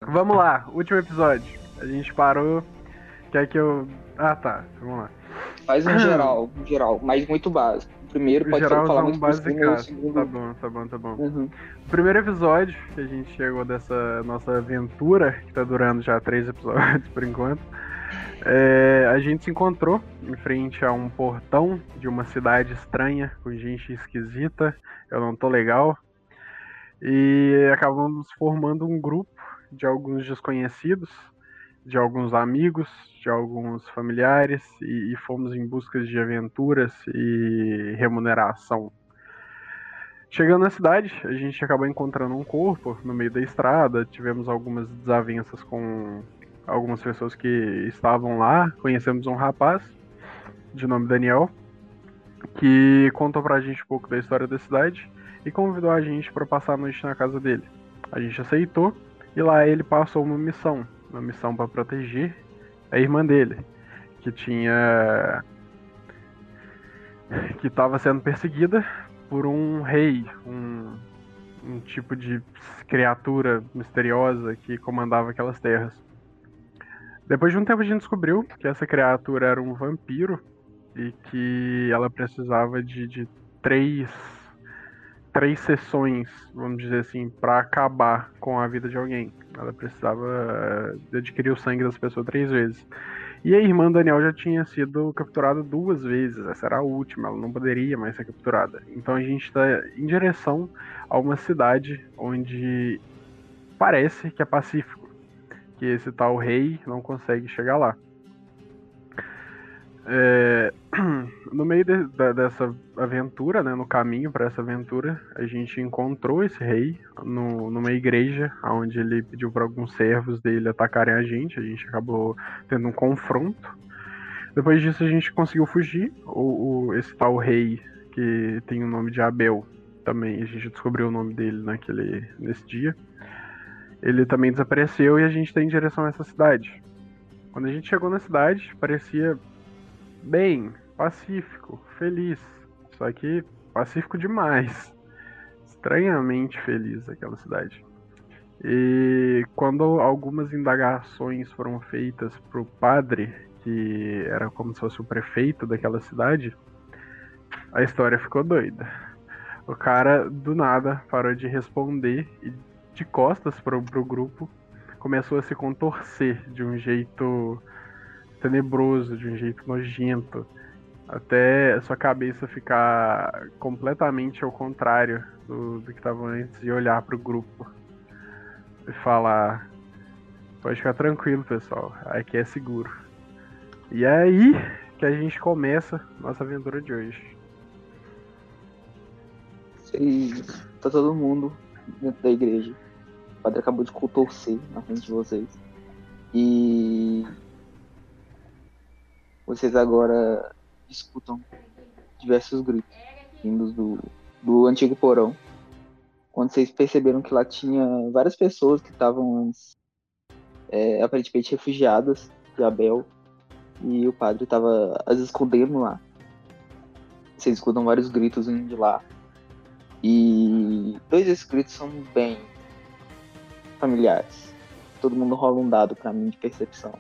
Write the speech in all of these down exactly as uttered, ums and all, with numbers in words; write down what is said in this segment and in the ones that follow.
Vamos lá, último episódio. A gente parou. Quer que eu. Ah, tá. Vamos lá. Faz um geral, um geral, mas muito básico. O primeiro O pode falar geralzão muito por cima, e o basicaço. segundo... Tá bom, tá bom, tá bom. Uhum. O primeiro episódio que a gente chegou dessa nossa aventura, que tá durando já três episódios por enquanto, é, a gente se encontrou em frente a um portão de uma cidade estranha, com gente esquisita, eu não tô legal, e acabamos formando um grupo de alguns desconhecidos, de alguns amigos, de alguns familiares, e, e fomos em busca de aventuras e remuneração. Chegando na cidade, a gente acabou encontrando um corpo no meio da estrada, tivemos algumas desavenças com algumas pessoas que estavam lá, conhecemos um rapaz de nome Daniel, que contou pra gente um pouco da história da cidade e convidou a gente para passar a noite na casa dele. A gente aceitou e lá ele passou uma missão, uma missão para proteger a irmã dele, que tinha que estava sendo perseguida por um rei, um, um tipo de criatura misteriosa que comandava aquelas terras. Depois de um tempo a gente descobriu que essa criatura era um vampiro e que ela precisava de, de três, três sessões, vamos dizer assim, para acabar com a vida de alguém. Ela precisava de adquirir o sangue das pessoas três vezes. E a irmã Daniel já tinha sido capturada duas vezes, essa era a última, ela não poderia mais ser capturada. Então a gente está em direção a uma cidade onde parece que é pacífico, que esse tal rei não consegue chegar lá. É, no meio de, de, dessa aventura, né, no caminho para essa aventura, a gente encontrou esse rei no, numa igreja, onde ele pediu para alguns servos dele atacarem a gente. A gente acabou tendo um confronto. Depois disso a gente conseguiu fugir. O, o, esse tal rei, que tem o nome de Abel, também a gente descobriu o nome dele naquele, nesse dia. Ele também desapareceu e a gente está em direção a essa cidade. Quando a gente chegou na cidade, parecia bem, pacífico, feliz. Só que pacífico demais. Estranhamente feliz aquela cidade. E quando algumas indagações foram feitas pro padre, que era como se fosse o prefeito daquela cidade, a história ficou doida. O cara, do nada, parou de responder e, de costas pro, pro grupo, começou a se contorcer de um jeito tenebroso, de um jeito nojento, até a sua cabeça ficar completamente ao contrário do, do que estava antes e olhar pro grupo e falar: pode ficar tranquilo, pessoal, aqui é seguro. E é aí que a gente começa nossa aventura de hoje. E tá todo mundo dentro da igreja. O padre acabou de contorcer na frente de vocês. E vocês agora escutam diversos gritos vindos do, do antigo porão. Quando vocês perceberam que lá tinha várias pessoas que estavam antes, é, aparentemente refugiadas de Abel, e o padre estava as escondendo lá. Vocês escutam vários gritos vindo de lá. E dois desses gritos são bem familiares. Todo mundo rola um dado pra mim de percepção.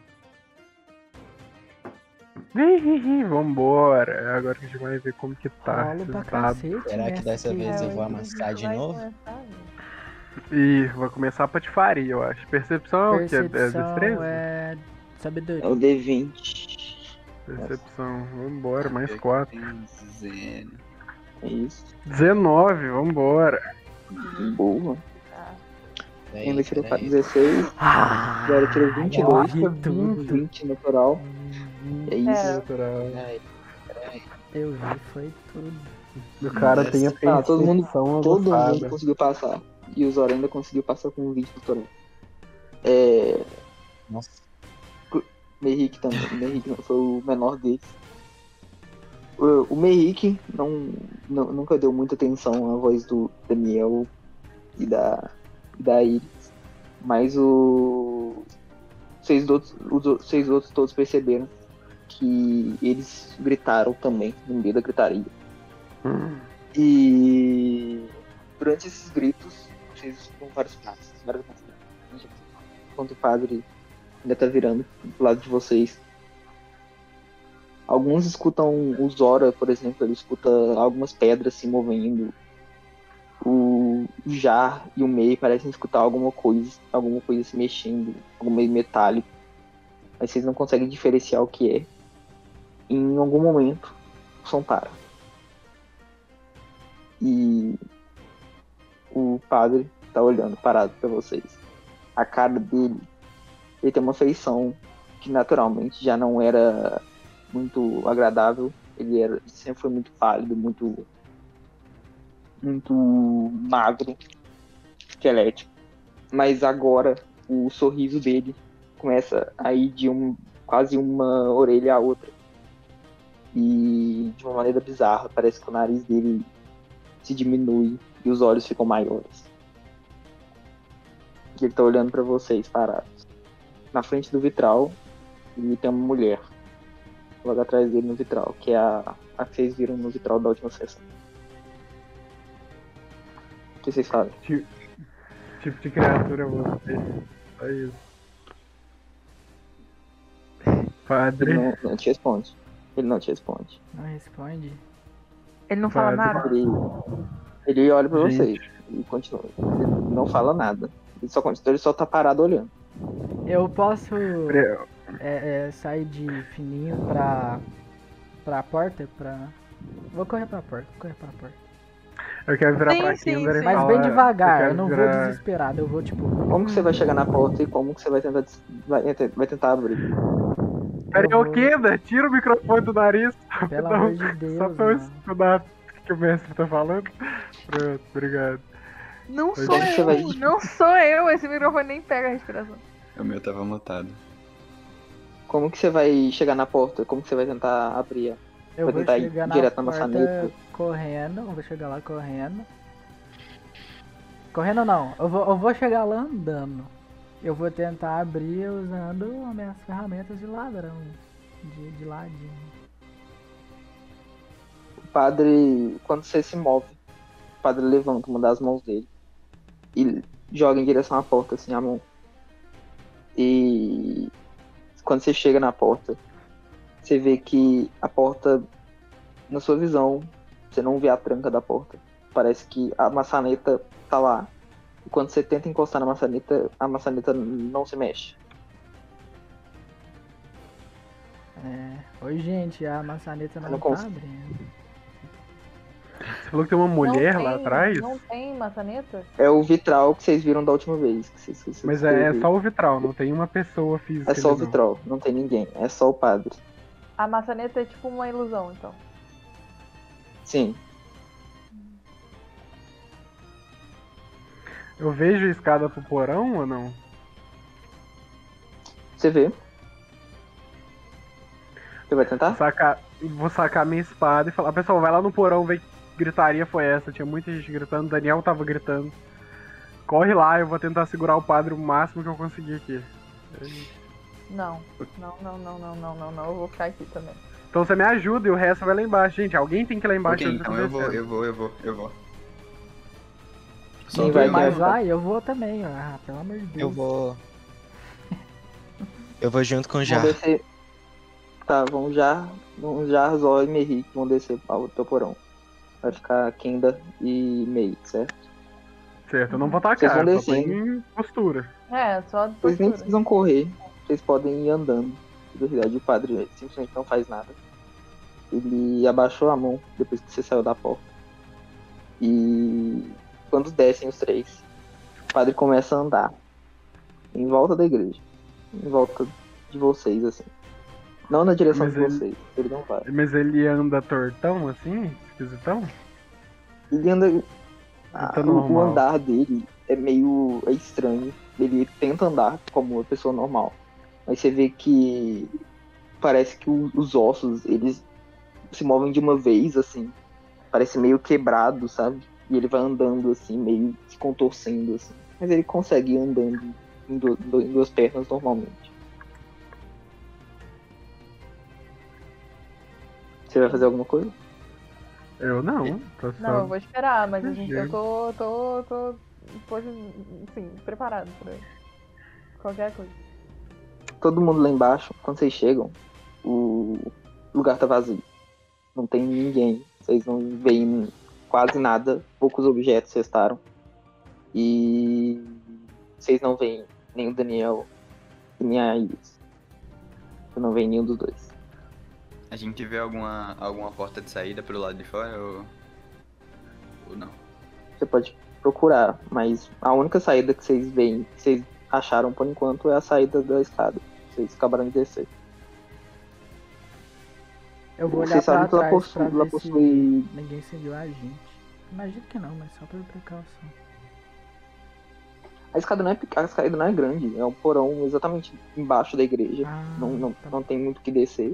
Vambora, agora que a gente vai ver como que tá. Rolo pra esses dados. cacete, Será né? que dessa vez eu vou hoje amassar de vai novo? começar, velho. E vai começar a patifaria, eu acho. Percepção é o que? É Percepção destreza? é É sabedoria. o D vinte. Percepção, vambora, mais quatro. Zero. É isso. dezenove, vambora. Boa. Tá. Quem vai tirar Peraí, dezesseis. Ah, Agora tirou vinte e dois. eu vi tudo. vinte natural. É isso. É. Natural. peraí, peraí. Eu vi, foi tudo. O cara tem a Tá, todo mundo, percepção todo aguçada. mundo conseguiu passar. E o Zora ainda conseguiu passar com vinte natural. É. Nossa. Merrick também. Merrick não, foi o menor deles. O, o Merrick não, não, nunca deu muita atenção à voz do Daniel e da, e da Iris. Mas o. Vocês outros, os outros- vocês outros todos perceberam que eles gritaram também no meio da gritaria. Hum. E durante esses gritos, vocês escutam vários passos, vários passos. enquanto o padre ainda tá virando do lado de vocês. Alguns escutam o Zora, por exemplo, ele escuta algumas pedras se movendo. O Jar e o Mei parecem escutar alguma coisa, alguma coisa se mexendo, algo meio metálico. Mas vocês não conseguem diferenciar o que é. Em algum momento, o som para. E o padre tá olhando parado pra vocês. A cara dele, ele tem uma feição que naturalmente já não era muito agradável. Ele era, sempre foi muito pálido, muito muito magro, esquelético. Mas agora o sorriso dele começa a ir de um, quase uma orelha à outra. E de uma maneira bizarra, parece que o nariz dele se diminui e os olhos ficam maiores. E ele tá olhando pra vocês parados. Na frente do vitral, ele tem uma mulher. Logo atrás dele no vitral, que é a, a que vocês viram no vitral da última sessão. O que vocês fazem? Tipo, tipo de criatura é você. Só isso. Ele Padre. não, não te responde. Ele não te responde. Não responde. Ele não fala Padre. nada. Ele, ele olha pra Gente. vocês e continua. Ele não fala nada. Ele só, continua, ele só tá parado olhando. Eu posso Pre- é, é, sair de fininho pra, pra porta? Pra... Vou correr pra porta, vou correr pra porta. Eu quero virar Sim, pra sim, Kinder e sim. Mas falar... bem devagar, eu, quero não virar- vou desesperado, eu vou tipo. Como que você vai chegar na porta e como que você vai tentar, des- vai, vai tentar abrir? Peraí, eu ô vou- Kinder, tira o microfone do nariz. Pelo rapidão, amor de Deus, Só pra eu mano. estudar o que o mestre tá falando. Pronto, obrigado. Não Pois sou é. Você eu, vai- não sou eu. Esse microfone nem pega a respiração. O meu tava mutado. Como que você vai chegar na porta? Como que você vai tentar abrir? Eu Vai vou tentar ir chegar na direto na porta maçaneta? correndo, eu vou chegar lá correndo. Correndo não, eu vou, eu vou chegar lá andando. Eu vou tentar abrir usando as minhas ferramentas de ladrão. De, de ladinho. O padre, quando você se move, o padre levanta uma das mãos dele e joga em direção à porta, assim, a mão. E quando você chega na porta, você vê que a porta, na sua visão, você não vê a tranca da porta. Parece que a maçaneta tá lá. E quando você tenta encostar na maçaneta, a maçaneta não se mexe. É. Oi gente, a maçaneta Eu não, não tá consigo. abrindo. Você falou que tem uma mulher Não lá tem- atrás? Não tem maçaneta? É o vitral que vocês viram da última vez. Que vocês, que vocês Mas é, é viram. só o vitral, não tem uma pessoa física. É só o ali, não. vitral, não tem ninguém. É só o padre. A maçaneta é tipo uma ilusão, então. Sim. Eu vejo a escada pro porão ou não? Você vê. Você vai Vou tentar? sacar, vou sacar minha espada e falar, pessoal, vai lá no porão, ver que gritaria foi essa. Tinha muita gente gritando, o Daniel tava gritando. Corre lá, eu vou tentar segurar o padre o máximo que eu conseguir aqui. Não. Não, não, não, não, não, não, não. Eu vou ficar aqui também. Então você me ajuda e o resto vai lá embaixo. Gente, alguém tem que ir lá embaixo. Ok, ver o que então tá eu vou, acontecendo. eu vou, eu vou, eu vou. Quem Só vai eu, Mas quem vai, eu vou também, ó. Ah, pelo amor de Deus. Eu vou. Eu vou junto com o Vão Jar. descer. Tá, vão já. Vão já Zó e Merri que vão descer ao teu porão. Vai ficar Kenda e Mei, certo? Certo, eu não vou Vocês atacar, vão eu só tô descendo. em postura. É, só de Vocês nem postura. precisam correr. Vocês podem ir andando. Na verdade, o padre simplesmente não faz nada. Ele abaixou a mão depois que você saiu da porta. E quando descem os três, o padre começa a andar em volta da igreja. Em volta de vocês, assim. Não na direção Mas de ele- vocês. Ele não vai. Mas ele anda tortão assim? Esquisitão? Ele anda. Ele Ah, tá o, o normal. andar dele é meio é estranho. Ele tenta andar como uma pessoa normal. Mas você vê que parece que o- os ossos, eles se movem de uma vez, assim. Parece meio quebrado, sabe? E ele vai andando assim, meio se contorcendo, assim. Mas ele consegue ir andando em, du- du- em duas pernas normalmente. Você vai fazer alguma coisa? Eu não, tô só... Não, eu vou esperar, mas a gente, eu Chega. tô, tô, tô, tô, assim, preparado pra Qualquer coisa. Todo mundo lá embaixo, quando vocês chegam, o lugar tá vazio. Não tem ninguém. Vocês não veem quase nada. Poucos objetos restaram. E vocês não veem nem o Daniel e nem a Iris. Você não vê nenhum dos dois. A gente vê alguma, alguma porta de saída pelo lado de fora ou, ou não? Você pode procurar, mas a única saída que vocês veem, que vocês acharam por enquanto, é a saída da escada. Vocês acabaram de descer. Eu vou olhar Vocês pra sabem que lá trás possui, pra lá ver possui... se ninguém seguiu a gente. Imagino que não, mas só por precaução. A escada não é pequena, a escada não é grande. É um porão exatamente embaixo da igreja. Ah, não não, tá não tem muito o que descer.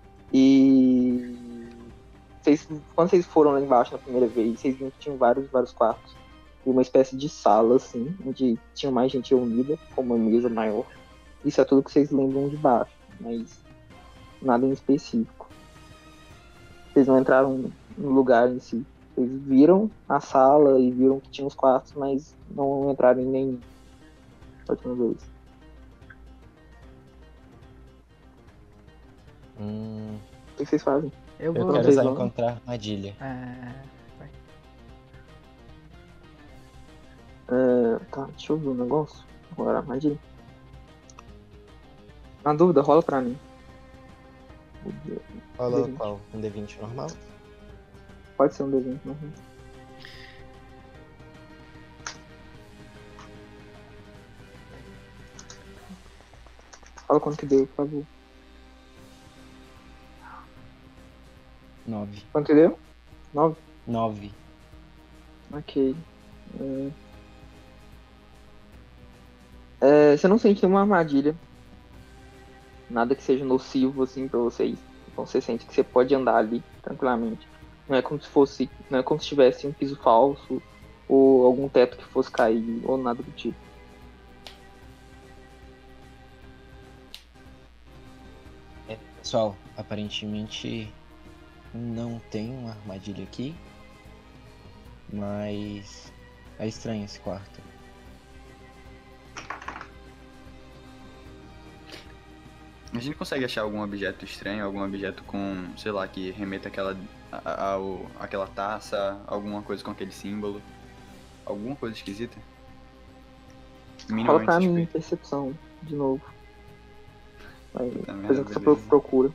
E vocês, quando vocês foram lá embaixo na primeira vez, vocês viram que tinham vários, vários quartos. E uma espécie de sala, assim, onde tinha mais gente reunida, com uma mesa maior. Isso é tudo que vocês lembram de baixo, mas nada em específico. Vocês não entraram no lugar em si. Vocês viram a sala e viram que tinha os quartos, mas não entraram em nenhum. Ótima vez. Hum, O que vocês fazem? Eu eu vou. quero vocês só vão? encontrar a armadilha. É, vai. É, tá, deixa eu ver um negócio. Agora, armadilha. Na dúvida, rola pra mim. Rola D vinte. qual? Um D vinte normal? Pode ser um D vinte, não. Fala quanto que deu, por favor. Nove. Quanto que deu? Nove? Nove. Ok. É... É, você não sente nenhuma armadilha. Nada que seja nocivo, assim, pra vocês. Então você sente que você pode andar ali, tranquilamente. Não é como se fosse... Não é como se tivesse um piso falso, ou algum teto que fosse cair, ou nada do tipo. É, pessoal, aparentemente não tem uma armadilha aqui, mas é estranho esse quarto. A gente consegue achar algum objeto estranho, algum objeto com, sei lá, que remeta aquela, a, a, ao- aquela taça, alguma coisa com aquele símbolo? Alguma coisa esquisita? Fala Minimamente pra mim, suspeito. percepção, de novo. Vai, Tá vendo? fazendo o que você Beleza. procura.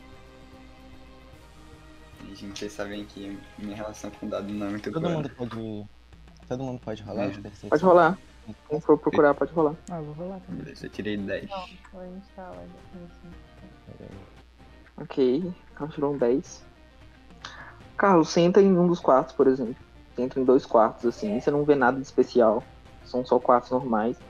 E, gente, vocês sabem que minha relação com o dado não é muito Todo boa. mundo pode. Todo mundo pode rolar É. de percepção? Pode rolar. Quem for procurar, pode rolar. Ah, eu vou rolar também. Beleza, eu tirei dez. Não, a gente tá lá. Assim. Ok, Carlos tirou um dez. Carlos, você entra em um dos quartos, por exemplo. Você entra em dois quartos, assim, e você não vê nada de especial. São só quartos normais.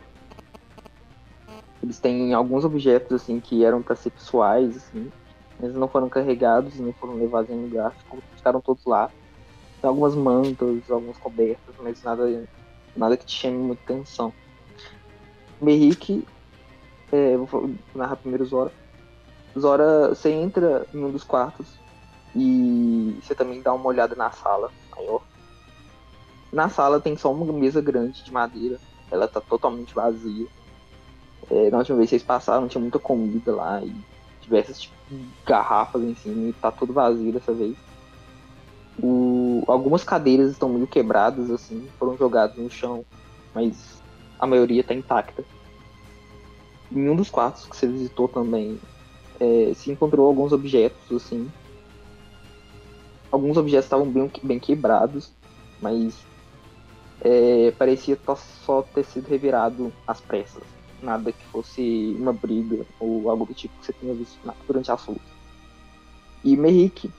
Eles têm alguns objetos, assim, que eram pra ser pessoais, assim. Eles não foram carregados, nem foram levados em lugar. ficou- Ficaram todos lá. Tem algumas mantas, algumas cobertas, mas nada, nada que te chame muita atenção. Merrick, é, eu vou narrar primeiro Zora. Zora, você entra em um dos quartos e você também dá uma olhada na sala maior. Na sala tem só uma mesa grande de madeira. Ela tá totalmente vazia. É, na última vez que vocês passaram, tinha muita comida lá e diversas tipo, garrafas em cima e tá tudo vazio dessa vez. O- Algumas cadeiras estão meio quebradas, assim, foram jogadas no chão, mas a maioria tá intacta. Em um dos quartos que você visitou também, é, se encontrou alguns objetos, assim. Alguns objetos estavam bem, bem quebrados, mas é, parecia tá- só ter sido revirado às pressas. Nada que fosse uma briga ou algo do tipo que você tenha visto na- durante as lutas. E Merrick,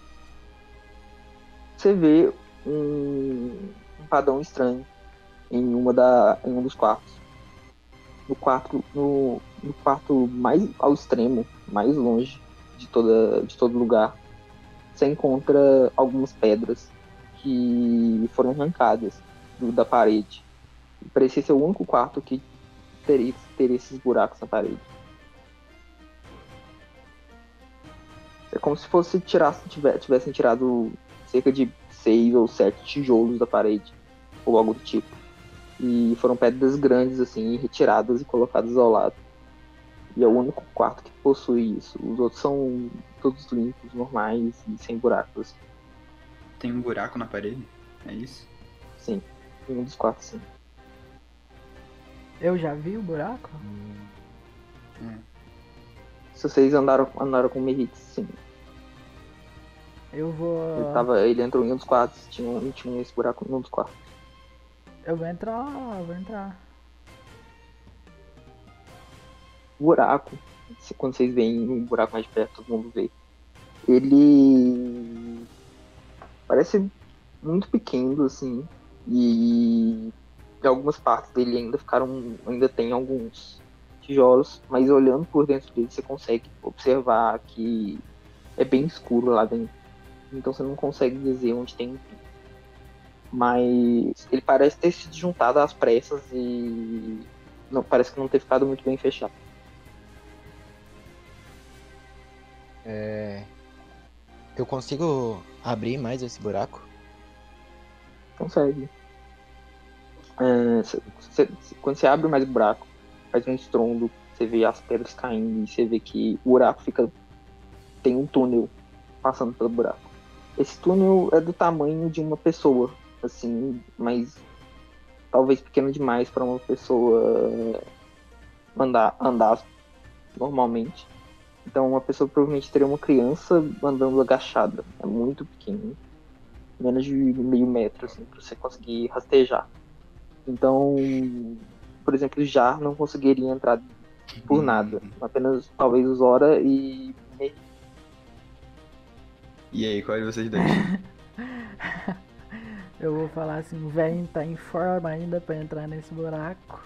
você vê um, um padrão estranho em, uma da, em um dos quartos. No quarto, no, no quarto mais ao extremo, mais longe de, toda, de todo lugar, você encontra algumas pedras que foram arrancadas do- da parede. Parecia ser o único quarto que teria, teria esses buracos na parede. É como se fosse tirar, tive- tivessem tirado cerca de seis ou sete tijolos da parede, ou algo do tipo. E foram pedras grandes, assim, retiradas e colocadas ao lado. E é o único quarto que possui isso. Os outros são todos limpos, normais e sem buracos. Tem um buraco na parede? É isso? Sim, em um dos quartos sim. Eu já vi o buraco? É. Se vocês andaram, andaram com o Merrick, sim. Eu vou. Ele, tava, ele entrou em um dos quartos, tinha, um- tinha esse buraco em um dos quartos. Eu vou entrar lá, eu vou entrar. O buraco, se- quando vocês veem um buraco mais de perto, todo mundo vê. Ele parece muito pequeno, assim, e em algumas partes dele ainda ficaram, ainda tem alguns tijolos, mas olhando por dentro dele você consegue observar que é bem escuro lá dentro. Então você não consegue dizer onde tem um fim. Mas ele parece ter se juntado às pressas e não, parece que não ter ficado muito bem fechado. É... Eu consigo abrir mais esse buraco? Consegue. É, cê- cê- quando você abre mais o buraco, faz um estrondo, você vê as pedras caindo e você vê que o buraco fica. Tem um túnel passando pelo buraco. Esse túnel é do tamanho de uma pessoa, assim, mas talvez pequeno demais para uma pessoa andar, andar normalmente. Então uma pessoa provavelmente teria uma criança andando agachada. É muito pequeno. Menos de meio metro, assim, para você conseguir rastejar. Então, por exemplo, o Jar não conseguiria entrar por nada. Apenas talvez o Zora e. E aí, qual é de vocês dois? Eu vou falar assim, o velho tá em forma ainda pra entrar nesse buraco.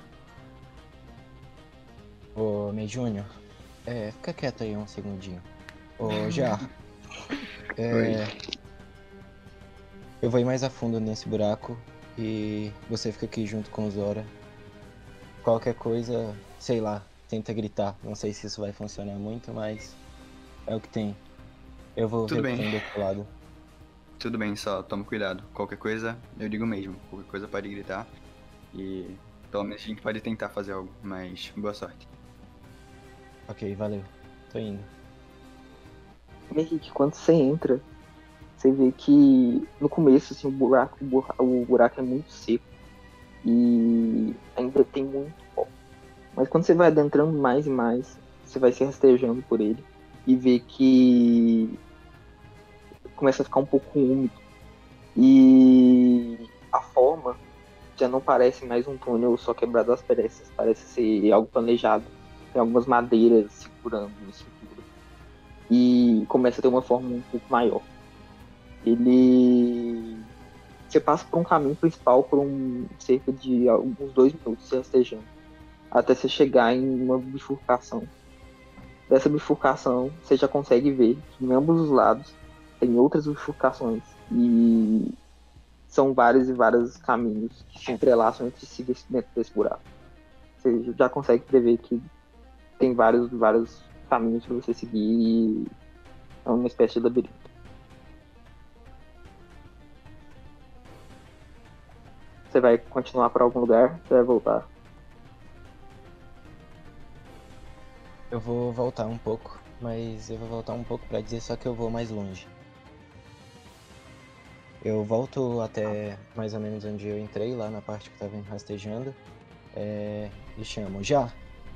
Ô, May Júnior, é, fica quieto aí um segundinho. Ô, Jar, é, eu vou ir mais a fundo nesse buraco e você fica aqui junto com o Zora. Qualquer coisa, sei lá, tenta gritar. Não sei se isso vai funcionar muito, mas é o que tem. Eu vou Tudo ver o que bem. tem do outro lado. Tudo bem, só toma cuidado. Qualquer coisa, eu digo mesmo. Qualquer coisa pode gritar. E pelo menos a gente pode tentar fazer algo, mas boa sorte. Ok, valeu. Tô indo. Henrique, quando você entra, você vê que no começo assim, o, buraco, o bura- o buraco é muito seco e ainda tem muito pó. Mas quando você vai adentrando mais e mais, você vai se rastejando por ele e vê que começa a ficar um pouco úmido. E a forma já não parece mais um túnel só quebrado às peças, parece ser algo planejado. Tem algumas madeiras segurando a estrutura. E começa a ter uma forma um pouco maior. Ele. Você passa por um caminho principal por um cerca de uns dois minutos se rastejando. Até você chegar em uma bifurcação. Dessa bifurcação, você já consegue ver que em ambos os lados tem outras bifurcações. E são vários e vários caminhos que se entrelaçam entre si dentro desse buraco. Você já consegue prever que tem vários, vários caminhos para você seguir e é uma espécie de labirinto. Você vai continuar para algum lugar? Você vai voltar? Eu vou voltar um pouco, mas eu vou voltar um pouco pra dizer só que eu vou mais longe. Eu volto até mais ou menos onde eu entrei, lá na parte que eu tava rastejando, é, e chamo. Já!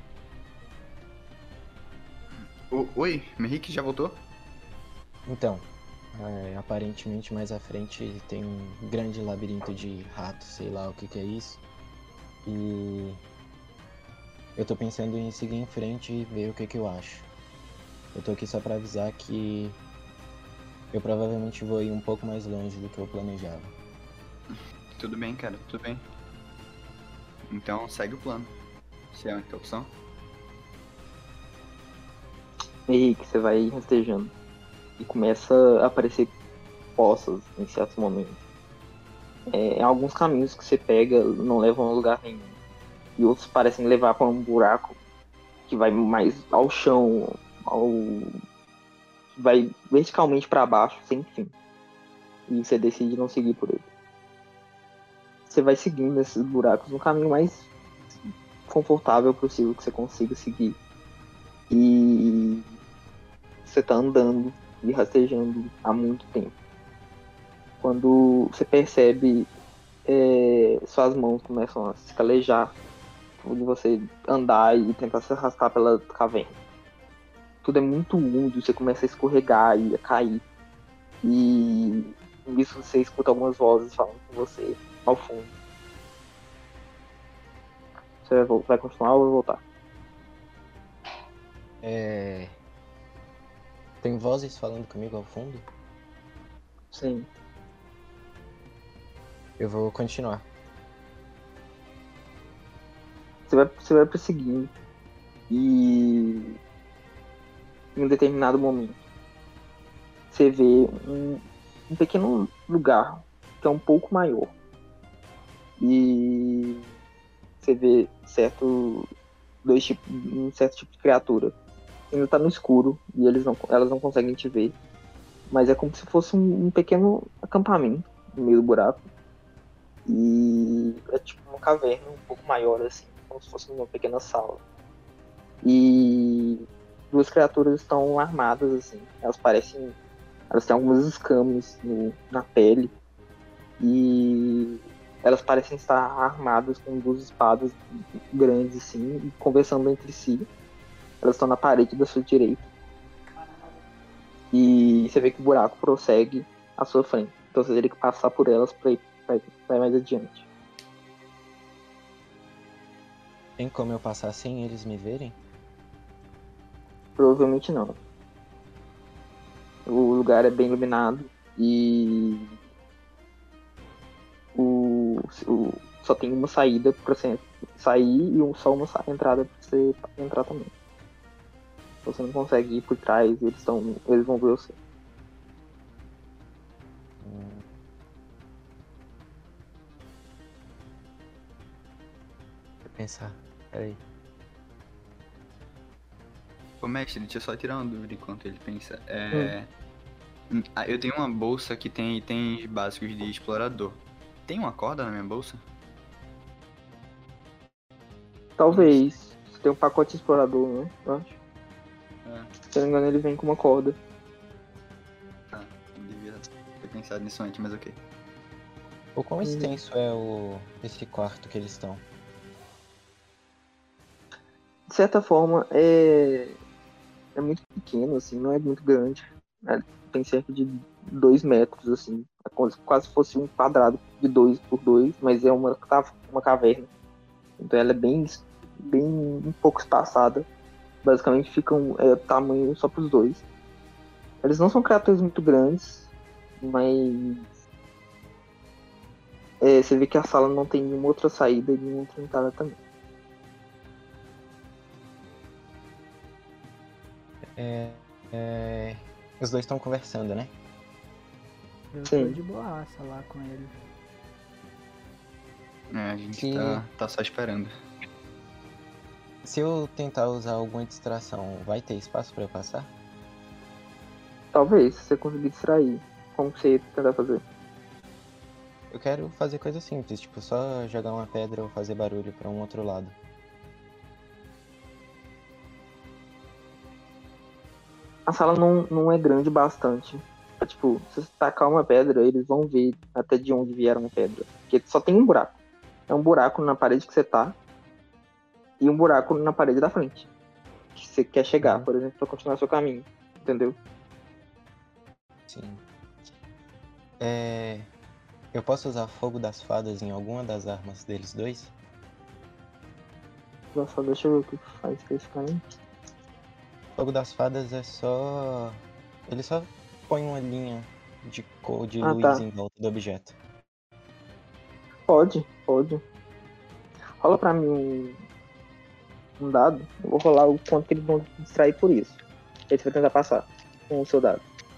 O, oi, Henrique já voltou? Então, é, aparentemente mais à frente tem um grande labirinto de ratos, sei lá o que que é isso. E eu tô pensando em seguir em frente e ver o que que eu acho. Eu tô aqui só pra avisar que eu provavelmente vou ir um pouco mais longe do que eu planejava. Tudo bem, cara, tudo bem. Então segue o plano. Se é a única opção. Henrique, você vai rastejando. E começa a aparecer poças em certos momentos. É, alguns caminhos que você pega não levam a lugar nenhum. E outros parecem levar para um buraco que vai mais ao chão, ao... vai verticalmente para baixo, sem fim. E você decide não seguir por ele. Você vai seguindo esses buracos no caminho mais confortável possível que você consiga seguir. E você tá andando e rastejando há muito tempo. Quando você percebe, é, suas mãos começam a se calejar de você andar e tentar se arrastar pela caverna. Tudo é muito úmido, você começa a escorregar e a cair. E nisso você escuta algumas vozes falando com você ao fundo. Você vai, vo- vai continuar ou vai voltar? É... Tem vozes falando comigo ao fundo? Sim. Eu vou continuar. Você vai, você vai prosseguindo. E em um determinado momento você vê um, um pequeno lugar que é um pouco maior. E você vê certo, dois tipos, um certo tipo de criatura. Ainda tá no escuro e eles não, elas não conseguem te ver. Mas é como se fosse um, um pequeno acampamento no meio do buraco. E é tipo uma caverna um pouco maior, assim, como se fosse uma pequena sala. E duas criaturas estão armadas, assim. Elas parecem. Elas têm algumas escamas no, na pele. E elas parecem estar armadas com duas espadas grandes, assim, e conversando entre si. Elas estão na parede da sua direita. E você vê que o buraco prossegue à sua frente. Então você teria que passar por elas para ir, pra ir pra ir mais adiante. Tem como eu passar sem eles me verem? Provavelmente não. O lugar é bem iluminado e o, o- só tem uma saída para você sair e um- só uma sa- entrada para você entrar também. Você não consegue ir por trás, eles estão, eles vão ver você. Hum. Deixa eu pensar. Peraí. Ô mestre, deixa eu só tirar uma dúvida enquanto ele pensa. É... hum, ah, eu tenho uma bolsa que tem itens básicos de explorador. Tem uma corda na minha bolsa? Talvez. Você tem um pacote explorador, né? Eu acho. É, Se não me engano, ele vem com uma corda. tá. Eu devia ter pensado nisso antes, mas ok. O quão Uhum. extenso é o esse quarto que eles estão? De certa forma, é, é muito pequeno, assim, não é muito grande. É, tem cerca de dois metros, assim. É como se quase fosse um quadrado de dois por dois, mas é uma, ca- uma caverna. Então ela é bem, bem um pouco espaçada. Basicamente ficam é, tamanho só para os dois. Eles não são criaturas muito grandes, mas é, você vê que a sala não tem nenhuma outra saída e nenhuma outra entrada também. É, é, Os dois estão conversando, né? Eu Sim. tô de boaça lá com ele. É, a gente Que- tá, tá só esperando. Se eu tentar usar alguma distração, vai ter espaço pra eu passar? Talvez, se você conseguir distrair. Como que você ia tentar fazer? Eu quero fazer coisa simples, tipo só jogar uma pedra ou fazer barulho pra um outro lado. A sala não, não é grande bastante. É, tipo, se você tacar uma pedra, eles vão ver até de onde vieram a pedra. Porque só tem um buraco. É um buraco na parede que você tá e um buraco na parede da frente. Que você quer chegar, Uhum. por exemplo, pra continuar seu caminho. Entendeu? Sim. É... Eu posso usar fogo das fadas em alguma das armas deles dois? Nossa, deixa eu ver o que faz especificamente. Fogo das fadas é só... Ele só põe uma linha de cor de Ah, luz tá. em volta do objeto. Pode, pode. Rola pra mim um, um dado. Eu vou rolar o quanto que eles vão distrair por isso. Aí você vai tentar passar com o seu dado.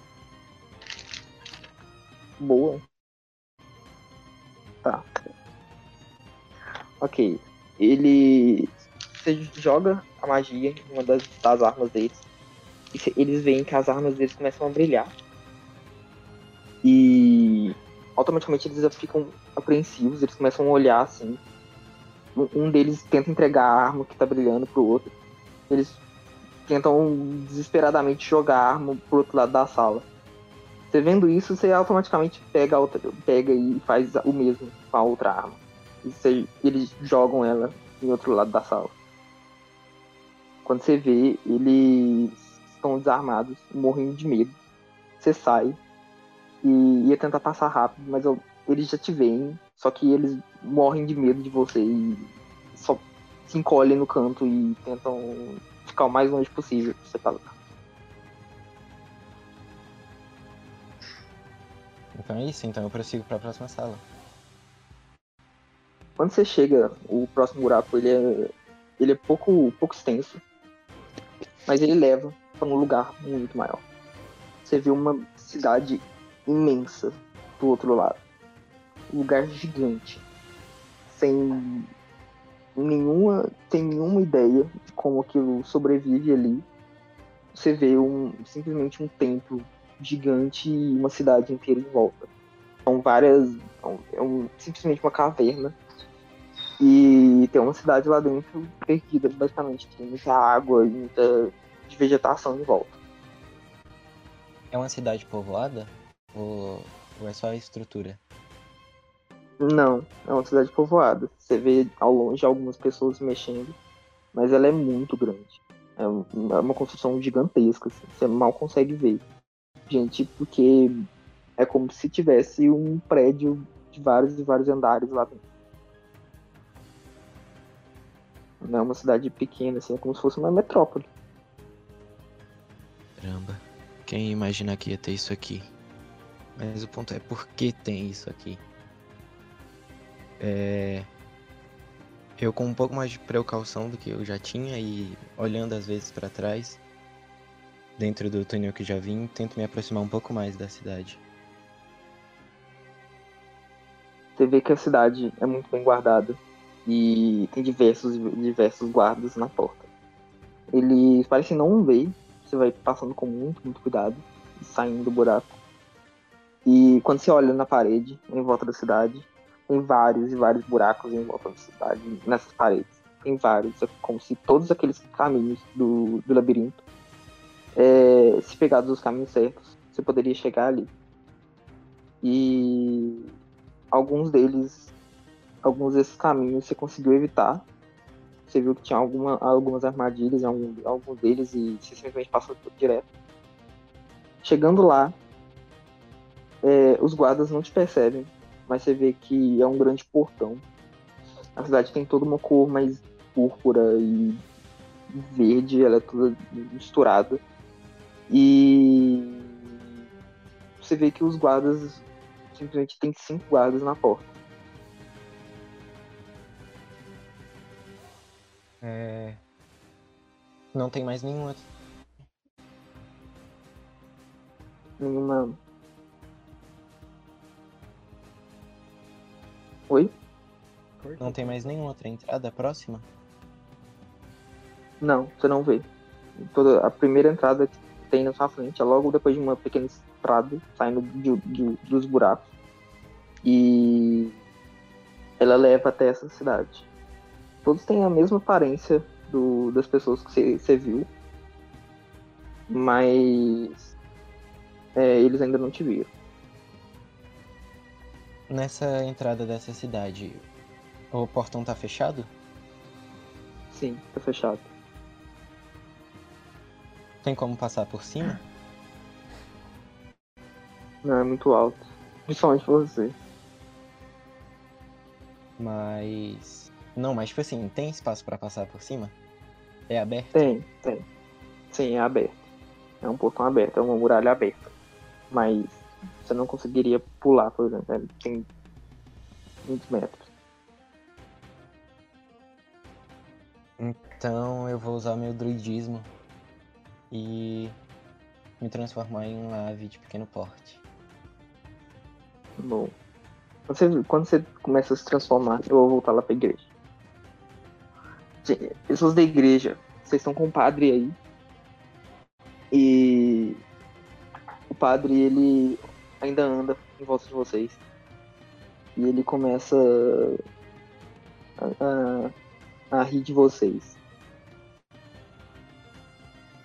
Boa. Tá. Ok. Ele. Você joga a magia em uma das, das armas deles. E cê- eles veem que as armas deles começam a brilhar. E automaticamente eles já ficam apreensivos, eles começam a olhar assim. Um- Um deles tenta entregar a arma que tá brilhando pro outro. Eles tentam desesperadamente jogar a arma pro outro lado da sala. Você vendo isso, você automaticamente pega, a outra, pega e faz o mesmo com a outra arma. E você, eles jogam ela em outro lado da sala. Quando você vê, eles estão desarmados, morrendo de medo. Você sai e ia tentar passar rápido, mas eu, eles já te veem, só que eles morrem de medo de você e só se encolhem no canto e tentam ficar o mais longe possível que você tá lá. Então é isso, então eu prossigo pra próxima sala. Quando você chega, o próximo buraco ele é, ele é pouco, pouco extenso, mas ele leva para um lugar muito maior. Você vê uma cidade imensa do outro lado. Um lugar gigante. Sem nenhuma, sem nenhuma ideia de como aquilo sobrevive ali. Você vê um, simplesmente um templo gigante e uma cidade inteira em volta. São várias... É um, simplesmente uma caverna. E tem uma cidade lá dentro perdida, basicamente. Tem muita água e muita de vegetação em volta. É uma cidade povoada? Ou, ou é só a estrutura? Não, é uma cidade povoada. Você vê ao longe algumas pessoas mexendo, mas ela é muito grande. É uma construção gigantesca, assim. Você mal consegue ver. Gente, porque é como se tivesse um prédio de vários e vários andares lá dentro. Não é uma cidade pequena, assim, é como se fosse uma metrópole. Caramba, quem ia imaginar que ia ter isso aqui? Mas o ponto é por que tem isso aqui? É... Eu com um pouco mais de precaução do que eu já tinha e olhando às vezes pra trás, dentro do túnel que já vim, tento me aproximar um pouco mais da cidade. Você vê que a cidade é muito bem guardada e tem diversos, diversos guardas na porta. Eles parecem não ver, você vai passando com muito, muito cuidado, saindo do buraco. E quando você olha na parede, em volta da cidade, tem vários e vários buracos em volta da cidade, nessas paredes. Tem vários, é como se todos aqueles caminhos do, do labirinto, é, se pegados os caminhos certos, você poderia chegar ali. E alguns deles, alguns desses caminhos você conseguiu evitar. Você viu que tinha alguma, algumas armadilhas em algum, alguns deles e você simplesmente passou direto. Chegando lá, é, os guardas não te percebem, mas você vê que é um grande portão. A cidade tem toda uma cor mais púrpura e verde, ela é toda misturada. E você vê que os guardas, simplesmente tem cinco guardas na porta. É... Não tem mais nenhum outro. Nenhuma... Oi? Não tem mais nenhuma outra entrada próxima? Não, você não vê. Toda a primeira entrada que tem na sua frente é logo depois de uma pequena estrada saindo de, de, dos buracos. E ela leva até essa cidade. Todos têm a mesma aparência do, das pessoas que você, você viu, mas é, eles ainda não te viram. Nessa entrada dessa cidade, o portão tá fechado? Sim, tá fechado. Tem como passar por cima? Não, é muito alto. Principalmente pra você. Mas... Não, mas tipo assim, tem espaço pra passar por cima? É aberto? Tem, tem. Sim, é aberto. É um portão aberto, é uma muralha aberta. Mas você não conseguiria pular, por exemplo. Né? Tem vinte metros. Então eu vou usar meu druidismo e me transformar em uma ave de pequeno porte. Bom. Quando você, quando você começa a se transformar, eu vou voltar lá pra igreja. Gente, pessoas da igreja, vocês estão com o padre aí. E o padre, ele ainda anda em volta de vocês. E ele começa a, a, a rir de vocês.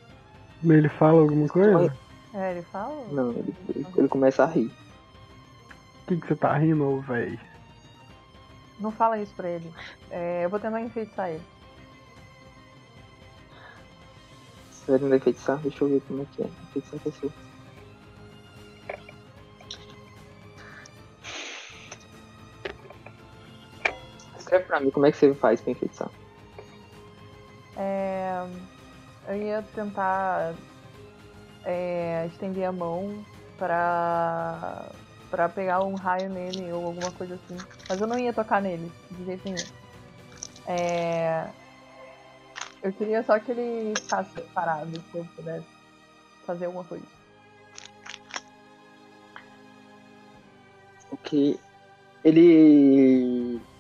Ele fala alguma coisa? É, ele fala? Não, ele, ele, ele começa a rir. O que, que você tá rindo, ô, véi? Não fala isso pra ele. É, eu vou tentar enfeitiçar ele. Você vai tentar enfeitiçar? Deixa eu ver como é que é. Enfeitiçar a pessoa. Escreve pra mim como é que você faz pra enfeitiçar. É, eu ia tentar é, estender a mão pra, pra pegar um raio nele ou alguma coisa assim. Mas eu não ia tocar nele, de jeito nenhum. É, eu queria só que ele ficasse parado, se eu pudesse fazer alguma coisa. O que ele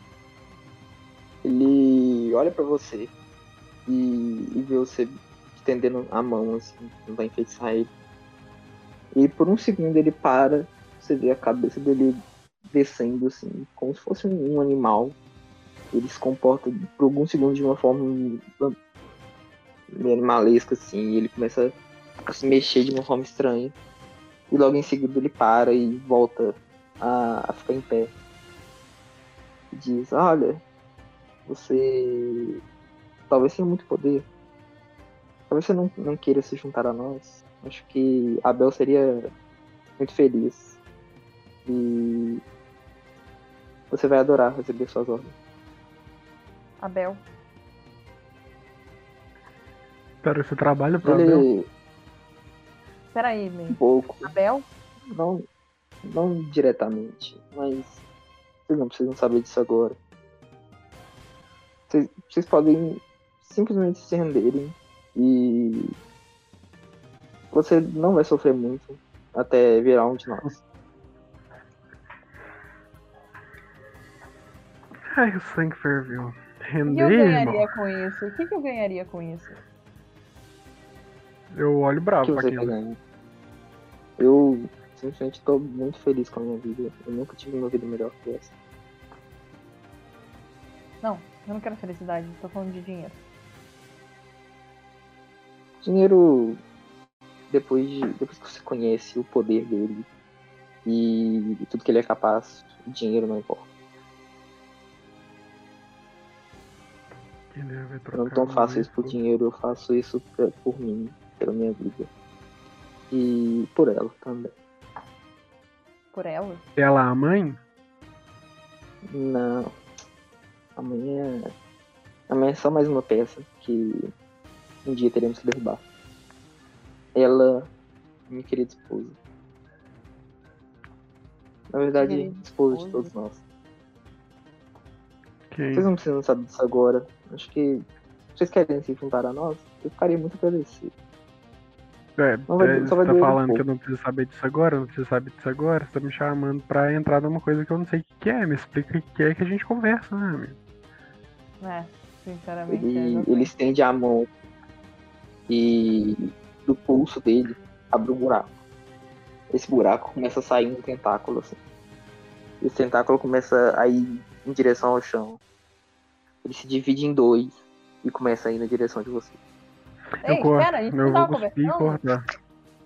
ele olha pra você e, e vê você estendendo a mão assim, tentar enfeitiçar ele. E por um segundo ele para, você vê a cabeça dele descendo assim, como se fosse um animal. Ele se comporta por alguns segundos de uma forma meio animalesca assim, e ele começa a se mexer de uma forma estranha. E logo em seguida ele para e volta a, a ficar em pé. E diz, olha, você talvez tenha muito poder. Talvez você não, não queira se juntar a nós. Acho que Abel seria muito feliz. E você vai adorar receber suas ordens. Abel. Pera, você trabalha pra Abel? Ele Peraí, um May. pouco, Abel? não, não diretamente, mas vocês não precisam saber disso agora. Vocês, vocês podem simplesmente se renderem e você não vai sofrer muito até virar um de nós. Ai, o sangue ferveu. O que eu Render, ganharia irmão? com isso? O que, que eu ganharia com isso? Eu olho O bravo que pra você quer aquilo. ganhar? Eu simplesmente estou muito feliz com a minha vida. Eu nunca tive uma vida melhor que essa. Não, eu não quero felicidade, tô falando de dinheiro. Dinheiro, depois, de, depois que você conhece o poder dele e, e tudo que ele é capaz, dinheiro não importa. Ele vai Eu não trocar tão faço isso por muito. dinheiro, eu faço isso pra- por mim, pela minha vida. E por ela também. Por ela? Ela, a mãe? Não. Amanhã. Amanhã é só mais uma peça que um dia teremos que derrubar. Ela, minha querida esposa. Na verdade, Querida esposa de esposa. todos nós. Quem? Vocês não precisam saber disso agora. Acho que vocês querem se juntar a nós, eu ficaria muito agradecido. É, Não vai- é, só você vai tá doer um falando que pouco. eu não preciso saber disso agora, eu não preciso saber disso agora, você tá me chamando pra entrar numa coisa que eu não sei o que que é, me explica o que que é que a gente conversa, né, amigo? É, sinceramente. é, Ele, não sei. ele estende a mão e do pulso dele abre um buraco. Esse buraco começa a sair um tentáculo assim. Esse tentáculo começa a ir em direção ao chão. Ele se divide em dois e começa a ir na direção de você. Ei, eu corto, espera, a gente eu não vou tava cuspir e conversando? cortar.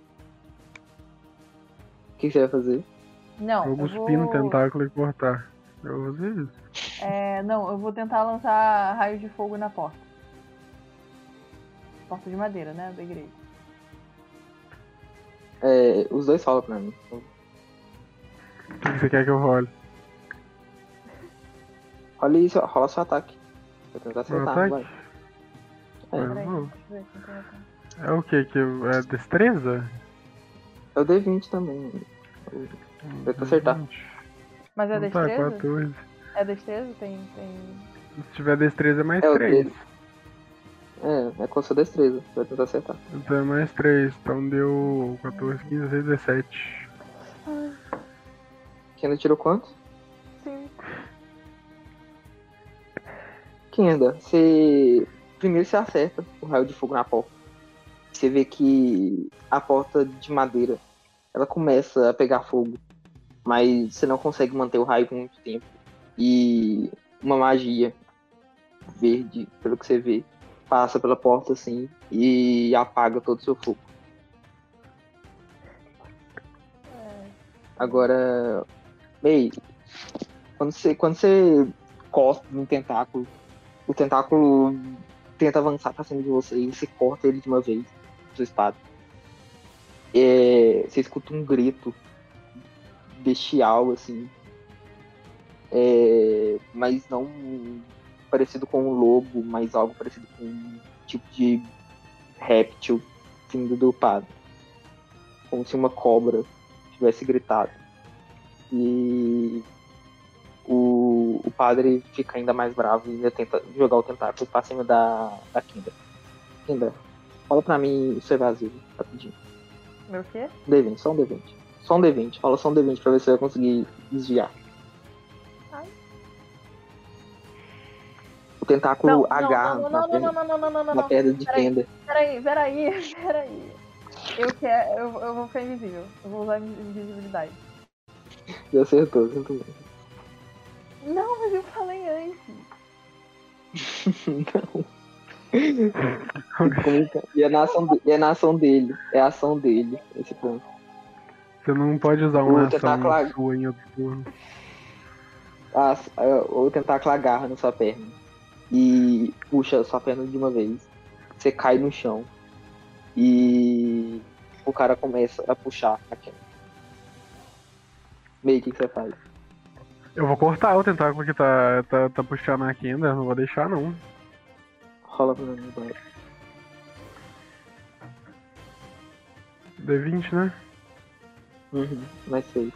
O que você vai fazer? Não, Eu eu vou cuspir no vou... tentáculo e cortar. Eu vou fazer isso. É, não, eu vou tentar lançar raio de fogo na porta. Porta de madeira, né? Da igreja. É, os dois falam pra mim. O que que você quer que eu role? Rola isso, rola seu ataque. Vai tentar Meu acertar, ataque? vai. É. Eu Peraí, vou. deixa eu ver se eu tenho aqui. É o que? que eu- é destreza? É o D vinte também. Tenta acertar. Mas é Não tá, destreza? quatorze. É destreza? Tem, tem... Se tiver destreza é mais É o três. dele. É, é com a sua destreza. Vai tentar acertar. Então é mais três. Então deu quatorze, quinze, dezesseis, dezessete. Quem ainda tirou quanto? Sim. Quem ainda? Você. Primeiro você acerta o raio de fogo na porta. Você vê que a porta de madeira ela começa a pegar fogo. Mas você não consegue manter o raio por muito tempo. E uma magia verde, pelo que você vê, passa pela porta assim e apaga todo o seu fogo. Agora, May, quando você, quando você corta no tentáculo, o tentáculo tenta avançar pra cima de você e você corta ele de uma vez com sua espada. É, você escuta um grito bestial, assim, é, mas não parecido com um lobo, mas algo parecido com um tipo de réptil vindo do padre. Como se uma cobra tivesse gritado. E o, o padre fica ainda mais bravo e ainda tenta jogar o tentáculo pra cima da, da Kindra. Kindra, fala pra mim o seu evasivo, rapidinho. Meu quê? D vinte, só um D vinte. Só um D vinte, fala só um D vinte pra ver se você vai conseguir desviar. Ai. O tentáculo Não, não, agarra não, na não, não, perna, não, não, não, não, não, na não. perna de Peraí. Kendra. Peraí, peraí, peraí. Eu quero. Eu, eu vou ficar invisível. Eu vou usar invisibilidade. E acertou, sinto muito. Não, mas eu falei antes. Não. E é, na ação de, e é na ação dele. É a ação dele, esse ponto. Você não pode usar O uma ação tentáculo- sua em outro turno. A, a- o tentáculo agarra na sua perna e puxa a sua perna de uma vez. Você cai no chão e o cara começa a puxar a Kendra. Meio, o que que você faz? Eu vou cortar o tentáculo que tá, tá, tá puxando aqui ainda, não vou deixar não. Rola pra mim agora. D vinte, né? Uhum, mais seis.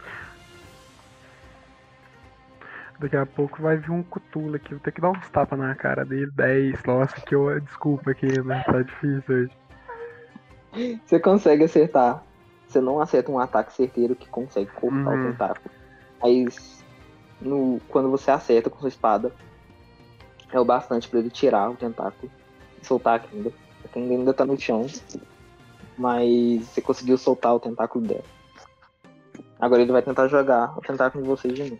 Daqui a pouco vai vir um Cthulhu aqui, vou ter que dar uns tapas na cara dele. dez, nossa, que eu... desculpa aqui, né? Tá difícil hoje. Você consegue acertar. Você não acerta um ataque certeiro que consegue cortar Uhum. o tentáculo. Mas no, quando você acerta com sua espada, é o bastante pra ele tirar o tentáculo e soltar a Kendra. A Kendra ainda tá no chão, mas você conseguiu soltar o tentáculo dela. Agora ele vai tentar jogar o tentáculo de vocês de novo.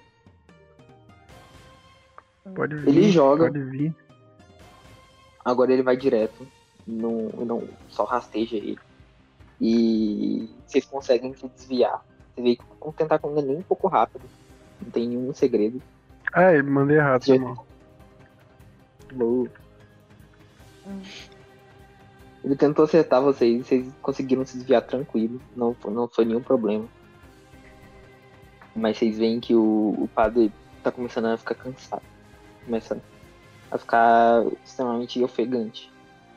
Pode vir, Ele joga. pode vir. Agora ele vai direto, não, não só rasteja ele. E vocês conseguem se desviar. Você vê que o tentáculo não é nem um pouco rápido. Não tem nenhum segredo. Ai, mandei errado, Já- irmão. Boa. Hum. Ele tentou acertar vocês, vocês conseguiram se desviar tranquilo, não, foi- não foi nenhum problema. Mas vocês veem que o, o padre tá começando a ficar cansado. Começa a ficar extremamente ofegante.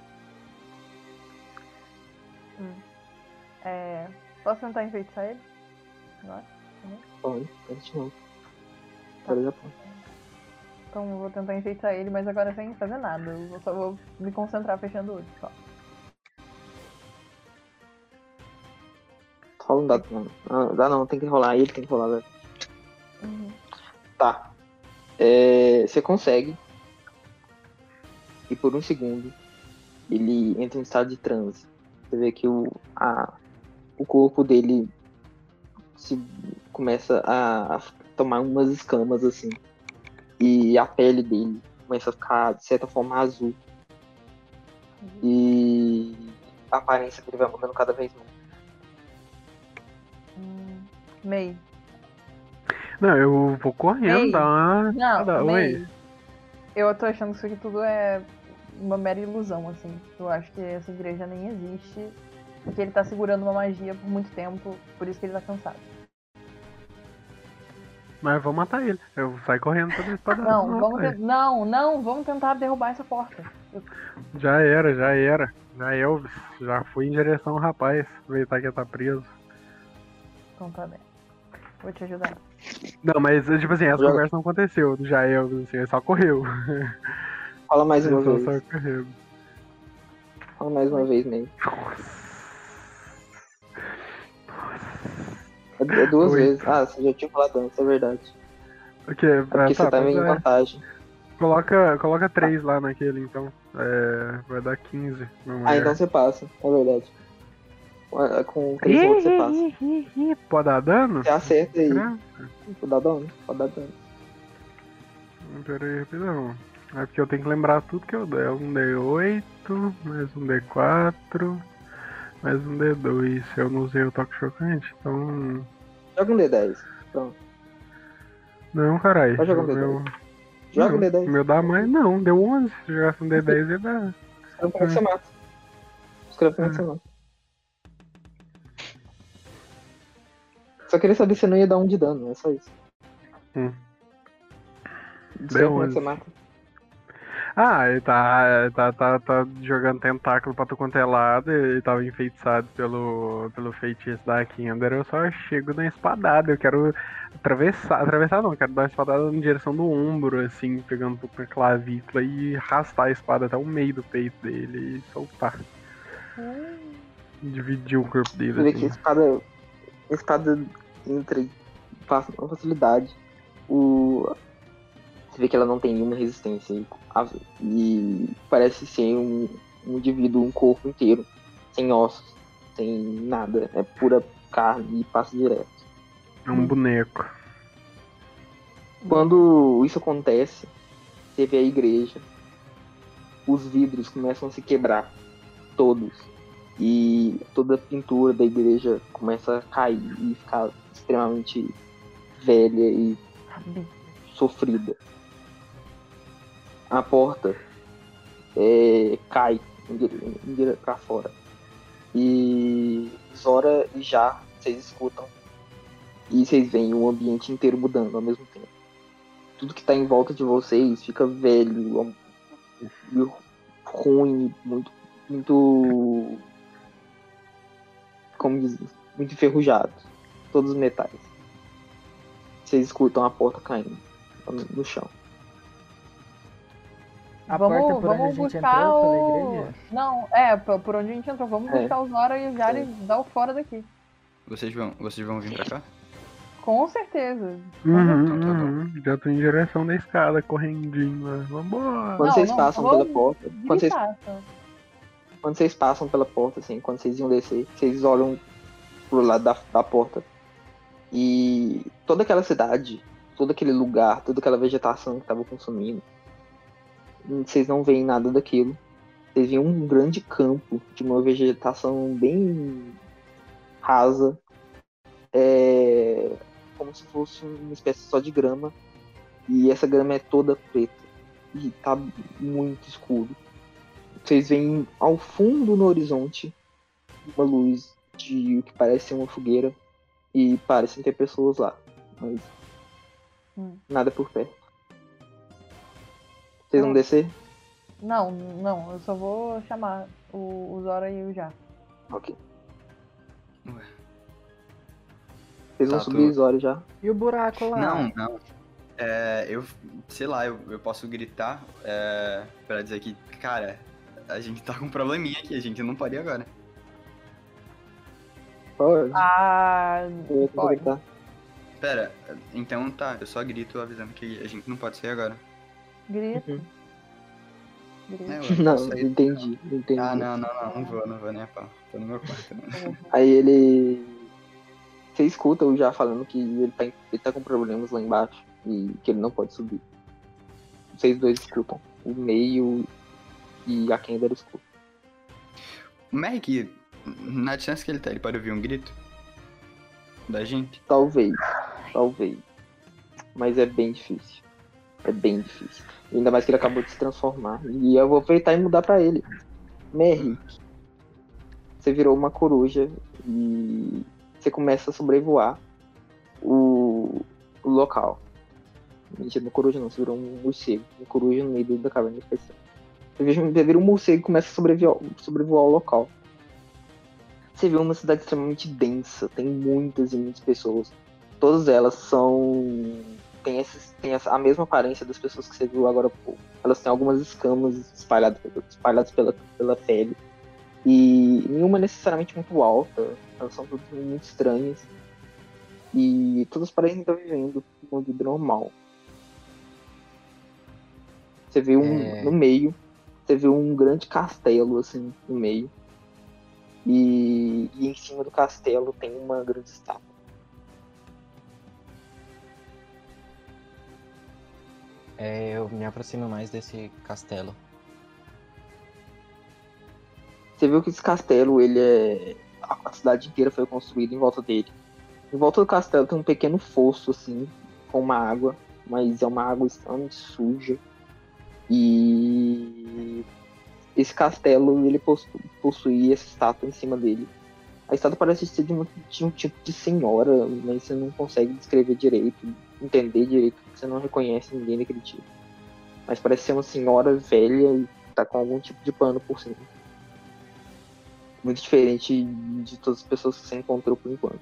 É, posso tentar enfeitiçar ele? Agora? Pode, pode não. Agora já pode. Então eu vou tentar enfeitiçar ele, mas agora sem fazer nada. Eu só vou me concentrar fechando o olho. Só. Rola um dado não. Ah, dá não, tem que rolar. Ele tem que rolar, velho. Uhum. Tá. É, você consegue. E por um segundo, ele entra em estado de transe. Você vê que o, a, o corpo dele se, começa a, a tomar umas escamas assim. E a pele dele começa a ficar, de certa forma, azul. E a aparência dele vai mudando cada vez mais. Hum, May. Não, eu vou correndo, Ei, dar uma... Não, Dá- May. Oi. Eu tô achando que isso aqui tudo é uma mera ilusão, assim. Eu acho que essa igreja nem existe. Porque ele tá segurando uma magia por muito tempo, por isso que ele tá cansado. Mas eu vou matar ele. Eu saio correndo pra ver pra Não, vamos te- não, não, vamos tentar derrubar essa porta. Eu- Já era, já era. Já é, Elvis. Já fui em direção ao rapaz. Aproveitar que ele tá preso. Então tá bem. Vou te ajudar. Não, mas tipo assim, essa Joga. conversa não aconteceu do Jael, assim, ele só correu. Fala mais Ele uma só, vez. só correu. Fala mais uma vez, Ney. É, é duas Oi. vezes. Ah, você já tinha falado antes, é verdade. O que? É porque você tá mas meio em é. vantagem. Coloca, coloca três lá naquele, então. É, vai dar quinze. Não Ah, é. então você passa, é verdade. Com- Com três outros você passa. Pode dar dano? Você acerta aí. Né? Pode dar dano? Pode dar dano. Pera aí, rapidão. É porque eu tenho que lembrar tudo que eu dou. É um D oito, mais um D quatro, mais um D dois. Eu não usei o toque chocante, então. Joga um D dez. Pronto. Não, caralho. Vai jogar um D dez. Meu... Joga não, um D dez. meu dá mais. Não, deu onze. Se jogasse um D dez, ia dar. Escreve como é que você mata. Escreve como é que você Ah. mata. Só queria saber se não ia dar um de dano, é só isso. Hum. Escreve Deu como é que você onze. mata. Ah, ele tá, tá, tá, tá jogando tentáculo pra tu quanto é lado, ele tava enfeitiçado pelo, pelo feitiço da Kinder, eu só chego na espadada, eu quero atravessar, atravessar não, eu quero dar uma espadada na direção do ombro, assim, pegando um pouco na clavícula e arrastar a espada até o meio do peito dele e soltar. Dividir o corpo dele, Você vê que a assim. espada, a espada entra e passa com facilidade. O... Você vê que ela não tem nenhuma resistência e, e parece ser um, um indivíduo, um corpo inteiro, sem ossos, sem nada, é pura carne e passa direto. É um boneco. Quando isso acontece, você vê a igreja, os vidros começam a se quebrar, todos, e toda a pintura da igreja começa a cair e ficar extremamente velha e sofrida. A porta é, cai para fora. E Zora e Já, vocês escutam. E vocês veem o ambiente inteiro mudando ao mesmo tempo. Tudo que está em volta de vocês fica velho, ruim, muito, muito, como dizer, muito enferrujado. Todos os metais. Vocês escutam a porta caindo no chão. A vamos porta por onde a vamos gente buscar entrou, pela o... igreja? Não, é, por por onde a gente entrou. Vamos É. buscar o Zora e o Jari e dar o fora daqui. Vocês vão, vocês vão vir pra cá? Com certeza. Uhum, Então tá bom. uhum. Já tô em direção da escada, correndinho lá. Vambora. Quando Não, vocês não, passam vou pela porta, quando vocês, Gritar, só. quando vocês passam pela porta, assim, quando vocês iam descer, vocês olham pro lado da, da porta e toda aquela cidade, todo aquele lugar, toda aquela vegetação que estava consumindo, vocês não veem nada daquilo. Vocês veem um grande campo de uma vegetação bem rasa, é, como se fosse uma espécie só de grama, e essa grama é toda preta e tá muito escuro. Vocês veem ao fundo no horizonte uma luz de o que parece ser uma fogueira e parecem ter pessoas lá, mas Hum. nada por perto. Vocês vão Hum. descer? Não, não, eu só vou chamar o, o Zora e o Já. Ok. Ué. Vocês vão Tá, subir tô- as horas já? E o buraco lá? Não, não. É, eu, sei lá, eu, eu posso gritar é, pra dizer que, cara, a gente tá com um probleminha aqui, a gente não pode ir agora. Pode. Ah, Eu vou pode. gritar. Pera, então tá, eu só grito avisando que a gente não pode sair agora. Grita. Uhum. Grita. É, eu Não, posso sair. entendi, entendi. Ah, não, não, não, não vou, não vou nem a pau. Tô no meu quarto, né? Aí ele. Você escuta o Já falando que ele tá, ele tá com problemas lá embaixo e que ele não pode subir. Vocês dois escutam. O meio e a Kendra escuta. O Merrick, na distância que ele tá, ele pode ouvir um grito da gente? Talvez, talvez. Mas é bem difícil. É bem difícil. Ainda mais que ele acabou de se transformar. E eu vou aproveitar e mudar pra ele. Merrick, você virou uma coruja e você começa a sobrevoar o, o local. Mentira, não coruja não, você virou um morcego. Um coruja no meio da caverna especial. Você vira- você vira um morcego e começa a sobrevoar, sobrevoar o local. Você vê uma cidade extremamente densa, tem muitas e muitas pessoas. Todas elas são. Tem, esses, tem essa, a mesma aparência das pessoas que você viu agora há pouco. Elas têm algumas escamas espalhadas, espalhadas pela, pela pele. E nenhuma necessariamente muito alta. Elas são todas muito estranhas. E todas parecem estar vivendo uma vida normal. Você vê um É. no meio. Você vê um grande castelo assim no meio. E, e em cima do castelo tem uma grande estátua. É, eu me aproximo mais desse castelo. Você viu que esse castelo, ele é... A cidade inteira foi construída em volta dele. Em volta do castelo tem um pequeno fosso, assim, com uma água, mas é uma água extremamente suja. E esse castelo, ele possu- possui essa estátua em cima dele. A estátua parece ser de, uma, de um tipo de senhora, mas você não consegue descrever direito, entender direito, porque você não reconhece ninguém daquele tipo. Mas parece ser uma senhora velha e tá com algum tipo de pano por cima. Muito diferente de todas as pessoas que você encontrou por enquanto.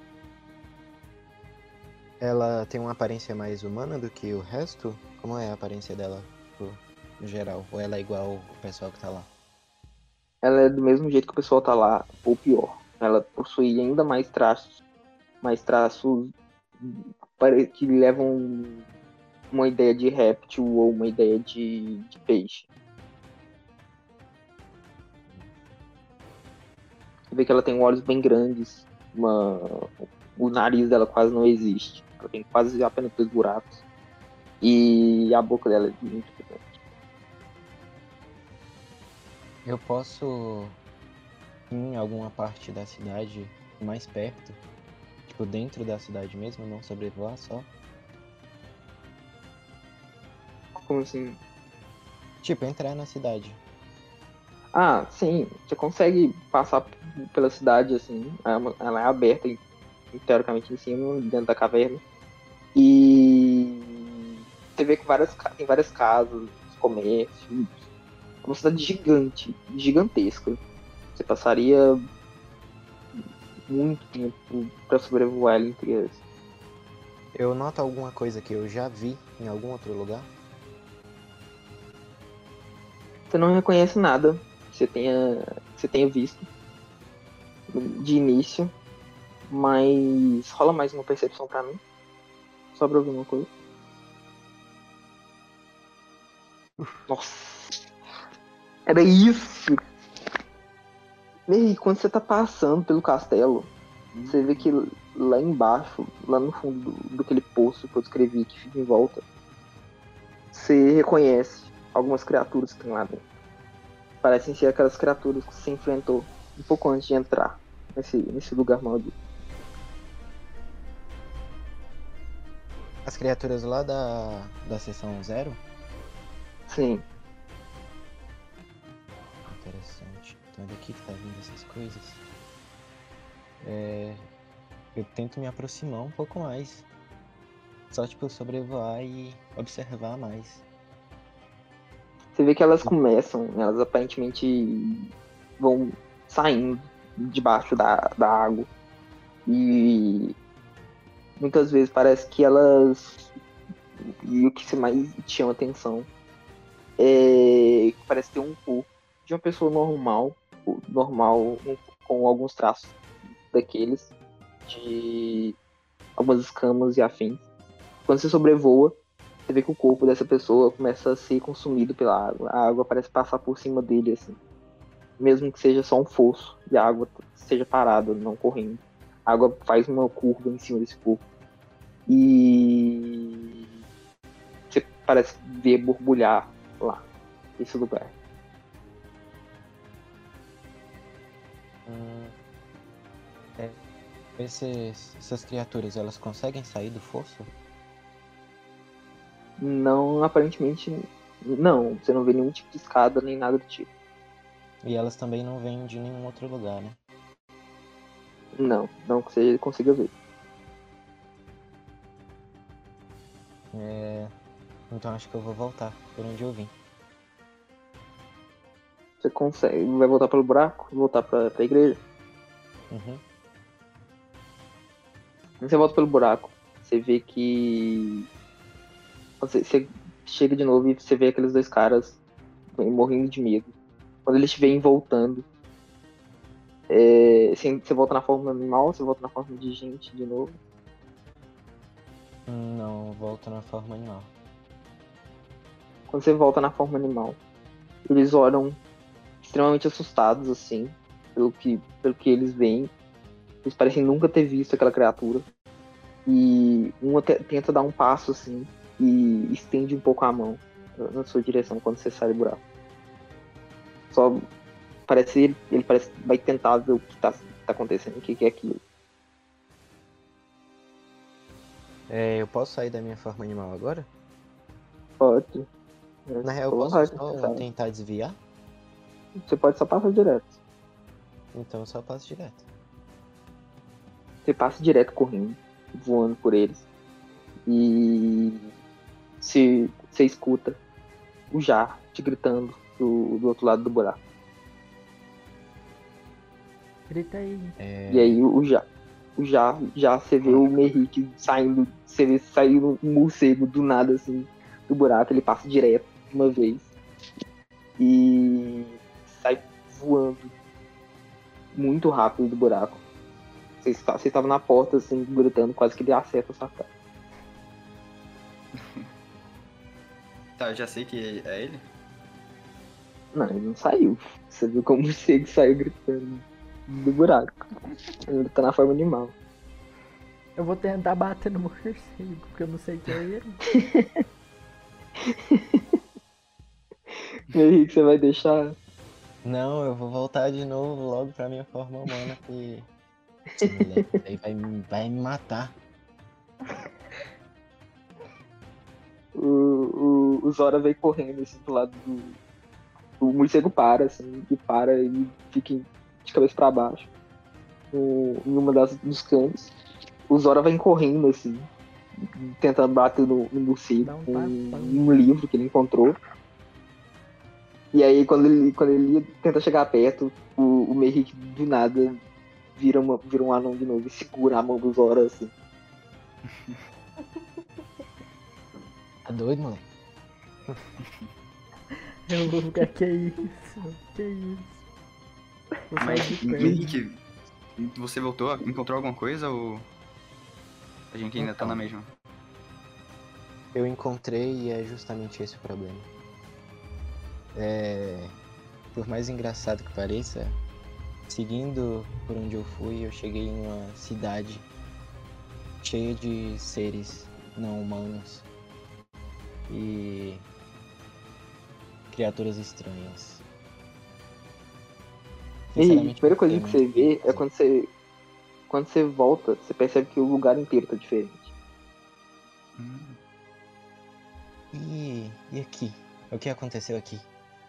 Ela tem uma aparência mais humana do que o resto? Como é a aparência dela, tipo, no geral? Ou ela é igual o pessoal que tá lá? Ela é do mesmo jeito que o pessoal tá lá, ou pior. Ela possui ainda mais traços, mais traços pare- que levam uma ideia de réptil ou uma ideia de, de peixe. Você vê que ela tem olhos bem grandes, uma... o nariz dela quase não existe. Ela tem quase apenas dois buracos. E a boca dela é muito grande. Eu posso ir em alguma parte da cidade mais perto? Tipo, dentro da cidade mesmo, não sobrevoar só? Como assim? Tipo, entrar na cidade. Ah, sim, você consegue passar p- pela cidade, assim, é uma- ela é aberta, em- teoricamente, em cima, dentro da caverna. E você vê que várias, ca- tem várias casas, comércios, é uma cidade gigante, gigantesca. Você passaria muito tempo pra sobrevoar ela inteira. Eu noto alguma coisa que eu já vi em algum outro lugar? Você não reconhece nada que você tenha, que você tenha visto de início, mas rola mais uma percepção pra mim. Só pra ouvir uma coisa. Nossa, era isso! E aí, quando você tá passando pelo castelo, você vê que lá embaixo, lá no fundo do, do aquele poço que eu descrevi que fica em volta, você reconhece algumas criaturas que tem lá dentro. Parecem ser aquelas criaturas que você enfrentou um pouco antes de entrar nesse, nesse lugar maldito. As criaturas lá da, da seção zero? Sim, Interessante. Então é daqui que tá vindo essas coisas. É... Eu tento me aproximar um pouco mais. Só, tipo, sobrevoar e observar mais. você vê que elas começam, elas aparentemente vão saindo debaixo da, da água. E muitas vezes parece que elas. E o que mais chama atenção é que parece ter um corpo de uma pessoa normal, normal, um- com alguns traços daqueles, de algumas escamas e afins. Quando você sobrevoa, você vê que o corpo dessa pessoa começa a ser consumido pela água. A água parece passar por cima dele, assim. Mesmo que seja só um fosso e a água esteja parada, não correndo. A água faz uma curva em cima desse corpo. E você parece ver borbulhar lá, esse lugar. Hum, é, esses, essas criaturas, elas conseguem sair do fosso? Não, aparentemente, não. Você não vê nenhum tipo de escada nem nada do tipo. E elas também não vêm de nenhum outro lugar, né? Não, não que você consiga ver. É... Então acho que eu vou voltar por onde eu vim. Você consegue. Vai voltar pelo buraco? Voltar pra, pra igreja? Uhum. Quando você volta pelo buraco, você vê que. Você, você chega de novo e você vê aqueles dois caras morrendo de medo. Quando eles te veem voltando, é, assim, você volta na forma animal, você volta na forma de gente de novo. Não, volto na forma animal. Quando você volta na forma animal, eles olham extremamente assustados, assim, pelo que, pelo que eles veem. Eles parecem nunca ter visto aquela criatura. E um te- tenta dar um passo, assim, e estende um pouco a mão. na sua direção quando você sai do buraco. Só parece ele, ele parece que vai tentar ver o que tá, tá acontecendo, o que, que é aquilo. É, eu posso sair da minha forma animal agora? Pode. Na real, eu Ou posso vai, só sabe? tentar desviar? Você pode só passar direto. Então eu só passo direto. Você passa direto correndo, voando por eles. E se você escuta o Jar te gritando do, do outro lado do buraco. Grita aí. É, E aí o Jar, o Jar, já você vê o Merrick saindo, você vê saindo um morcego do nada assim do buraco, ele passa direto de uma vez e sai voando muito rápido do buraco. Você está- você estava na porta assim, gritando, quase que ele acerta a sua cara. Tá, eu já sei que é ele. Não, ele não saiu. Você viu como o morcego saiu gritando do buraco. Ele tá na forma animal. Eu vou tentar bater no morcego, porque eu não sei quem é ele. Henrique, você vai deixar? Não, eu vou voltar de novo logo pra minha forma humana, que esse moleque aí vai, me- vai me matar. O, o, o Zora vem correndo assim pro lado do. O morcego para, assim, e para e fica em- de cabeça pra baixo. No- em uma das, dos canos. O Zora vem correndo, assim, tentando bater no, no morcego Dá um com tapão. um livro que ele encontrou. E aí, quando ele, quando ele tenta chegar perto, o, o Merrick do nada vira, uma, vira um anão de novo e segura a mão do Zora, assim. Tá doido, moleque? Eu vou ficar, que isso? Que isso? Vou sair Mas, de perto. Henrique, você voltou? Encontrou alguma coisa ou a gente ainda tá Então. na mesma? Eu encontrei e é justamente esse o problema. É... Por mais engraçado que pareça, seguindo por onde eu fui, eu cheguei em uma cidade cheia de seres não humanos e criaturas estranhas. E a Sinceramente, primeira não coisa sei que você muito o vê é fazer. quando você, quando você volta, você percebe que o lugar inteiro tá diferente. Hum. E, e aqui? O que aconteceu aqui?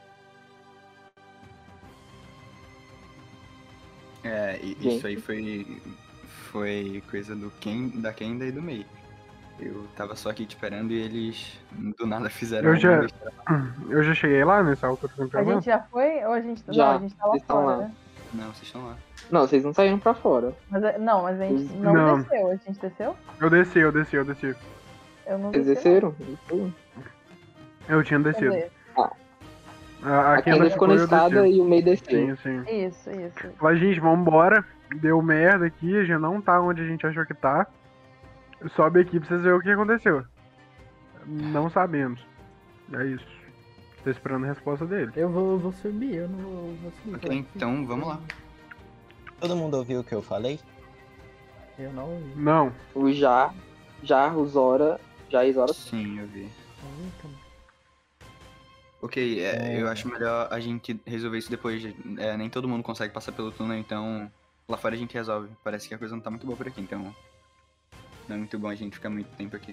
É, e Gente. isso aí foi foi coisa do Ken, da Kenda e do Mei. Eu tava só aqui te esperando e eles do nada fizeram Eu já- alguma besteira. Eu já cheguei lá nessa altura do A campeonato? gente já foi ou a gente. Já, Não, a gente tá lá eles estão fora, lá. né? Não, vocês estão lá. Não, vocês não saíram pra fora. Mas, a- não, mas a gente não, Não. desceu. A gente desceu? Eu desci, eu desci, eu desci. Eu não Vocês desci. desceram? Desceram. Eu tinha Não. descido. Cadê? A, A a Kenda Kenda ficou na eu escada desci. e o meio desceu. Sim, sim. Isso, isso. Falei, gente, vambora. Deu merda aqui, a gente não tá onde a gente achou que tá. Sobe aqui pra vocês verem o que aconteceu. Não sabemos. É isso. Tô esperando a resposta dele. Eu vou, eu vou subir, eu não vou, vou subir. Ok, Vai. então vamos lá. Todo mundo ouviu o que eu falei? Eu não ouvi. Não. O Já, Já, o Zora, Já e Zora. Sim, eu vi. Eita, mano. Ok, é, É. eu acho melhor a gente resolver isso depois. É, nem todo mundo consegue passar pelo túnel, então lá fora a gente resolve. Parece que a coisa não tá muito boa por aqui, então não é muito bom a gente ficar muito tempo aqui.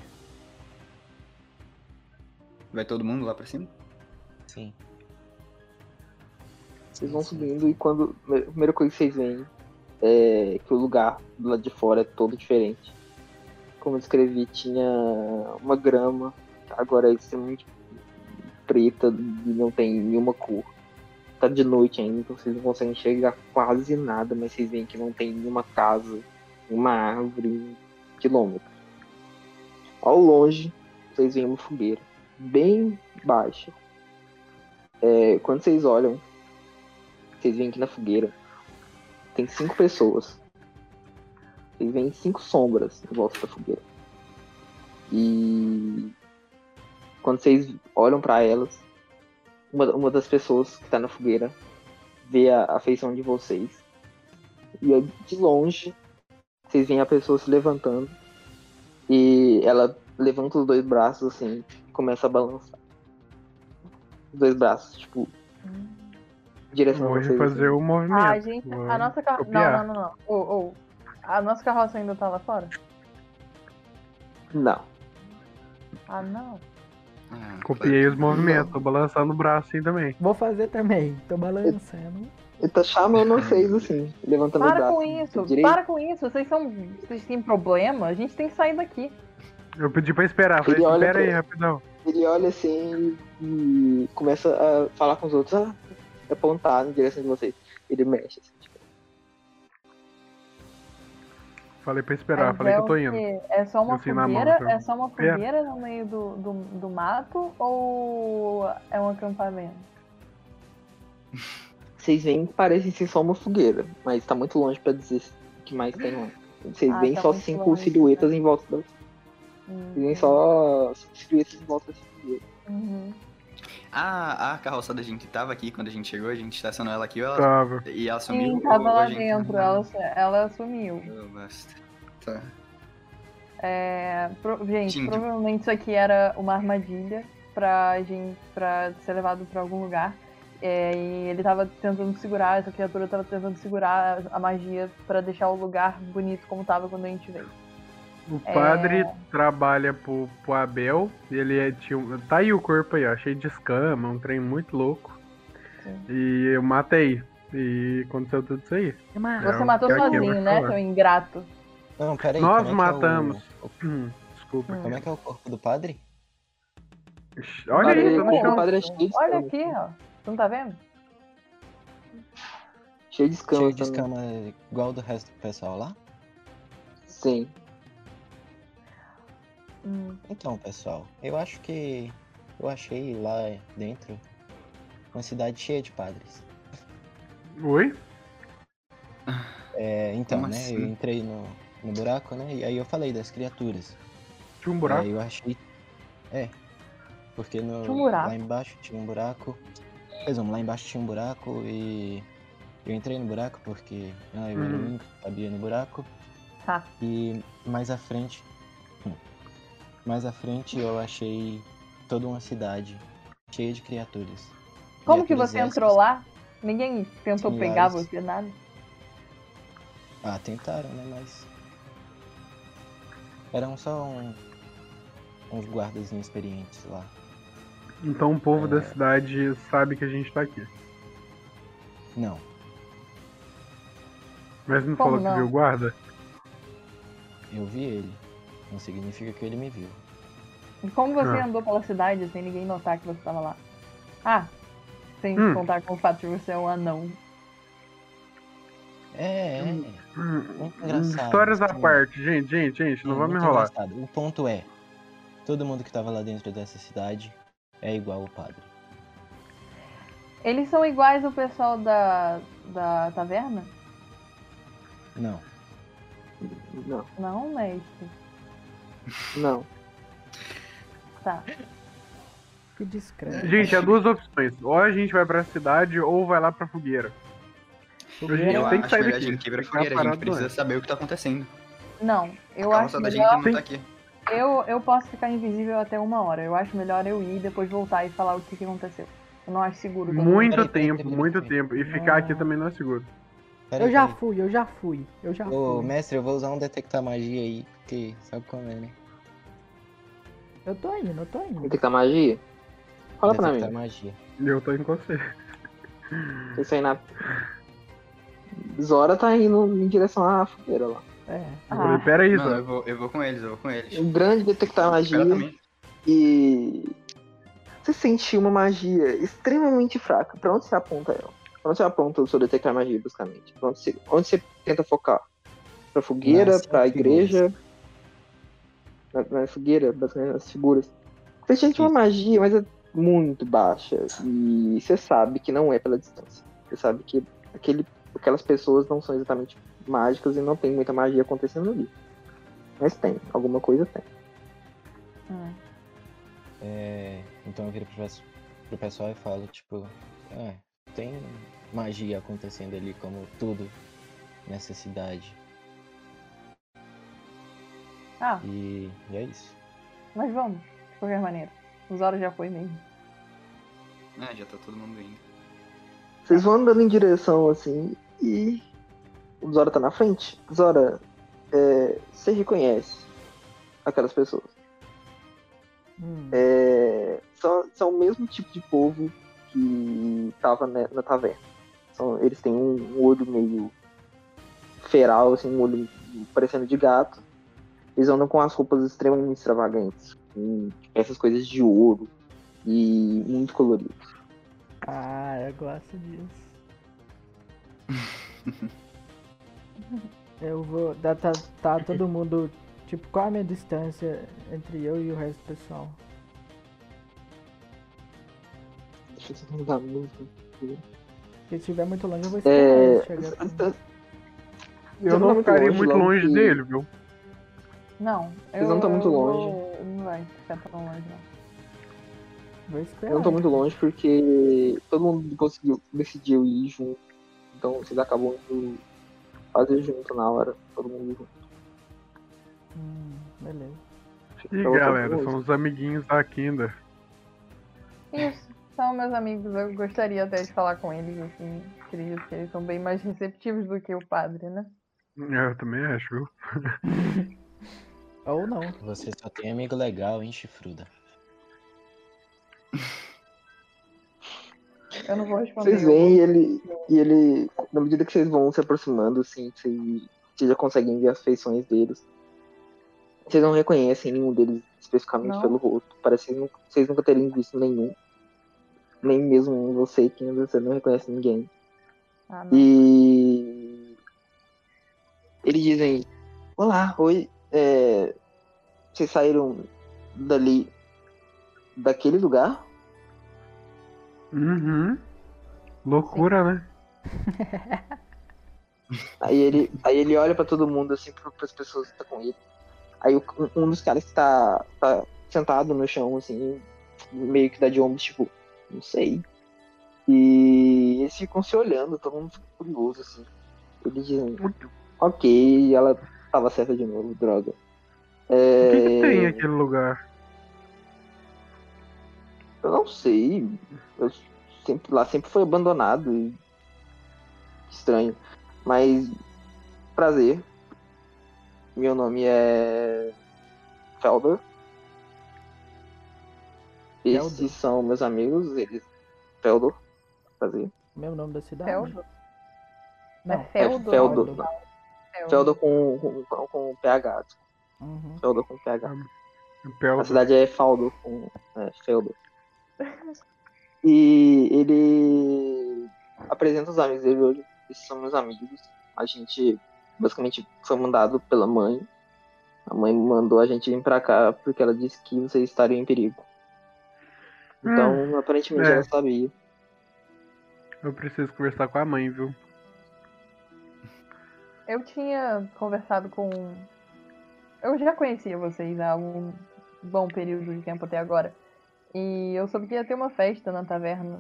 Vai todo mundo lá pra cima? Sim. Vocês vão subindo e quando. A primeira coisa que vocês veem é que o lugar do lado de fora é todo diferente. Como eu descrevi, tinha uma grama, que agora é extremamente preta e não tem nenhuma cor. Tá de noite ainda, então vocês não conseguem enxergar quase nada, mas vocês veem que não tem nenhuma casa, nenhuma árvore, um quilômetro. Ao longe, vocês veem uma fogueira, bem baixa. É, quando vocês olham, vocês veem que na fogueira tem cinco pessoas. Vocês veem cinco sombras em volta da fogueira. E quando vocês olham para elas, uma, uma das pessoas que está na fogueira vê a, a feição de vocês. E aí, de longe, vocês veem a pessoa se levantando. E ela levanta os dois braços assim e começa a balançar. os dois braços, tipo, em direção a Vou vocês. refazer assim. o movimento. Ah, a gente. Vou A nossa carroça. Não, copiar. não, não, não. Ô, ô. A nossa carroça ainda tá lá fora? Não. Ah, não. Ah, Copiei os claro. movimentos, tô balançando o braço assim também. Vou fazer também. Tô balançando. Ele tá chamando vocês assim, levantando o Para braço. com isso, direito. para com isso. Vocês são. Vocês têm problema? A gente tem que sair daqui. Eu pedi pra esperar, falei Ele assim, olha pera aí, pra- rapidão. Ele olha assim e começa a falar com os outros, ah, apontar na direção de vocês. Ele mexe assim, tipo, Falei pra esperar, Mas falei é que eu tô o indo. quê? É só uma Eu fui na mão, fogueira? então. É só uma Pera. fogueira no meio do, do, do mato ou é um acampamento? vocês veem que parece ser só uma fogueira, mas tá muito longe pra dizer o que mais tem lá. Vocês Ah, veem tá só muito cinco longe, silhuetas em volta da. Hum, Vocês veem só cinco silhuetas em volta da fogueira. uhum. Ah, a carroça da gente tava aqui quando a gente chegou, a gente estacionou ela aqui ou ela... Tava. e ela sumiu? Sim, tava ou, ou lá a gente... dentro. Ela, ela sumiu. Oh, basta. Tá. É, pro- gente, Gente. provavelmente isso aqui era uma armadilha pra gente pra ser levado pra algum lugar. É, e ele tava tentando segurar, essa criatura tava tentando segurar a magia pra deixar o lugar bonito como tava quando a gente veio. O padre trabalha pro, pro Abel, ele é, tinha, um- tá aí o corpo aí, ó, cheio de escama, um trem muito louco. Sim. E eu matei. E aconteceu tudo isso aí. Mas Você É, matou que aqui eu sozinho, vou né, falar. seu ingrato? Não, peraí. Nós como é que matamos. É o... Hum, desculpa. Hum. Como é que é o corpo do padre? Olha aí, Padre- tô no o chão. padre é cheio de Olha escama, aqui, ó. Você não tá vendo? cheio de escama. Cheio de também. escama igual do resto do pessoal lá? Sim. Hum. Então, pessoal, eu acho que eu achei lá dentro uma cidade cheia de padres. Oi? É, então, Como né, assim? eu entrei no, no buraco, né, e aí eu falei das criaturas. Tinha um E buraco? aí eu achei... É, porque no, Tinha um buraco? lá embaixo tinha um buraco. Resumo, lá embaixo tinha um buraco e eu entrei no buraco porque ah, eu era o Uhum. único que cabia no buraco. Tá. E mais à frente, hum, mais à frente eu achei toda uma cidade cheia de criaturas. Como que Criaturas você essas- entrou lá? Ninguém tentou Sim, pegar vários. você, nada? Ah, tentaram, né, mas... Eram só um- uns guardas inexperientes lá. Então o povo É. da cidade sabe que a gente tá aqui. Não, Mas não Como falou que não? viu o guarda? eu vi ele. Não significa que ele me viu. E como você Ah. andou pela cidade sem ninguém notar que você tava lá? Ah, sem Hum. contar com o fato de você ser um anão. É, é. Hum, Muito hum, engraçado. Histórias à sim. parte, gente, gente, gente, não Sim, vamos muito enrolar. engraçado. O ponto é, todo mundo que tava lá dentro dessa cidade é igual o padre. Eles são iguais ao pessoal da, da taverna? Não. Não, Não, mestre. não. Tá. que discreto. Gente, há duas opções. Ou a gente vai pra cidade ou vai lá pra fogueira. A gente Eu tem que acho sair melhor a daqui. gente quebrar a Ficar fogueira, a gente parado precisa antes. saber o que tá acontecendo. Não, eu a acho carroça da gente melhor. não tá aqui. Eu, eu posso ficar invisível até uma hora. Eu acho melhor eu ir e depois voltar e falar o que, que aconteceu. Eu não acho seguro. todo mundo. Muito Peraí, peraí, tempo, peraí, muito peraí. tempo. E ficar aqui Não. também não é seguro. Peraí, Eu já peraí. fui, eu já fui, eu já Ô, fui. mestre, eu vou usar um detectar magia aí, porque sabe como é, né? Eu tô indo, eu tô indo. Detectar magia? Fala pra detectar mim. magia. E eu tô em você. Você aí na. Zora tá indo em direção à fogueira lá. É. Eu falei, Ah, pera aí, Não, Zé. eu vou, eu vou com eles, eu vou com eles. Um grande detectar magia. Espera também. E. Você sentiu uma magia extremamente fraca. Pra onde você aponta ela? Pra onde você aponta o seu detectar magia, basicamente? Pra onde você, onde você tenta focar? Pra fogueira, Nas pra cinco igreja? Na, na fogueira, basicamente, nas figuras. Você sente uma Isso. magia, mas é muito baixa. E você sabe que não é pela distância. Você sabe que aquele, aquelas pessoas não são exatamente mágicas e não tem muita magia acontecendo ali. Mas tem, alguma coisa tem. hum. É, então eu viro pro, pes- pro pessoal e falo, tipo, é, tem magia acontecendo ali como tudo nessa cidade. Ah, E, e é isso. mas vamos, de qualquer maneira. Os horas já foi mesmo. É, já tá todo mundo indo. Vocês vão andando em direção assim e o Zora tá na frente. Zora, é, você reconhece aquelas pessoas. Hum. É, são, são o mesmo tipo de povo que tava na, na taverna. São, eles têm um, um olho meio feral, assim, um olho parecendo de gato. Eles andam com as roupas extremamente extravagantes, com essas coisas de ouro e muito coloridas. Ah, eu gosto disso. Eu vou. Tá, tá, tá todo mundo. Tipo, qual a minha distância entre eu e o resto do pessoal? Deixa eu tentar mudar muito. Se estiver muito longe, eu vou esperar É, eles chegar aqui. Eu não ficaria muito longe dele, viu? Não, eu, Vocês não estão muito eu longe. vou- Não vai ficar tão longe, não. Vou Eu esperar. não tô muito longe porque todo mundo conseguiu, decidiu ir junto. Então vocês acabam indo fazer junto na hora, todo mundo junto. Hum, beleza. E Pra outra galera, coisa. são os amiguinhos da Kinder. Isso, são meus amigos. Eu gostaria até de falar com eles, assim. Acredito que eles são bem mais receptivos do que o padre, né? Eu também acho, viu? Ou não. Você só tem amigo legal, hein, chifruda? Eu não vou responder. Vocês eu veem vou- e ele, e ele, na medida que vocês vão se aproximando, assim, vocês, vocês já conseguem ver as feições deles. Vocês não reconhecem nenhum deles especificamente Não? pelo rosto. Parece que vocês nunca- vocês nunca teriam visto nenhum. Nem mesmo você, que ainda você não reconhece ninguém. Ah, não. E eles dizem, olá, oi, é, vocês saíram dali, daquele lugar? Uhum. Loucura, né? Aí ele, aí ele olha pra todo mundo, assim, para as pessoas que estão com ele. Aí o- um um dos caras que tá, tá sentado no chão, assim, meio que dá de ombros, tipo, não sei. E eles ficam se olhando, todo mundo fica curioso, assim. Eles dizem, ok, ela tava certa de novo, droga. O que, que É, tem aquele lugar? Eu não sei. Eu sempre, lá sempre foi abandonado e estranho. Mas, prazer. Meu nome é Felder. Esses Feldor? são meus amigos, eles. Feldor, prazer. Meu nome da cidade? Feldo? Não. É Feldo? Feldor. Feldor. Feldor com, com, com, com P H. Uhum. Feldor com P H. A Peldo. cidade é Faldor com é, Feldor. E ele apresenta os amigos dele hoje. Esses são meus amigos. A gente basicamente foi mandado pela mãe. A mãe mandou a gente vir pra cá porque ela disse que vocês estariam em perigo. Então, aparentemente, é. ela sabia. Eu preciso conversar com a mãe, viu? Eu tinha conversado com. Eu já conhecia vocês há um bom período de tempo até agora. E eu soube que ia ter uma festa na taverna.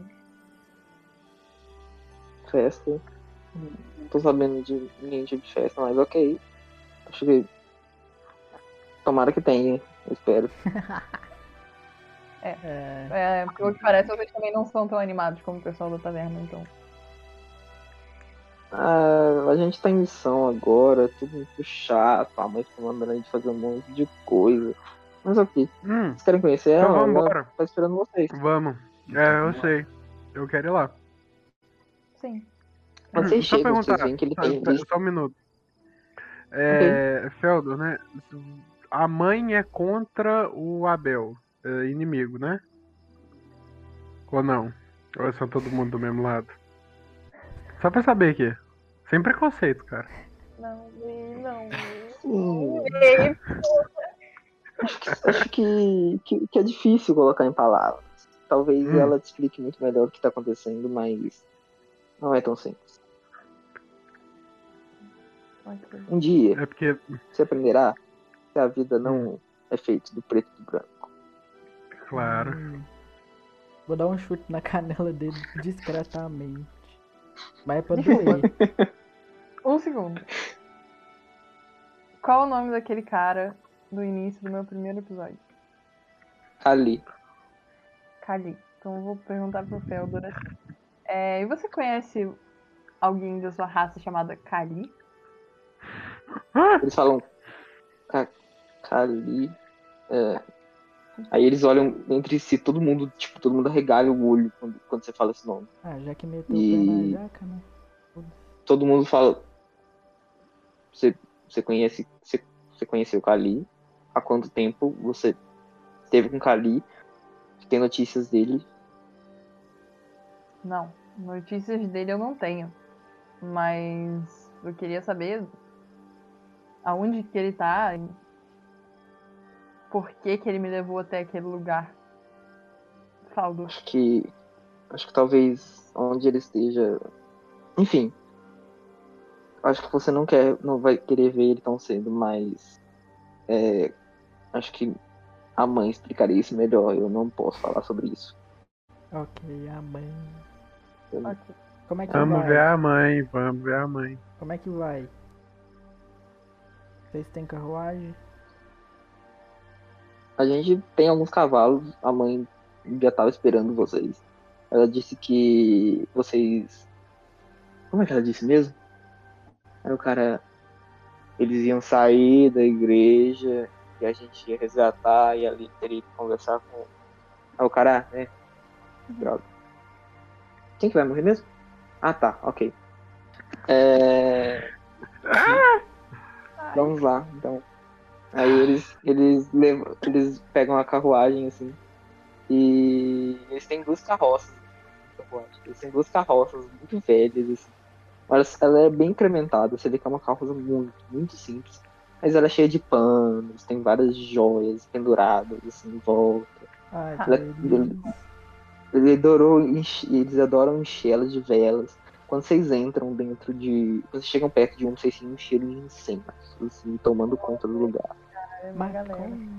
Festa. Não tô sabendo de nenhum tipo de festa, mas ok. Acho que. Tomara que tenha, eu espero. É. É, pelo que parece, vocês também não são tão animados como o pessoal da taverna, então. Ah, a gente tá em missão agora, tudo muito chato. A mãe tá mandando a gente fazer um monte de coisa. Mas ok. Hum, Vocês querem conhecer então ela? vamos Ela embora. tá esperando vocês. Vamos. É, eu sei. Eu quero ir lá. Sim. Quando vocês Só chegam, vocês perguntar, veem que ele só, tem. só um minuto. É, Feldor, né? A mãe é contra o Abel, é inimigo, né? Ou não? Ou são todo mundo do mesmo lado? Só pra saber aqui. Sem preconceito, cara. Não, não. Hum, acho que, acho que, que, que é difícil colocar em palavras. Talvez Hum. ela te explique muito melhor o que tá acontecendo, mas não é tão simples. Um dia, É porque, você aprenderá que a vida não é feita do preto e do branco. claro. Hum. Vou dar um chute na canela dele discretamente. Mas é pra doer. Um segundo. Qual o nome daquele cara do início do meu primeiro episódio? Ali. Calito. Então eu vou perguntar pro Feldor. É, e você conhece alguém da sua raça chamada Kali? Eles falam Ka- Kali. É. Aí eles olham entre si, todo mundo, tipo, todo mundo arregalha o olho quando, quando você fala esse nome. Ah, já que meteu E- o pé na jaca, né? Todo mundo fala. Você, você conhece. Você, você conheceu o Kali? Há quanto tempo você esteve com o Kali? Tem notícias dele? Não, notícias dele eu não tenho. Mas eu queria saber aonde que ele tá e por que que ele me levou até aquele lugar. Faldo. Acho que. Acho que talvez onde ele esteja. Enfim. Acho que você não quer. Não vai querer ver ele tão cedo, mas. É, acho que a mãe explicaria isso melhor. Eu não posso falar sobre isso. Ok, a mãe. Ok. Como é que Vamos vai? ver a mãe, vamos ver a mãe. Como é que vai? Vocês têm carruagem? A gente tem alguns cavalos. A mãe já estava esperando vocês. Ela disse que vocês. Como é que ela disse mesmo? Aí o cara. Eles iam sair da igreja e a gente ia resgatar e ali teria que conversar com. Aí o cara, ah, é. Droga. Quem que vai morrer mesmo? Ah, tá, ok. É... Vamos lá, então. Aí eles, eles, levam, eles pegam a carruagem, assim, e eles têm duas carroças. Eles têm duas carroças muito velhas, assim. Mas ela é bem incrementada, você vê que é uma carroça muito, muito simples. Mas ela é cheia de panos, tem várias joias penduradas, assim, em volta. Ai, Ela- delícia. Ele adorou enche- eles adoram encher ela de velas. Quando vocês entram dentro de. Quando vocês chegam perto de um, vocês sentem um cheiro de incenso, assim, tomando conta do lugar. É uma Mas galera. como?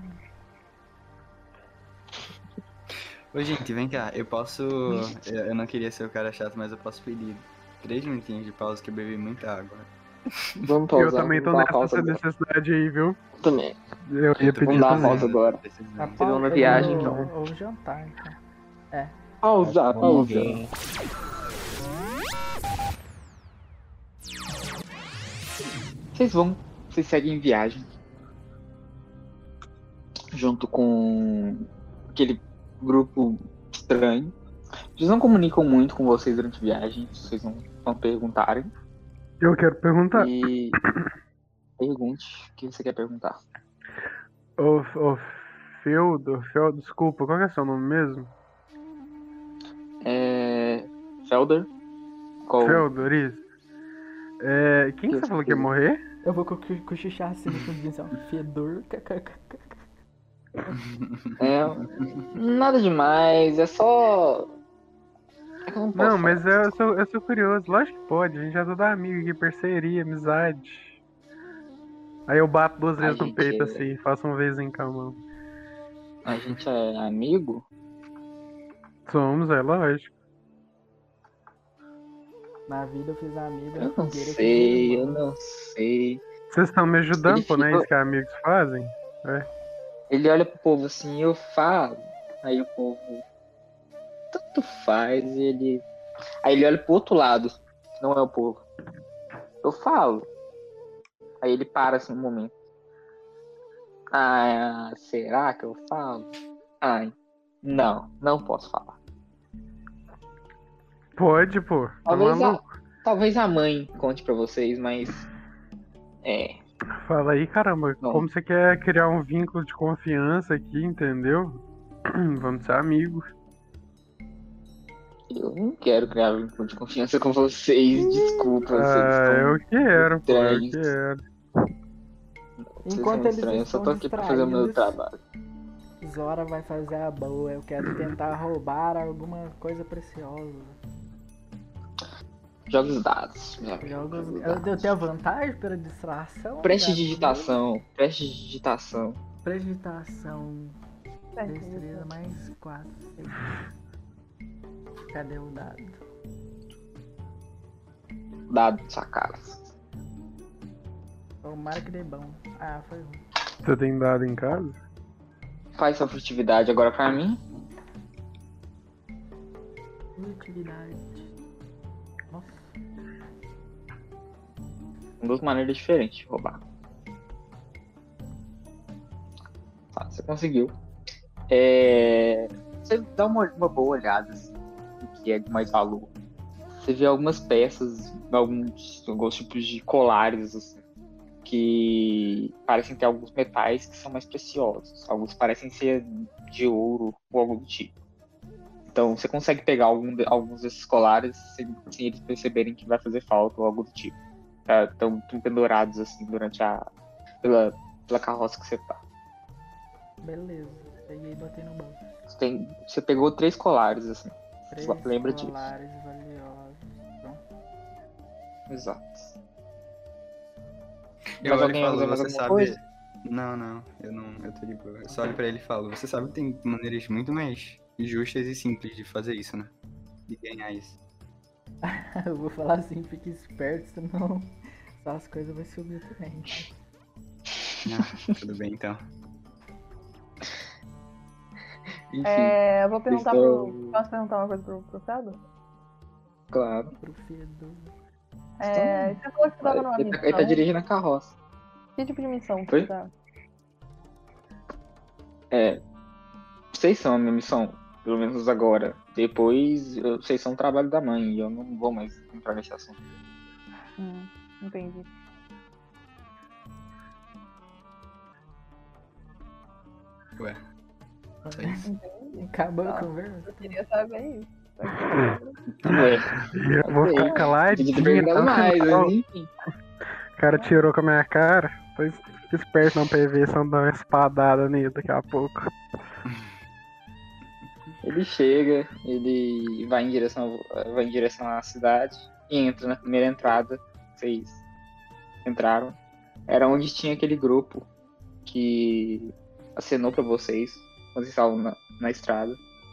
Ô, gente, vem cá. Eu posso... Eu eu não queria ser o cara chato, mas eu posso pedir três minutinhos de pausa que eu bebi muita água. Vamos pausar. Eu também tô vamos dar uma nessa pausa agora. necessidade aí, viu? Também. Eu ia Eu tô pedir Vamos dar uma também. pausa agora. Precisando. A Seria uma pausa- viagem, ou- então. Ou jantar, então. Pausa, Vamos pausa. ver. Vocês vão, vocês seguem em viagem. Junto com aquele grupo estranho. Eles não comunicam muito com vocês durante a viagem, vocês não vão perguntarem. Eu quero perguntar. E pergunte o que você quer perguntar. Ô, ô, Feudo, Feudo, desculpa, qual que é seu nome mesmo? É. Felder? Qual? Feudor, isso. É, quem que Eu você falou que ia sei. morrer? Eu vou co- co- cochichar assim no fundo, assim, ó. Fedor. kkk. É. Nada demais, é só. É que eu não posso Não, mas falar. eu sou, eu sou curioso. Lógico que pode, a gente já é todo amigo aqui, parceria, amizade. Aí eu bato duas A vezes no gente peito é- assim, faço uma vez em cada mão. A gente é amigo? Somos, é lógico. Na vida eu fiz amigo, na Eu não fogueira eu fiz sei, eu irmão. não sei. Vocês estão me ajudando, Ele pô, não é fica- isso que amigos fazem? Ele olha pro povo assim, eu falo. Aí o povo. Tanto faz, e ele. Aí ele olha pro outro lado, que não é o povo. Eu falo. Aí ele para assim um momento. Ah, será que eu falo? Ai, não, não posso falar. Pode, pô. Tá Talvez a, maluco? talvez a mãe conte pra vocês, mas. É. Fala aí, caramba, Não. como você quer criar um vínculo de confiança aqui, entendeu? Vamos ser amigos. Eu não quero criar um vínculo de confiança com vocês. Desculpa, vocês Ah, estão. eu quero, pô, eu estranhos. quero. Vocês Enquanto são eles estranhos, eu só tô estão aqui pra fazer o meu distraídos, trabalho. Zora vai fazer a boa. Eu quero tentar roubar alguma coisa preciosa. Joga os dados. meu amigo, Jogos... joga os Eu, eu dados. tenho vantagem pela distração? Preste cara? digitação. Preste digitação. Prestidigitação. Certo, Destreza mais quatro. Cadê o dado? Dado de sacadas. Tomara que dê bom. Ah, foi ruim. Você tem dado em casa? Faz sua furtividade agora pra mim. Furtividade. Nossa. São duas maneiras diferentes de roubar. Tá, você conseguiu. É... Você dá uma, uma boa olhada assim, no que é de mais valor. Você vê algumas peças, alguns, alguns tipos de colares assim, que parecem ter alguns metais que são mais preciosos. Alguns parecem ser de ouro ou algo do tipo. Então você consegue pegar algum de, alguns desses colares sem, sem eles perceberem que vai fazer falta ou algo do tipo. Estão tá, pendurados assim durante a. Pela, pela carroça que você tá. Beleza. Peguei e botei no bolso. Você, tem, você pegou três colares, assim. Três Lembra disso. colares valiosos. Então, Exato. Eu Mas olho e alguém falo, usa mais você alguma sabe... coisa? Não, não, eu não, eu tô de boa. Eu só olho pra ele e falo, você sabe que tem maneiras muito mais justas e simples de fazer isso, né? De ganhar isso. eu vou falar assim, fique esperto, senão só as coisas vão subir também. Ah, tudo bem então. Enfim, É, eu vou perguntar estou- pro. Posso perguntar uma coisa pro, pro Feldo? claro. Pro fedor. É, você falou que você tava numa Ele tá, missão. ele tá dirigindo a carroça. Que tipo de missão que Oi? você tá? É, vocês são a minha missão, pelo menos agora. Depois, eu- vocês são o trabalho da mãe e eu não vou mais entrar nesse assunto. Hum, entendi. Ué, só isso. Acabou a Tá. conversa. Eu queria saber isso. Ué, Eu vou ok. ficar caladinho. Podia ter perguntado até o mais, final. mas enfim. O cara tirou com a minha cara. Tô fica esperto não pra ver se eu dou uma espadada nele daqui a pouco. Ele chega, ele vai em direção, vai em direção à cidade e entra na primeira entrada. Vocês entraram. Era onde tinha aquele grupo que acenou pra vocês quando vocês estavam na, na estrada.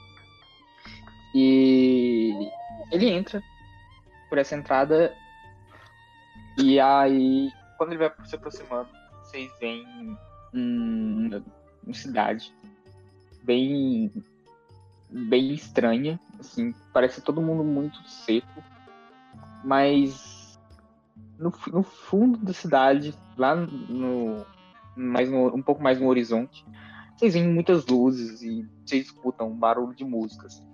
E ele entra por essa entrada e aí, quando ele vai se aproximando, vocês veem hum, uma cidade bem bem estranha, assim, parece todo mundo muito seco, mas no, no fundo da cidade, lá no, mais no, um pouco mais no horizonte, vocês veem muitas luzes e vocês escutam um barulho de músicas.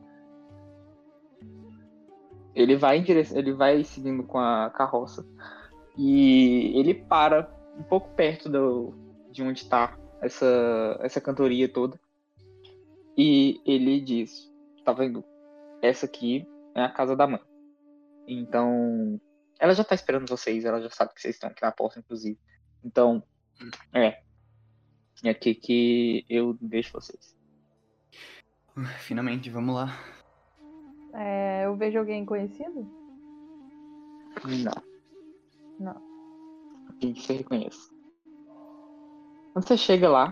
Ele vai em direção, ele vai seguindo com a carroça e ele para um pouco perto do, de onde está essa, essa cantoria toda. E ele diz, tá vendo? Essa aqui é a casa da mãe. Então, ela já tá esperando vocês, ela já sabe que vocês estão aqui na porta, inclusive. Então, é. É aqui que eu deixo vocês. Finalmente, vamos lá. É, eu vejo alguém conhecido? Não. Não. Quem que você reconhece? Quando você chega lá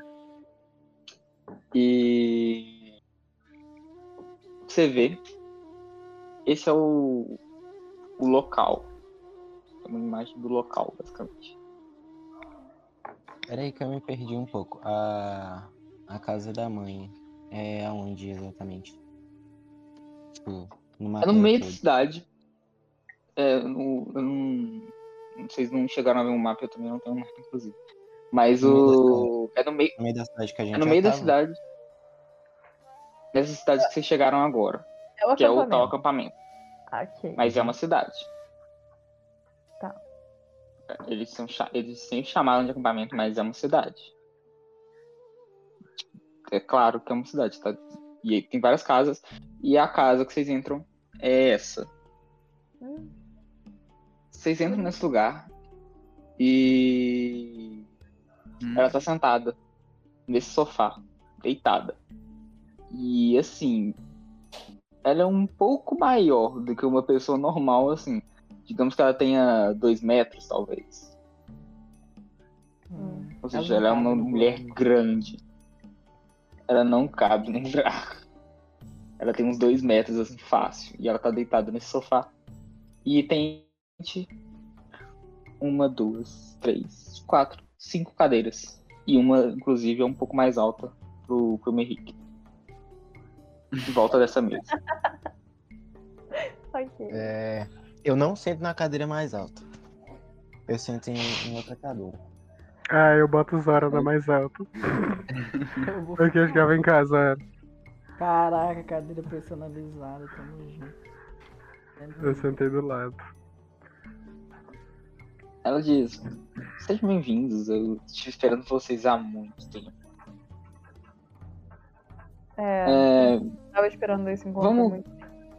e você vê, esse é o, o local. É uma imagem do local, basicamente. Peraí que eu me perdi um pouco. A, a casa da mãe é aonde exatamente? Tipo, no É mapa no meio da todo. cidade. É, no, eu não, vocês não chegaram a ver um mapa, eu também não tenho um mapa, inclusive. Mas No meio da o. É no meio, No meio da cidade que a gente é no já meio da tava? cidade. Nessa cidade que vocês chegaram agora. É o Que é o tal acampamento. acampamento. Ok. Mas é uma cidade. Tá. Eles, são, cha- eles sempre chamaram de acampamento, mas é uma cidade. É claro que é uma cidade, tá? E aí tem várias casas. E a casa que vocês entram é essa. Hum. Vocês entram nesse lugar e Hum. ela tá sentada nesse sofá, deitada. E assim, ela é um pouco maior do que uma pessoa normal, assim. Digamos que ela tenha dois metros, talvez. Hum. Ou seja, ela é não uma cabe no mulher bolso. grande. Ela não cabe no buraco. Ela tem uns dois metros, assim, fácil. E ela tá deitada nesse sofá. E tem uma, duas, três, quatro, cinco cadeiras. E uma, inclusive, é um pouco mais alta pro, pro Henrique. Em volta dessa mesa. Saquei. É, eu não sento na cadeira mais alta. Eu sento em, em outra cadeira. Ah, eu boto o Zora na mais alta. Eu vou Porque eu ficava em casa, Zora. Caraca, cadeira personalizada, tamo junto. Eu sentei do lado. Ela diz: sejam bem-vindos, eu estive esperando vocês há muito tempo. É, É, tava esperando esse encontro vamos- muito.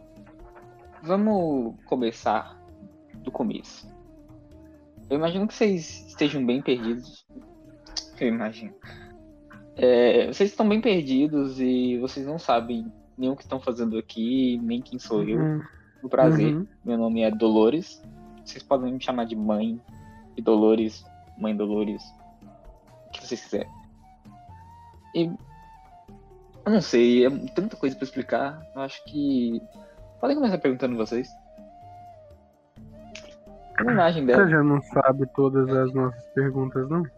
vamos começar do começo. Eu imagino que vocês estejam bem perdidos. Eu imagino. É, vocês estão bem perdidos e vocês não sabem nem o que estão fazendo aqui, nem quem sou eu. Uhum. Um prazer. Uhum. Meu nome é Dolores. Vocês podem me chamar de mãe e Dolores, mãe Dolores, o que vocês quiserem. E eu não sei, é tanta coisa pra explicar. Eu acho que podem começar perguntando vocês. Tem uma imagem Você dela. já não sabe todas as nossas perguntas, não?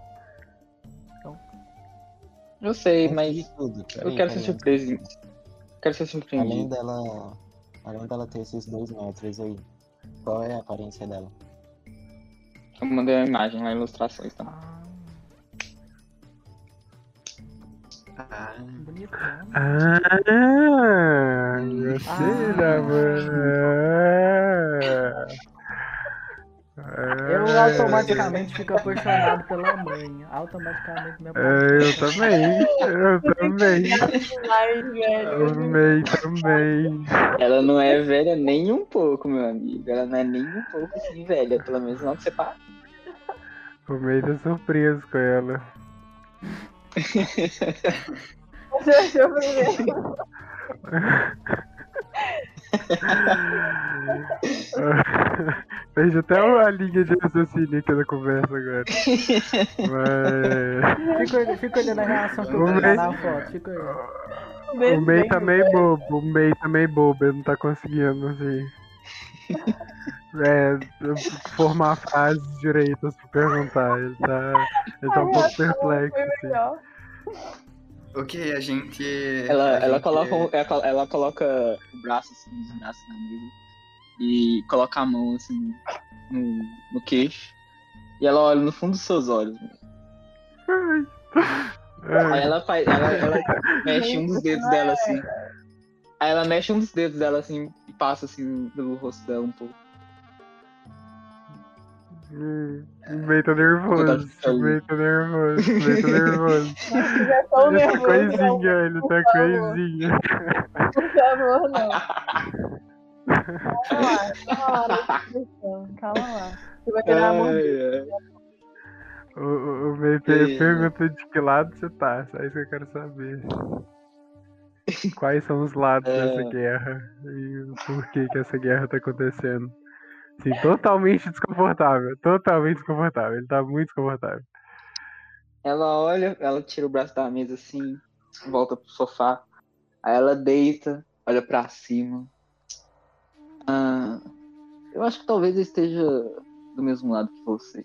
Eu sei, Antes mas de tudo, eu peraí, quero ser peraí, surpreso. Quero ser Além surpreendido. dela, além dela ter esses dois metros aí, qual é a aparência dela? Eu mandei a imagem, a ilustrações, tá? Ah, Ah, bonitão. Ah, gostei da Eu automaticamente fico apaixonado pela mãe. Automaticamente me apaixono. É, eu também, eu também, Ai, velho. também, também. Ela não é velha nem um pouco, meu amigo. Ela não é nem um pouco assim velha. Pelo menos não que você passa. O meio tá surpreso com ela. Você achou primeiro? Perdi até a linha de raciocínio aqui da conversa agora. Mas. Fica, fica olhando a reação que eu O vou May- dar na foto. Fica olhando. O May tá meio bobo, o May tá meio bobo, ele não tá conseguindo, assim. É, formar frases direitas pra perguntar. Ele tá, ele tá um pouco perplexo, Foi assim. melhor. ok, a gente. Ela, a ela, gente- coloca, um- ela, colo- ela coloca o braço assim, os braços na mesa. E coloca a mão assim no, no queixo. E ela olha no fundo dos seus olhos. Aí Ai, ela faz. Ela, ela mexe um dos dedos dela assim. Aí ela mexe um dos dedos dela assim e passa assim pelo rosto dela um pouco. hum, o May tá nervoso, o May tá nervoso, o May tá nervoso. Já tô Ele tá nervoso. coisinha, ele tá por favor. coisinha. Por favor, não. Calma lá, calma lá, tá explicando. Calma lá. Você vai querer amor. Ai, ai. O, o, o May per- perguntou de que lado você tá, só isso que eu quero saber. Quais são os lados É. dessa guerra e por que que essa guerra tá acontecendo. Sim, totalmente desconfortável, totalmente desconfortável, ele tá muito desconfortável. Ela olha, ela tira o braço da mesa assim, volta pro sofá. Aí ela deita, olha pra cima. Ah, eu acho que talvez eu esteja do mesmo lado que você.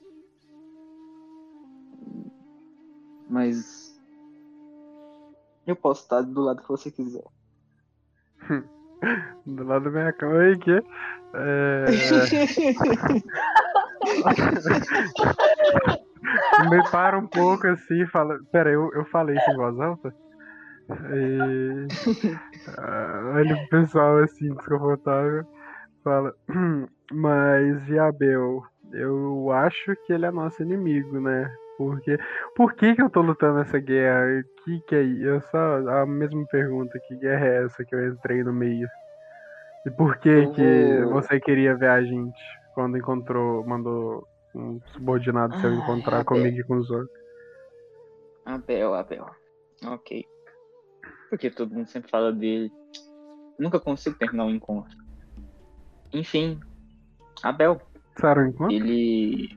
Mas eu posso estar do lado que você quiser. Do lado da minha cama, oi, que? É... Me para um pouco assim e fala. Pera, eu, eu falei isso em voz alta? E... ah, olha pro pessoal assim, desconfortável. Fala. Mas, Diabel, eu acho que ele é nosso inimigo, né? Porque. Por que que eu tô lutando essa guerra? Que que é isso? Eu só. A mesma pergunta: que guerra é essa que eu entrei no meio? E por que Eu que vou- você queria ver a gente quando encontrou, mandou um subordinado seu Ah, encontrar é, comigo e com os outros? Abel, Abel. Ok. Porque todo mundo sempre fala dele. Nunca consigo terminar o encontro. Enfim, Abel, Saram encontro? ele.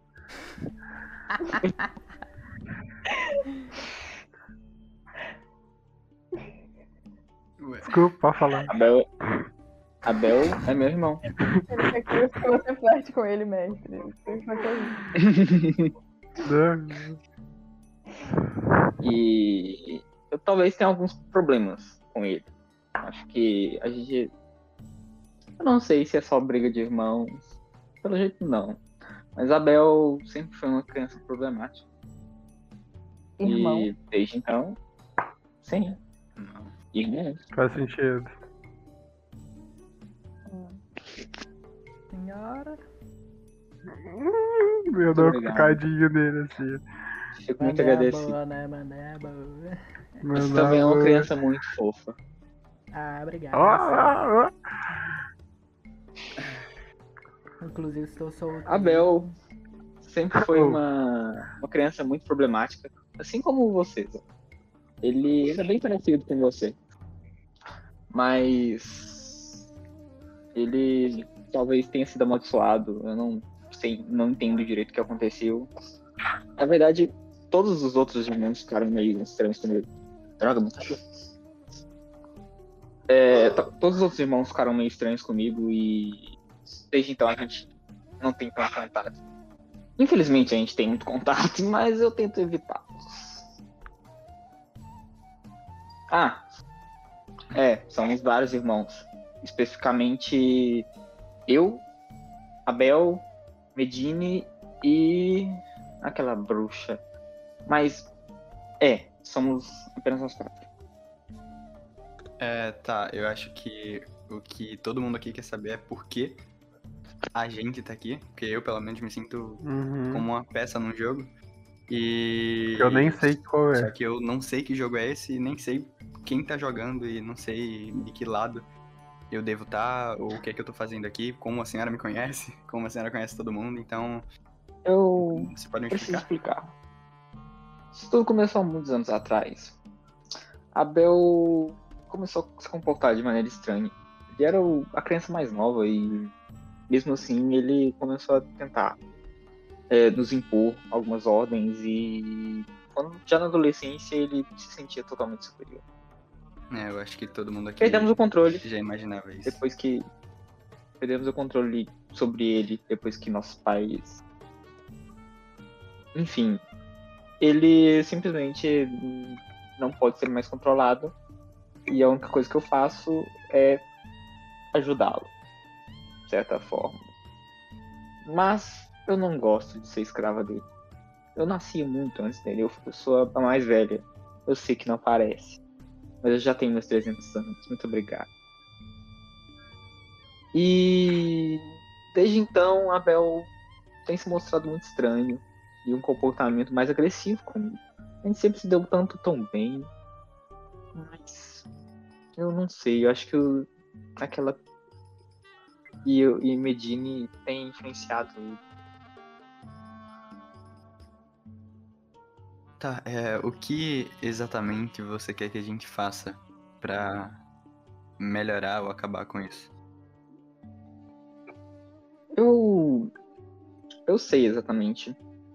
Ué, Desculpa, pode falar. Abel. Abel é meu irmão. Ele quer que você flerte com ele, mestre. Isso foi coisa. Não. E eu talvez tenha alguns problemas com ele. Acho que a gente. Eu não sei se é só briga de irmãos. Pelo jeito, não. Mas Abel sempre foi uma criança problemática. Irmão. E desde então, sim. Não. Irmãos. Faz sentido. Senhora. Eu dou um obrigado. cutucadinho nele assim. Fico muito Mané agradecido. boa, né? Mané boa. Você Mandar também é uma o- criança muito fofa. Ah, obrigado. Ó, ó, ó. Inclusive, estou solteiro. Abel sempre foi Oh. uma, uma criança muito problemática, assim como vocês. ó. Ele era bem parecido com você. Mas ele talvez tenha sido amaldiçoado. Eu não sei, não entendo direito o que aconteceu. Na verdade, todos os outros irmãos ficaram meio estranhos com ele. Droga, muito cachorro. É, to- todos os outros irmãos ficaram meio estranhos comigo e desde então a gente não tem tanto contato. Infelizmente a gente tem muito contato, mas eu tento evitar. Ah, é, somos vários irmãos. Especificamente eu, Abel, Medine e aquela bruxa. Mas é, somos apenas nós quatro. É, tá, eu acho que o que todo mundo aqui quer saber é por que a gente tá aqui. Porque eu, pelo menos, me sinto Uhum. como uma peça num jogo. E. Eu nem sei qual Só é. que eu não sei que jogo é esse, e nem sei quem tá jogando e não sei de que lado eu devo estar, ou o que é que eu tô fazendo aqui, como a senhora me conhece, como a senhora conhece todo mundo, então Eu você pode me preciso explicar? explicar. Isso tudo começou há muitos anos atrás. Abel começou a se comportar de maneira estranha. Ele era o- a criança mais nova e, mesmo assim, ele começou a tentar é, nos impor algumas ordens e, quando, já na adolescência, ele se sentia totalmente superior. É, eu acho que todo mundo aqui Perdemos o controle já imaginava isso. depois que perdemos o controle sobre ele depois que nossos pais, enfim, ele simplesmente não pode ser mais controlado e a única coisa que eu faço é ajudá-lo, de certa forma. Mas eu não gosto de ser escrava dele. Eu nasci muito antes dele, eu eu sou a mais velha. Eu sei que não parece, mas eu já tenho meus trezentos anos. Muito obrigado. E desde então, Abel tem se mostrado muito estranho e um comportamento mais agressivo comigo. A gente sempre se deu tanto tão bem, mas eu não sei. Eu acho que o- aquela e, eu- e Medine tem influenciado ele. Tá, é, o que exatamente você quer que a gente faça pra melhorar ou acabar com isso? Eu eu sei exatamente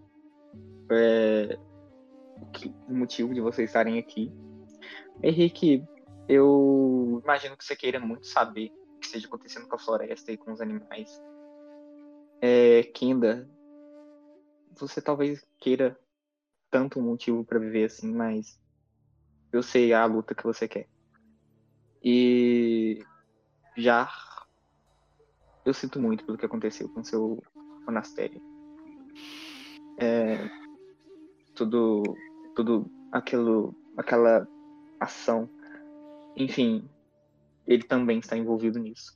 é, o, que- o motivo de vocês estarem aqui. Henrique, eu imagino que você queira muito saber o que esteja acontecendo com a floresta e com os animais. É, Kenda, você talvez queira tanto um motivo pra viver assim, mas eu sei a luta que você quer. E já eu sinto muito pelo que aconteceu com seu monastério. É, tudo, tudo aquilo, aquela ação. Enfim, ele também está envolvido nisso.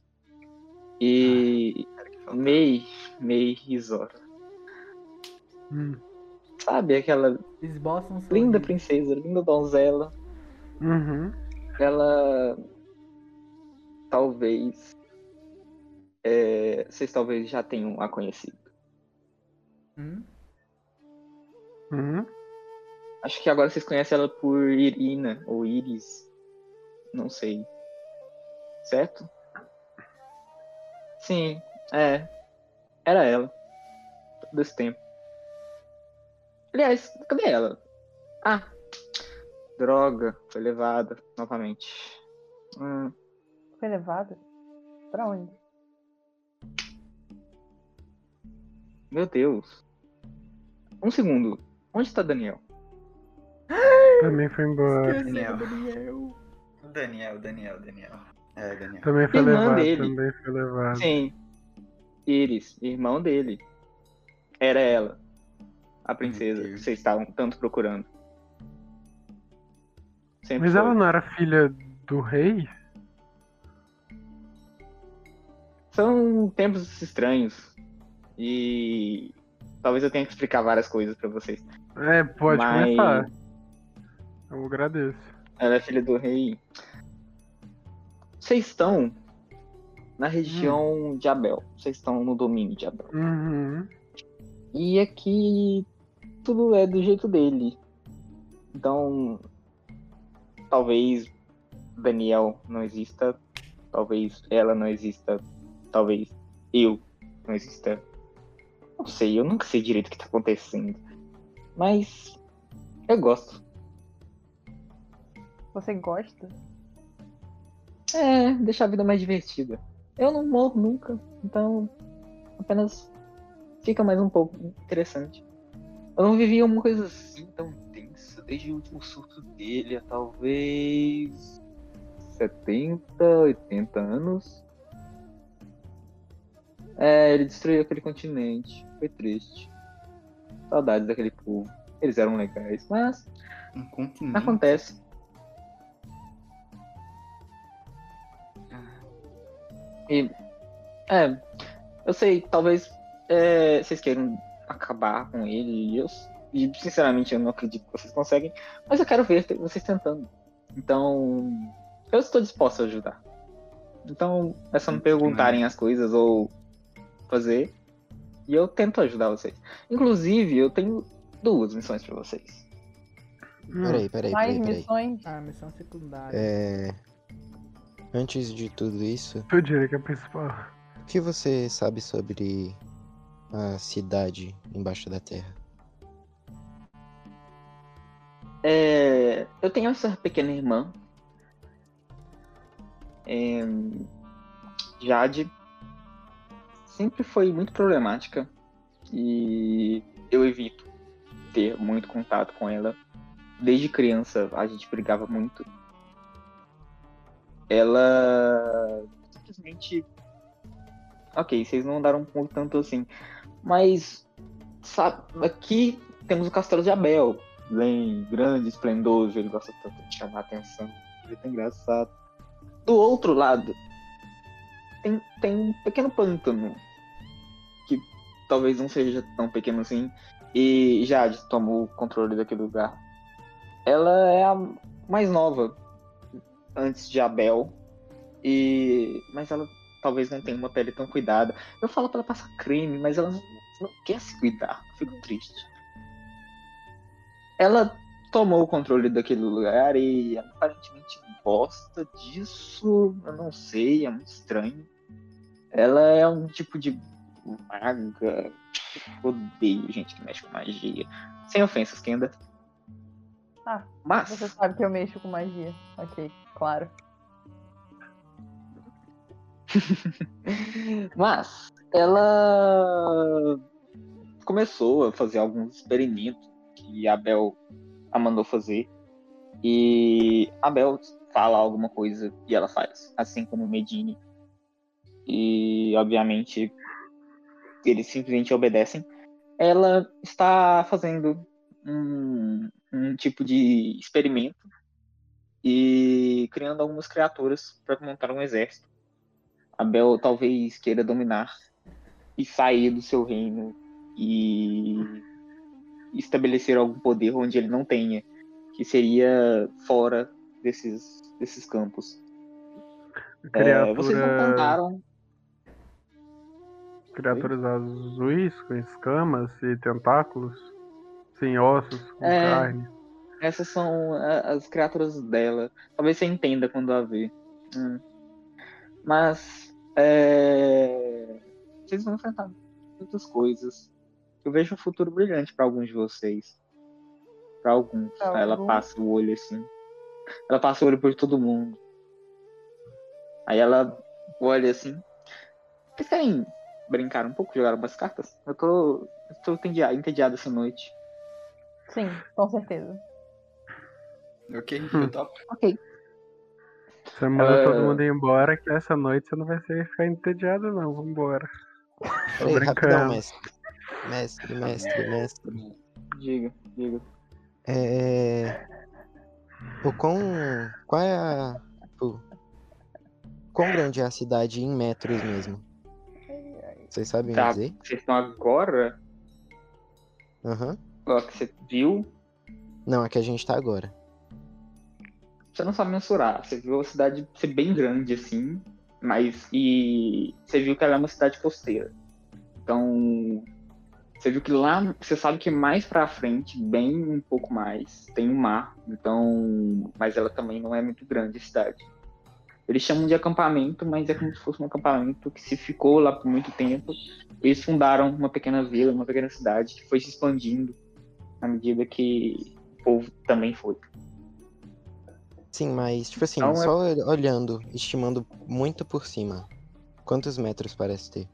E Era que faltava. Mei, Mei e Zora. Hum. Sabe aquela Esboça um linda sorriso. princesa, linda donzela? Uhum. Ela talvez é, vocês talvez já tenham a conhecido. Hum? Uhum. Acho que agora vocês conhecem ela por Irina ou Iris, não sei. Certo? Sim, é. Era ela. Todo esse tempo. Aliás, cadê ela? Ah, droga, foi levada novamente. Hum, Foi levada? Pra onde? meu Deus. Um segundo. Onde está Daniel? Também foi embora. Esqueci Daniel. do Daniel. Daniel, Daniel, Daniel. É, Daniel. Também foi Irmã levado, dele. também foi levado. Sim. Iris, irmão dele. Era ela, a princesa que Deus. vocês estavam tanto procurando. Sempre Mas foi. ela não era filha do rei? São tempos estranhos. E talvez eu tenha que explicar várias coisas pra vocês. É, pode Mas começar. Eu agradeço. ela é filha do rei. Vocês estão na região de Abel. Vocês estão no domínio de Abel. Uhum. E aqui tudo é do jeito dele. Então, talvez Daniel não exista. Talvez ela não exista. Talvez eu não exista. Não sei, eu nunca sei direito o que tá acontecendo. Mas eu gosto. Você gosta? É, deixar a vida mais divertida. Eu não morro nunca, então apenas fica mais um pouco interessante. Eu não vivi uma coisa assim tão intensa desde o último surto dele há talvez setenta, oitenta anos. É, ele destruiu aquele continente. Foi triste. Saudades daquele povo. Eles eram legais, mas Um continente. acontece. E, é, eu sei, talvez é, vocês queiram acabar com ele, e eu, e sinceramente eu não acredito que vocês conseguem, mas eu quero ver vocês tentando. Então, eu estou disposto a ajudar. Então, é só me perguntarem as coisas ou fazer, e eu tento ajudar vocês. Inclusive, eu tenho duas missões pra vocês. Hum. Peraí, peraí, Mais peraí, peraí. missões? Ah, missão secundária. É... Antes de tudo isso, Eu diria que é a principal. o que você sabe sobre a cidade embaixo da terra? É, eu tenho essa pequena irmã, é, Jade. Sempre foi muito problemática e eu evito ter muito contato com ela. Desde criança a gente brigava muito. Ela simplesmente... Ok, vocês não andaram por tanto assim. Mas, sabe, aqui temos o Castelo de Abel. Bem grande, esplendoso. Ele gosta tanto de chamar a atenção. Ele é tão engraçado. Do outro lado, tem, tem um pequeno pântano. Que talvez não seja tão pequeno assim. E Jade tomou o controle daquele lugar. Ela é a mais nova antes de Abel. E... Mas ela talvez não tenha uma pele tão cuidada. Eu falo pra ela passar creme, mas ela não, não quer se cuidar. Eu fico triste. Ela tomou o controle daquele lugar e aparentemente gosta disso. Eu não sei, é muito estranho. Ela é um tipo de maga. Eu odeio gente que mexe com magia. Sem ofensas, Kenda. Ah, Mas... você sabe que eu mexo com magia. Ok, claro. Mas ela começou a fazer alguns experimentos que a Abel a mandou fazer. E a Abel fala alguma coisa e ela faz, assim como Medine. E obviamente eles simplesmente obedecem. Ela está fazendo um, um tipo de experimento e criando algumas criaturas para montar um exército. Abel talvez queira dominar e sair do seu reino e estabelecer algum poder onde ele não tenha, que seria fora desses, desses campos. Criatura... É, vocês não contaram. Criaturas azuis com escamas e tentáculos, sem ossos, com É. carne. Essas são as criaturas dela. Talvez você entenda quando a ver. Hum. Mas é... vocês vão enfrentar muitas coisas. Eu vejo um futuro brilhante para alguns de vocês. Para alguns. Pra Ela alguns. passa o olho assim. Ela passa o olho por todo mundo. Aí ela olha assim. Vocês querem brincar um pouco? Jogar umas cartas? Eu tô, eu tô entediado, entediado essa noite. Sim, com certeza. Ok, Hum. eu topo. Ok. Você manda Ela- todo mundo ir embora, que essa noite você não vai ser ficar entediado, não. Vambora. Tô Peraí, rapidão, brincando. mestre. Mestre, mestre, mestre. Diga, diga. É. O quão. Qual é a. Tipo, quão grande é a cidade em metros mesmo? Vocês sabem me Tá, dizer? vocês estão agora? Aham. Ó, que você viu, Não, aqui a gente tá agora. você não sabe mensurar. Você viu a cidade ser bem grande, assim, mas. E você viu que ela é uma cidade costeira. Então. Você viu que lá, você sabe que mais pra frente, bem um pouco mais, tem o mar. Então. Mas ela também não é muito grande a cidade. Eles chamam de acampamento, mas é como se fosse um acampamento que se ficou lá por muito tempo. Eles fundaram uma pequena vila, uma pequena cidade que foi se expandindo à medida que o povo também foi. Sim, mas, tipo assim, Então, é- só olhando, estimando muito por cima, quantos metros parece ter?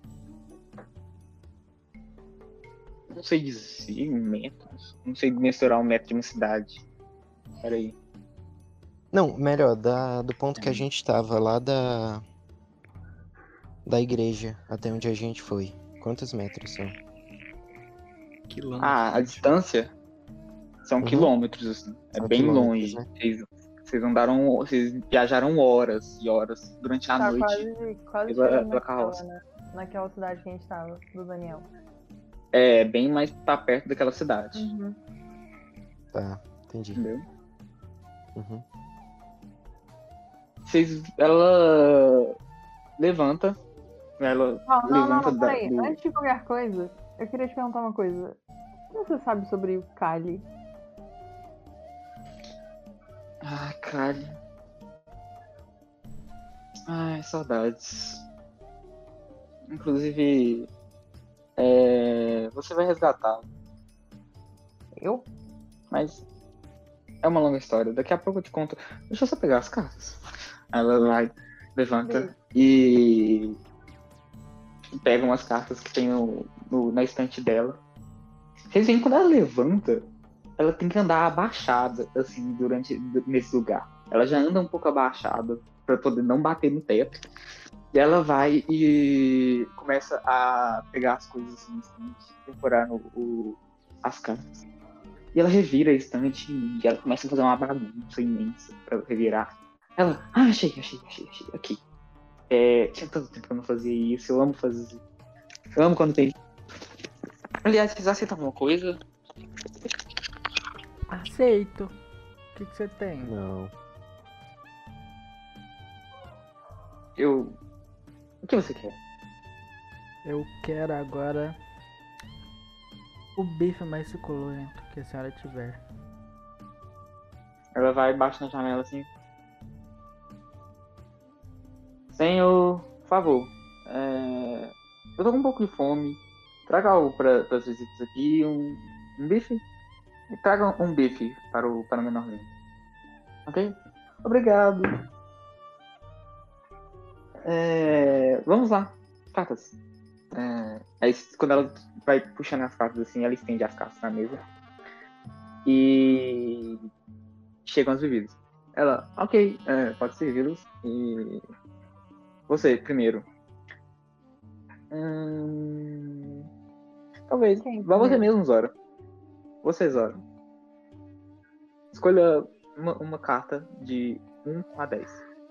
Não sei dizer metros, não sei mensurar um metro de uma cidade. Peraí. Não, melhor, da, do ponto que a gente tava, lá da. Da igreja até onde a gente foi. Quantos metros são? Quilômetro. Ah, a distância são Uhum. quilômetros, assim. É São bem quilômetros, longe. né? Vocês, vocês andaram, vocês viajaram horas e horas durante a Tá noite. quase, quase pela- chegando pela naquela, carroça. né? Naquela cidade que a gente tava, do Daniel. É bem mais pra perto daquela cidade. Uhum. Tá, entendi. Entendeu? Uhum. Vocês, ela levanta. Ela Não, não, não, levanta não, da, peraí. do. Antes de qualquer coisa, eu queria te perguntar uma coisa. O que você sabe sobre o Kali? Ah, cara. Ai, saudades. Inclusive, é, você vai resgatá-lo. Eu? Mas é uma longa história. Daqui a pouco eu te conto. Deixa eu só pegar as cartas. Ela vai, levanta e pega umas cartas que tem no, no- na estante dela. Vocês veem quando ela levanta, ela tem que andar abaixada, assim, durante nesse lugar. Ela já anda um pouco abaixada para poder não bater no teto. E ela vai e começa a pegar as coisas assim, na estante, procurar no, o- as cartas. E ela revira a estante e ela começa a fazer uma bagunça imensa pra revirar. Ela, ah, achei, achei, achei, achei, aqui. É, tinha tanto tempo que eu não fazia isso, eu amo fazer isso. Eu amo quando tem. Aliás, vocês aceitam alguma coisa? Aceito. O que, que você tem? Não. Eu. O que você quer? Eu quero agora o bife mais suculento que a senhora tiver. Ela vai embaixo na janela assim. Senhor, por favor. é, Eu tô com um pouco de fome. Traga algo para as visitas aqui. Um, um bife? E traga um bife para o, para o menorzinho. Ok? Obrigado. É, Vamos lá. Cartas. É, Aí quando ela vai puxando as cartas assim, ela estende as cartas na mesa. E chegam as bebidas. Ela, ok, é, pode servi-los. E você, primeiro. Hum... Talvez. Quem Vá você primeiro? mesmo, Zora. Você, Zora. Escolha uma, uma carta de um a dez.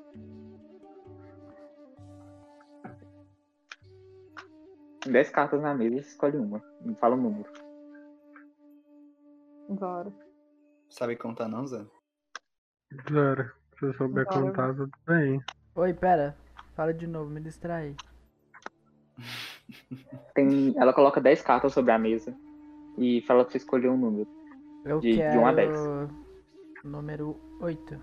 Tem dez cartas na mesa, escolhe uma. Me fala o número. Agora. Sabe contar não, Zé? Zara, se eu souber Zara, contar, tudo bem. Oi, pera. Fala de novo, me distrai. Tem... Ela coloca dez cartas sobre a mesa e fala pra você escolher um número. Eu De- de quero um a dez. número oito.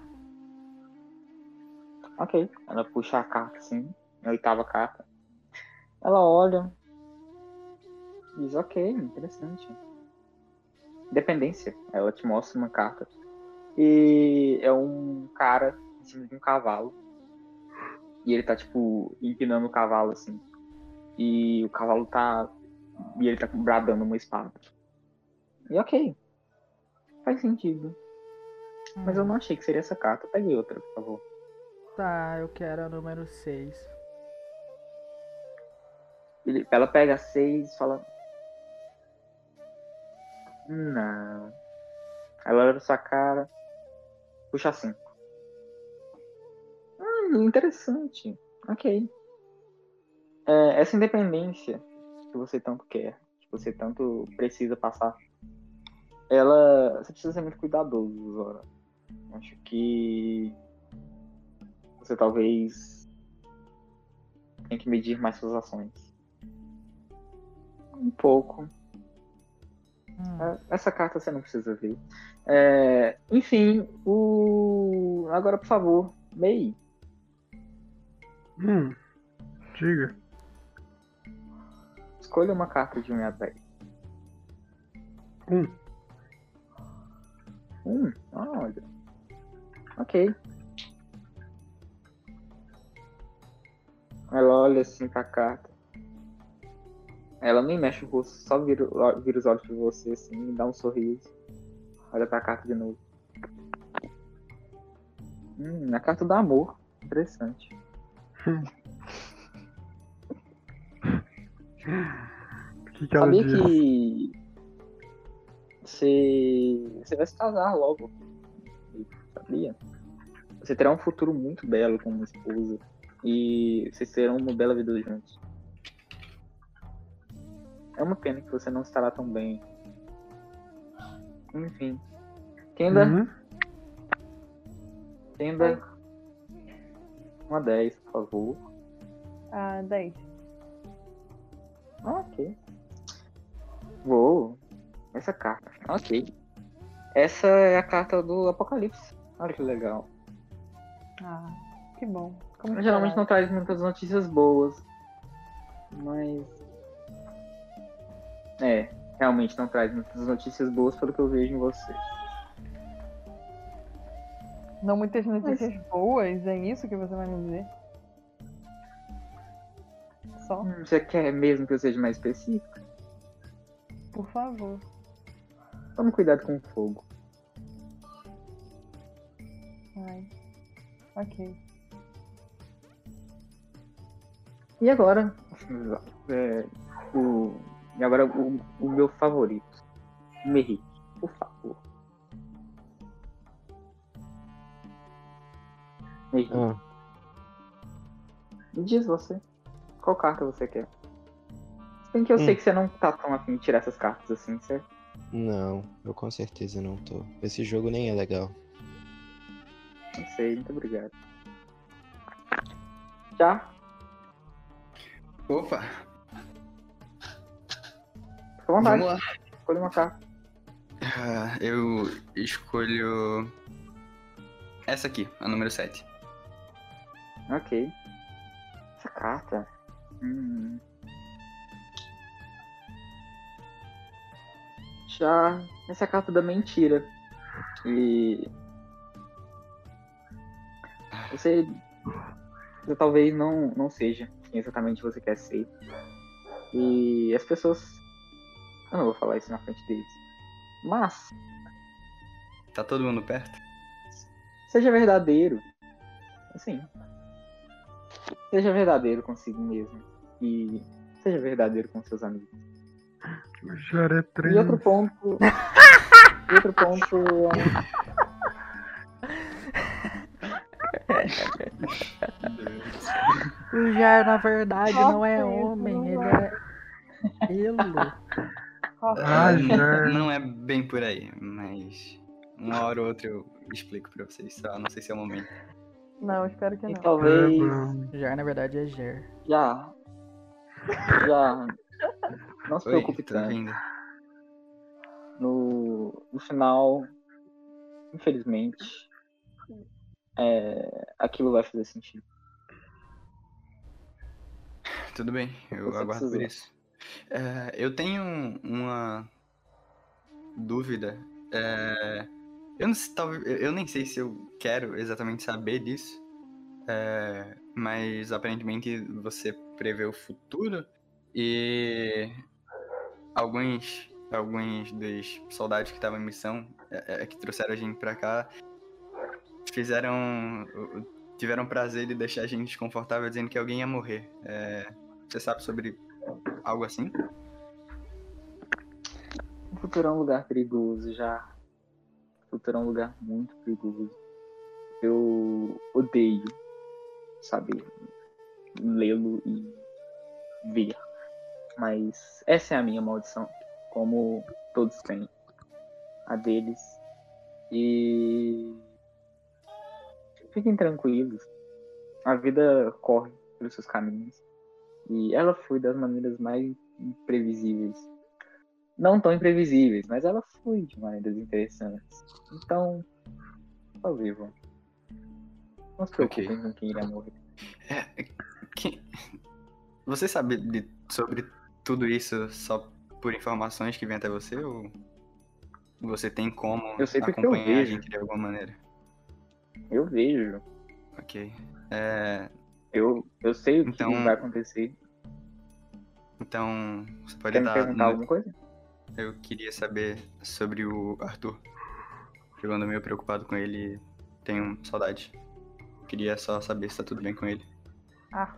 Ok. Ela puxa a carta assim, a oitava carta. Ela olha. Diz, ok, interessante. Independência. Ela te mostra uma carta. E é um cara em cima de um cavalo. E ele tá, tipo, empinando o cavalo, assim. E o cavalo tá... E ele tá bradando uma espada. E ok. Faz sentido. Mas eu não achei que seria essa carta. Pegue outra, por favor. Tá, eu quero a número seis. Ele- Ela pega a seis e fala. Não. Ela olha pra sua cara. Puxa cinco. Hum, interessante. Ok. É, essa independência que você tanto quer, que você tanto precisa passar, ela. Você precisa ser muito cuidadoso, Zora. Acho que você talvez tenha que medir mais suas ações. Um pouco. Hum. É, essa carta você não precisa ver. É, enfim, o. Agora, por favor, Mei. Hum, diga. Escolha uma carta de um a dez. Um. Um? Ah, olha. Ok. Ela olha assim pra carta. Ela nem mexe o rosto, só vira, vira os olhos de você assim, dá um sorriso. Olha pra carta de novo. Hum, a carta do amor. Interessante. O que, que ela Sabia diz? que você, você vai se casar logo. Sabia? Você terá um futuro muito belo com uma esposa. E vocês terão uma bela vida juntos. É uma pena que você não estará tão bem. Enfim. Kenda, Uhum. Kenda. Uma dez, por favor. Ah, dez. Ah, ok. Uou. Essa carta. Ok. Essa é a carta do Apocalipse. Olha que legal. Ah, que bom. Como Geralmente não esperado. traz muitas notícias boas. Mas. É, realmente não traz muitas notícias boas pelo que eu vejo em você. Não muitas notícias boas, é isso que você vai me dizer? Só, Hum, Você quer mesmo que eu seja mais específico? por favor. Tome cuidado com o fogo. Ai. Ok. E agora? É, o, e agora o, o meu favorito. O Merrick, por favor. Merrick, Ah, me diz você. Qual carta você quer? Se bem que eu Hum. sei que você não tá tão afim de tirar essas cartas assim, certo? não, eu com certeza não tô. Esse jogo nem é legal. Não sei, muito obrigado. Já? Opa, Fica à vontade. vamos lá. Escolha uma carta. Ah, eu escolho essa aqui, a número sete. Ok. Essa carta. Hum. Já. Essa é a carta da mentira. E. Você. Você talvez não, não seja quem exatamente você quer ser. E as pessoas. Eu não vou falar isso na frente deles. Mas. Tá todo mundo perto? Seja verdadeiro. Assim. Seja verdadeiro consigo mesmo. E seja verdadeiro com seus amigos. Já era três. E outro ponto. e outro ponto. O Jar, na verdade, não é Nossa, isso homem, não ele vai. é elo. Ah, É, já. não é bem por aí, mas uma hora ou outra eu explico pra vocês, só não sei se é o momento. Não, espero que E não. talvez. É, bom. Jar, na verdade, é Ger. Já. Já. Não se Oi, preocupe tô tanto. vindo. No, no final, infelizmente, é, aquilo vai fazer sentido. Tudo bem, eu Você aguardo por precisou. isso. É, eu tenho uma dúvida. É, eu, não, sei- talvez- eu nem sei se eu quero exatamente saber disso, é, mas aparentemente você prevê o futuro e alguns, alguns dos soldados que estavam em missão, é, é, que trouxeram a gente pra cá, fizeram. tiveram o prazer de deixar a gente desconfortável dizendo que alguém ia morrer. É, você sabe sobre algo assim? O futuro é um lugar perigoso já. O futuro é um lugar muito perigoso. Eu odeio saber lê-lo e ver. Mas essa é a minha maldição. Como todos têm. A deles. E fiquem tranquilos. A vida corre pelos seus caminhos. E ela flui das maneiras mais imprevisíveis. Não tão imprevisíveis, mas ela flui de maneiras interessantes. Então, só vivam. Não se preocupem Ok. com quem irá morrer. É, que- Você sabe de- sobre tudo isso só por informações que vêm até você? Ou você tem como Eu sei porque eu acompanhar a vejo. gente de alguma maneira? Eu vejo. Ok. É, Eu, eu sei o Então- que vai acontecer. então, você pode Quer me dar... perguntar no- alguma coisa? Eu queria saber sobre o Arthur. Eu ando meio preocupado com ele e tenho saudade. Queria só saber se tá tudo bem com ele. Ah,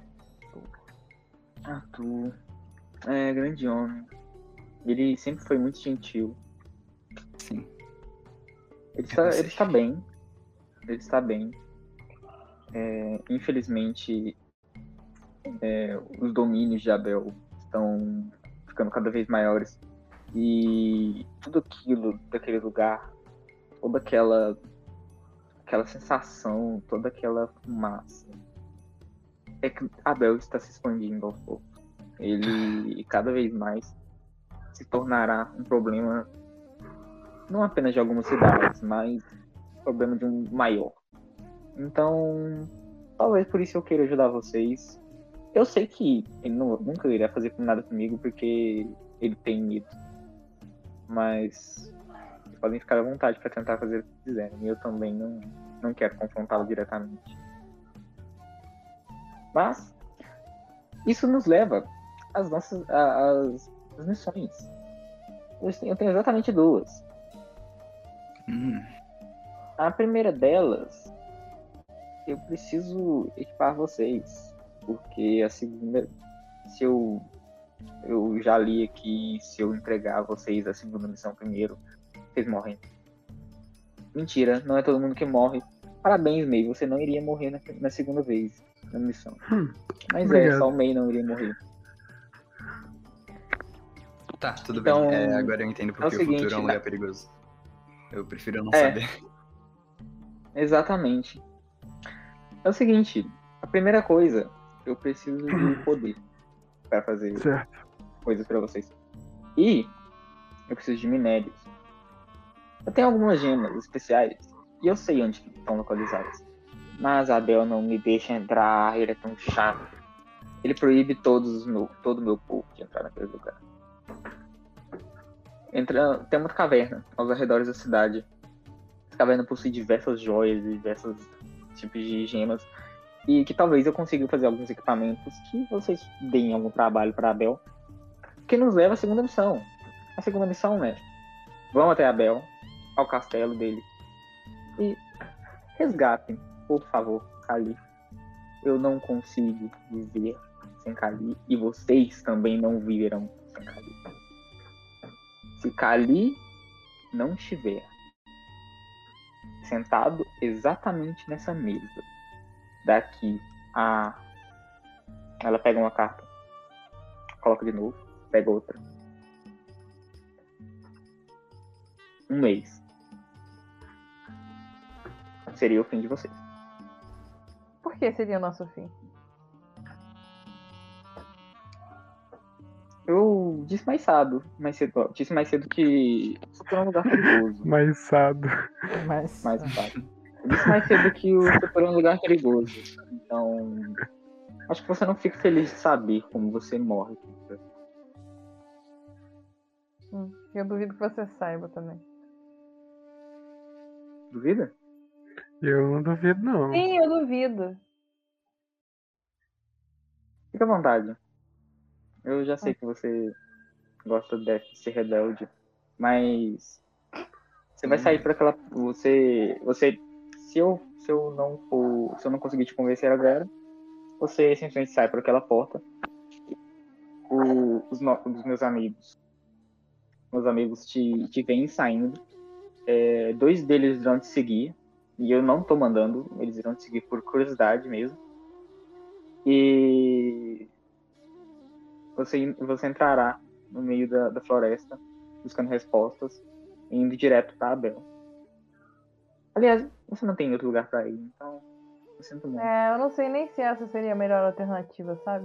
Arthur é grande homem. Ele sempre foi muito gentil. Sim. Ele Eu está, não ele sei. está bem. Ele está bem. É, infelizmente, é, os domínios de Abel estão ficando cada vez maiores. E tudo aquilo daquele lugar, toda aquela, aquela sensação, toda aquela fumaça, é que Abel está se expandindo aos poucos. Ele cada vez mais se tornará um problema não apenas de algumas cidades, mas um problema de um maior. Então, talvez por isso eu queira ajudar vocês. Eu sei que ele não, nunca irá fazer nada comigo porque ele tem medo. Mas vocês podem ficar à vontade para tentar fazer o que quiserem. E eu também não, não quero confrontá-lo diretamente. Mas isso nos leva às nossas às, às missões. Eu tenho, eu tenho exatamente duas. Hum, A primeira delas, eu preciso equipar vocês. Porque a segunda, se eu, eu já li aqui, se eu entregar a vocês a segunda missão primeiro, vocês morrem. Mentira, não é todo mundo que morre. Parabéns, May, você não iria morrer na, na segunda vez na missão. Hum, Mas obrigado. é, só o May não iria morrer. Tá, tudo Então, bem. É, agora eu entendo porque é o o futuro seguinte, é um na- lugar perigoso. Eu prefiro não É. saber. Exatamente. É o seguinte, a primeira coisa, eu preciso de poder para fazer Certo. coisas para vocês. E eu preciso de minérios. Eu tenho algumas gemas especiais e eu sei onde que estão localizadas. Mas Abel não me deixa entrar, ele é tão chato. Ele proíbe todos os meu, todo o meu povo de entrar naquele lugar. Entra, tem uma caverna aos arredores da cidade. Essa caverna possui diversas joias e diversos tipos de gemas. E que talvez eu consiga fazer alguns equipamentos que vocês deem algum trabalho para Abel. Que nos leva à segunda missão. A segunda missão é: vão até Abel, ao castelo dele, e resgatem, por favor, Kali. Eu não consigo viver sem Kali, e vocês também não viverão sem Kali. Se Kali não estiver sentado exatamente nessa mesa, daqui a... Ela pega uma carta, coloca de novo, pega outra. Um mês. Seria o fim de vocês. por que seria o nosso fim? Eu disse mais cedo, mais cedo, ó, disse mais cedo que o futuro é um lugar perigoso. Mais sado. Mas. Mais fácil. Eu disse mais cedo que o futuro é um lugar perigoso. Então, acho que você não fica feliz de saber como você morre. Hum, eu duvido que você saiba também. Duvida? Eu não duvido, não. Sim, eu duvido. Fica à vontade. Eu já sei que você gosta de ser rebelde, mas você vai sair por aquela. Você. Você. Se eu se eu não for, se eu não conseguir te convencer agora, você simplesmente sai por aquela porta. O, os, no, os meus amigos, meus amigos te, te veem saindo. É, dois deles irão te seguir. E eu não tô mandando, eles irão te seguir por curiosidade mesmo. E você, você entrará no meio da, da floresta, buscando respostas, indo direto pra Abel. Aliás, você não tem outro lugar pra ir, então eu sinto muito. É, eu não sei nem se essa seria a melhor alternativa, sabe?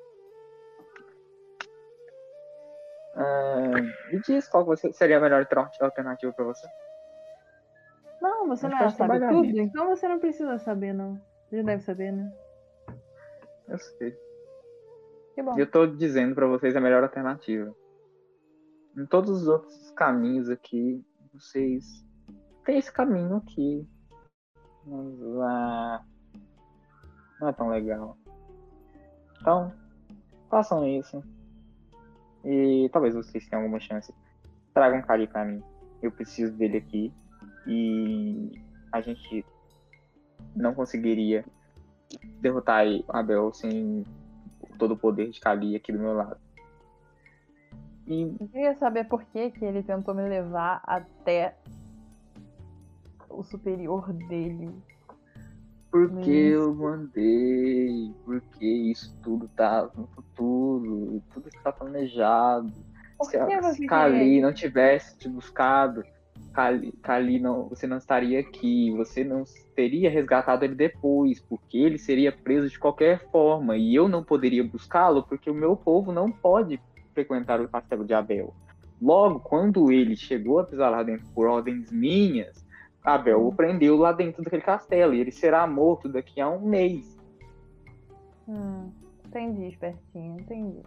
Uh, me diz qual você, seria a melhor alternativa pra você. Não, você não pode sabe trabalhar tudo, nisso. então você não precisa saber, não. Você já deve saber, né? Eu sei. Que bom. Eu tô dizendo pra vocês a melhor alternativa. Em todos os outros caminhos aqui, vocês tem esse caminho aqui. Mas lá não é tão legal. Então, façam isso. E talvez vocês tenham alguma chance. Tragam um Kali pra mim. Eu preciso dele aqui. E a gente não conseguiria derrotar Abel sem todo o poder de Kali aqui do meu lado. E Eu queria saber por que, que ele tentou me levar até o superior dele. porque eu mandei, porque isso tudo tá no futuro, tudo está planejado. Por Se, que a- você se Kali queria não tivesse te buscado, Kali, Kali não, você não estaria aqui, você não teria resgatado ele depois, porque ele seria preso de qualquer forma, e eu não poderia buscá-lo porque o meu povo não pode frequentar o castelo de Abel. Logo, quando ele chegou a pisar lá dentro por ordens minhas, Abel o prendeu lá dentro daquele castelo, e ele será morto daqui a um mês. Hum, entendi, espertinho, entendi.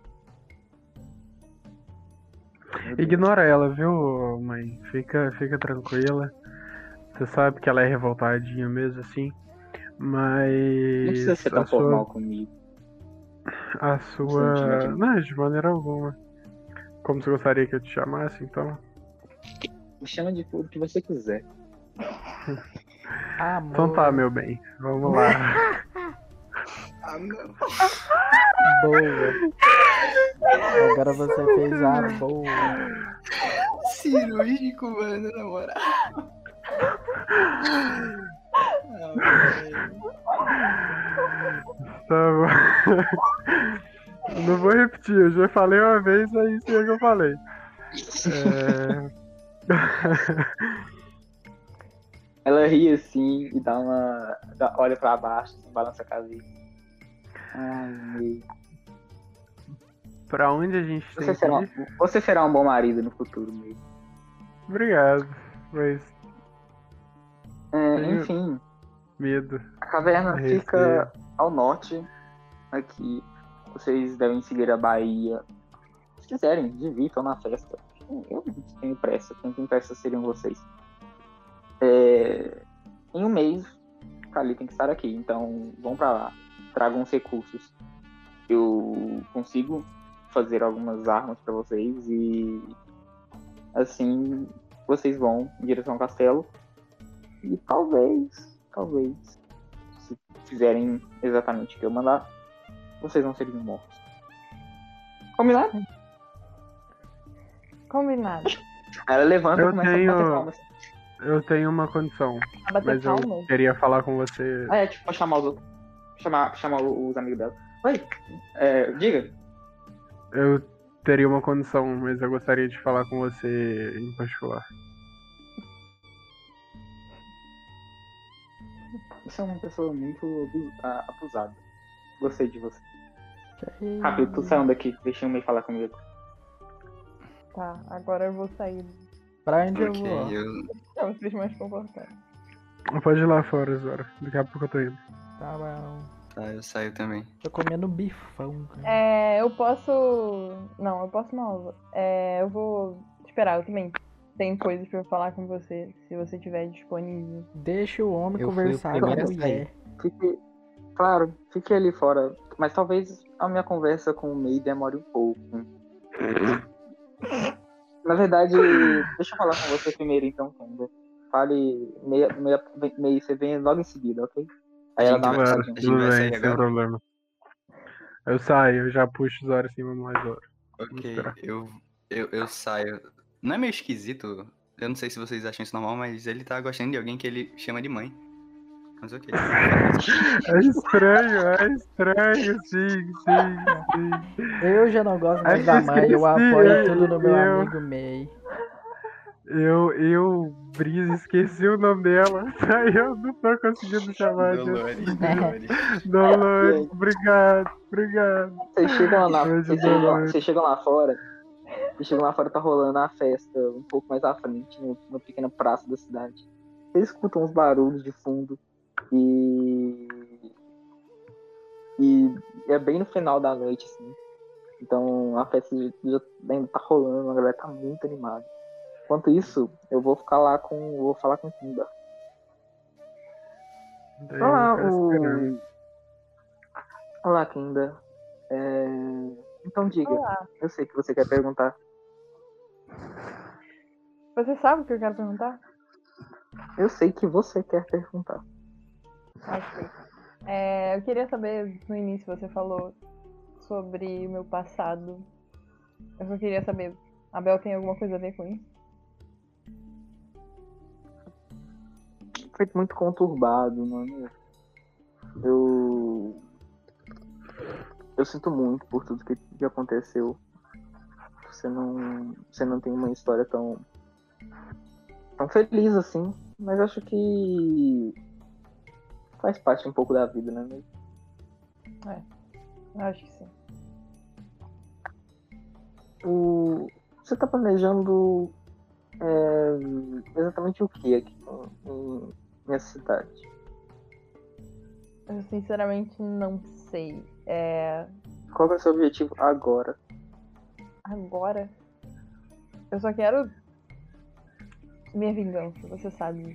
Ignora ela, viu, mãe? Fica, fica tranquila. Você sabe que ela é revoltadinha mesmo, assim. Mas. Não precisa ser tão a sua, formal comigo. a sua. Sentimental. Não, de maneira alguma. Como você gostaria que eu te chamasse, então? Me chama de tudo que você quiser. Amor. Então tá, meu bem. Vamos lá. Ah, não. Boa. Agora você fez a boa. Cirúrgico, mano, na moral. Ah, velho. Tá bom. Não vou repetir, eu já falei uma vez, é isso aí que eu falei. É... Ela ri assim e dá uma. dá- olha pra baixo, assim, balança a cabeça. Ai, meu. Pra onde a gente tem Você que será, um, ir? você será um bom marido no futuro mesmo. Obrigado, mas É, Tenho- enfim, medo. a caverna Receio. fica ao norte. Aqui. Vocês devem seguir a Bahia. Se quiserem, divirtam na festa. Eu não tenho pressa. Quem tem pressa seriam vocês. É, em um mês, Kali tem que estar aqui. Então, vão pra lá. Tragam os recursos. Eu consigo fazer algumas armas pra vocês. E assim, vocês vão em direção ao castelo. E talvez, talvez, se fizerem exatamente o que eu mandar, vocês não seriam mortos. Combinado? Combinado. Aí ela levanta Eu e começa tenho- a bater palmas. Eu tenho uma condição, A bater mas eu palma. queria falar com você. Ah, é, tipo, pra chamar os outros. Chamar, chamar os amigos dela. Oi, é, diga. Eu teria uma condição, mas eu gostaria de falar com você em particular. Você é uma pessoa muito abu- ah, abusada. Gostei de você. Rápido, tu saindo daqui. Deixa o meio falar comigo. Tá, agora eu vou sair. Pra onde Ok, eu vou? eu. Pra vocês mais confortáveis. Pode ir lá fora, Zora. Daqui a pouco eu tô indo. Tá bom. Tá, eu saio também. Tô comendo bifão, cara. É, eu posso. Não, eu posso não. É, eu vou esperar, eu também tenho coisas pra eu falar com você, se você estiver disponível. Deixa o homem Eu fui o conversar com a primeiro a mulher. Fique, claro, fique ali fora. Mas talvez a minha conversa com o Mei demore um pouco. Na verdade, deixa eu falar com você primeiro, então, Kenda. fale meia, meia, meia, você vem logo em seguida, ok? Aí A ela gente dá uma vai- Claro, piscadinha. a gente tudo vai bem, sair sem agora? problema. Eu saio, eu já puxo Zoro assim, vamos lá, Zoro. Vamos Ok, esperar. eu, eu, eu saio. Não é meio esquisito? Eu não sei se vocês acham isso normal, mas ele tá gostando de alguém que ele chama de mãe. Mas ok. É estranho, é estranho, sim, sim, sim. Eu já não gosto mais Ai, da mãe, eu esqueci, apoio eu- tudo no meu eu- amigo May. Eu, eu, Brisa, esqueci o nome dela. Aí eu não tô conseguindo chamar de Dolores, assim. Dolores. Dolores, Gente. obrigado, obrigado. Vocês chegam lá, na, Beijo, vocês chegam, lá- Dolores. vocês chegam lá fora. Vocês chegam lá fora, tá rolando a festa um pouco mais à frente, no- numa pequena praça da cidade. Vocês escutam uns barulhos de fundo e. E é bem no final da noite, assim. Então a festa já já ainda tá rolando, a galera tá muito animada. Enquanto isso, eu vou ficar lá com. eu Vou falar com o Kinda. Daí Olá, eu fico esperando. o. Olá, Kinda. É, Então diga, Olá. eu sei que você quer perguntar. Você sabe o que eu quero perguntar? Eu sei que você quer perguntar. Ok. É, eu queria saber, no início você falou sobre o meu passado. Eu só queria saber, a Bel tem alguma coisa a ver com isso? Foi muito conturbado, mano. Eu. Eu sinto muito por tudo que, que aconteceu. Você não. Você não tem uma história tão. tão feliz assim. Mas acho que. faz parte um pouco da vida, né? mesmo? Eu acho que sim. O... Você tá planejando. é, exatamente o que aqui em, em, nessa cidade? Eu sinceramente não sei. É, Qual é o seu objetivo agora? agora, eu só quero minha vingança, você sabe.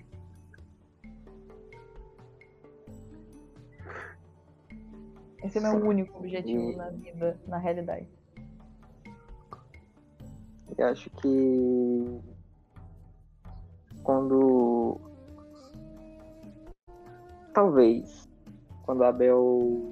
Esse é o meu único objetivo na vida, na realidade. Eu acho que quando talvez quando a Bel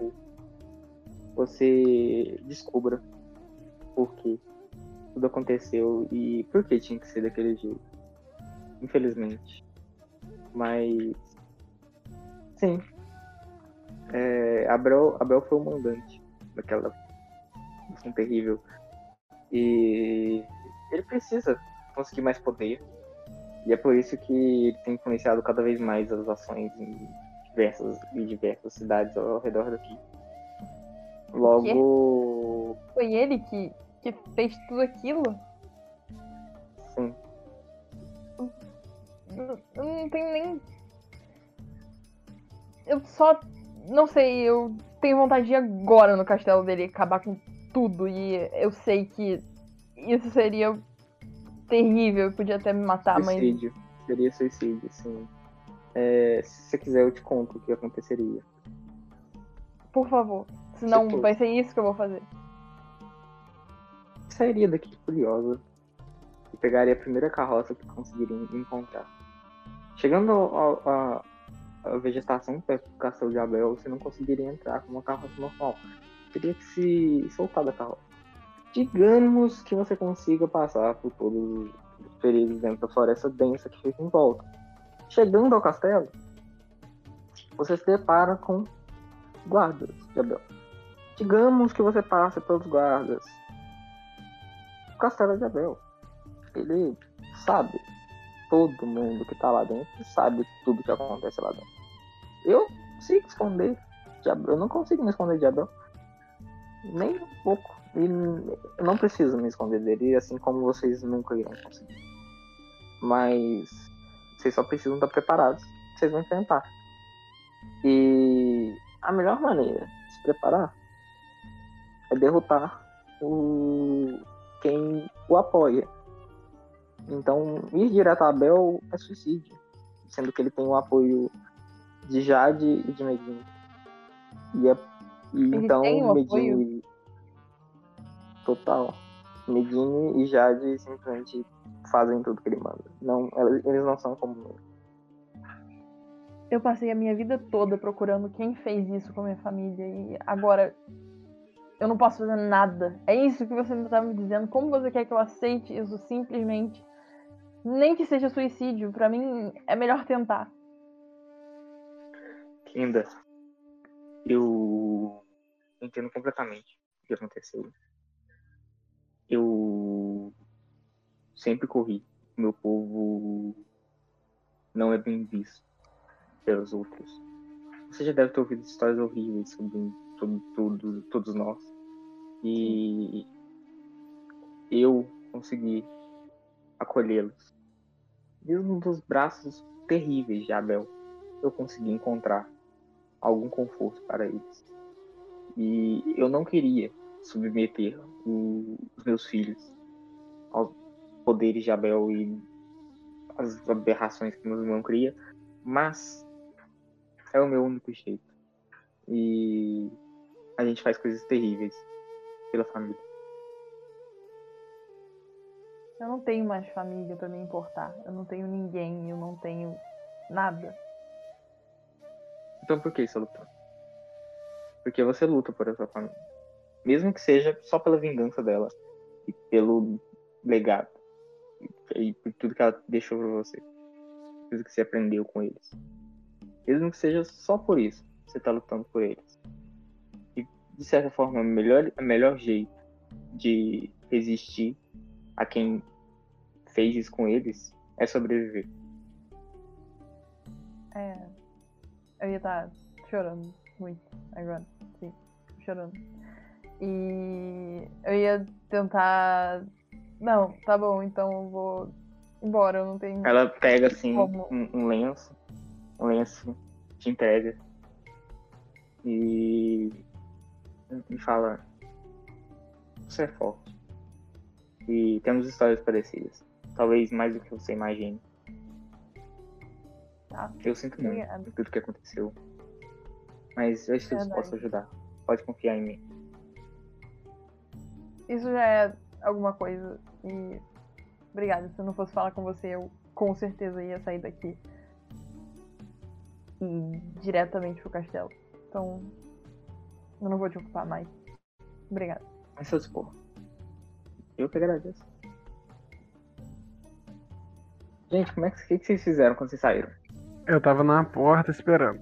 você descubra por que tudo aconteceu e por que tinha que ser daquele jeito. Infelizmente. Mas sim. É, Abel, Abel foi o mandante daquela missão terrível. E ele precisa conseguir mais poder. E é por isso que ele tem influenciado cada vez mais as ações em diversas e diversas cidades ao redor daqui. Logo, Foi ele que, que fez tudo aquilo? sim. Eu eu não tenho nem. Eu só. Não sei, eu tenho vontade de ir agora no castelo dele e acabar com tudo. E eu sei que isso seria terrível, eu podia até me matar, mas. Suicídio. Seria suicídio, sim. É, se você quiser, eu te conto o que aconteceria. Por favor. Senão Tipo- vai ser isso que eu vou fazer. Sairia daqui curiosa e pegaria a primeira carroça que conseguiria encontrar. Chegando ao- ao- à vegetação perto do castelo de Abel, você não conseguiria entrar com uma carroça normal. Teria que se soltar da carroça. Digamos que você consiga passar por todos os perigos dentro da floresta densa que fica em volta. Chegando ao castelo, você se depara com guardas de Abel. Digamos que você passe pelos guardas. O castelo é de Abel. Ele sabe. Todo mundo que tá lá dentro sabe tudo que acontece lá dentro. Eu consigo esconder de Abel. Eu não consigo me esconder de Abel. Nem um pouco. E eu não preciso me esconder dele, assim como vocês nunca irão conseguir. Mas vocês só precisam estar preparados. Vocês vão enfrentar. E a melhor maneira de se preparar é derrotar o quem o apoia. Então, ir direto a Abel é suicídio, sendo que ele tem o apoio de Jade e de Medina. E, é, e Ele então tem o Medina apoio? total. Medine e Jade simplesmente fazem tudo que ele manda. Não, elas- eles não são como ele. Eu passei a minha vida toda procurando quem fez isso com a minha família e agora eu não posso fazer nada. É isso que você está me dizendo? Como você quer que eu aceite isso simplesmente? Nem que seja suicídio, pra mim é melhor tentar. Linda, eu entendo completamente o que aconteceu. Eu sempre corri. Meu povo não é bem visto pelos outros. Você já deve ter ouvido histórias horríveis sobre todo, todo, todos nós. E eu consegui acolhê-los. Mesmo dos braços terríveis de Abel, eu consegui encontrar algum conforto para eles. E eu não queria submeter o, os meus filhos aos poderes de Abel e as aberrações que meu irmão cria, mas é o meu único jeito. E a gente faz coisas terríveis pela família. Eu não tenho mais família pra me importar. Eu não tenho ninguém, eu não tenho nada. Então por que isso lutando? Porque você luta por essa família. Mesmo que seja só pela vingança dela e pelo legado. E por tudo que ela deixou pra você. Tudo que você aprendeu com eles. Mesmo que seja só por isso, você tá lutando por eles. E de certa forma, o melhor, o melhor jeito de resistir a quem fez isso com eles é sobreviver. É. Eu ia estar chorando muito agora. Sim, chorando. E eu ia tentar. Não, tá bom, então eu vou embora. Eu não tenho. Ela pega assim Como? um, um lenço, um lenço, te entrega e me fala: você é forte. E temos histórias parecidas. Talvez mais do que você imagine. Tá. Eu sinto muito Obrigada. por tudo que aconteceu. Mas eu estou Verdade. disposto a ajudar. Pode confiar em mim. Isso já é alguma coisa. E obrigada. Se eu não fosse falar com você, eu com certeza ia sair daqui e ir diretamente pro castelo. Então, eu não vou te ocupar mais. Obrigada. Mas seu dispor. Eu que agradeço. Gente, como é que, que, que vocês fizeram quando vocês saíram? Eu tava na porta esperando.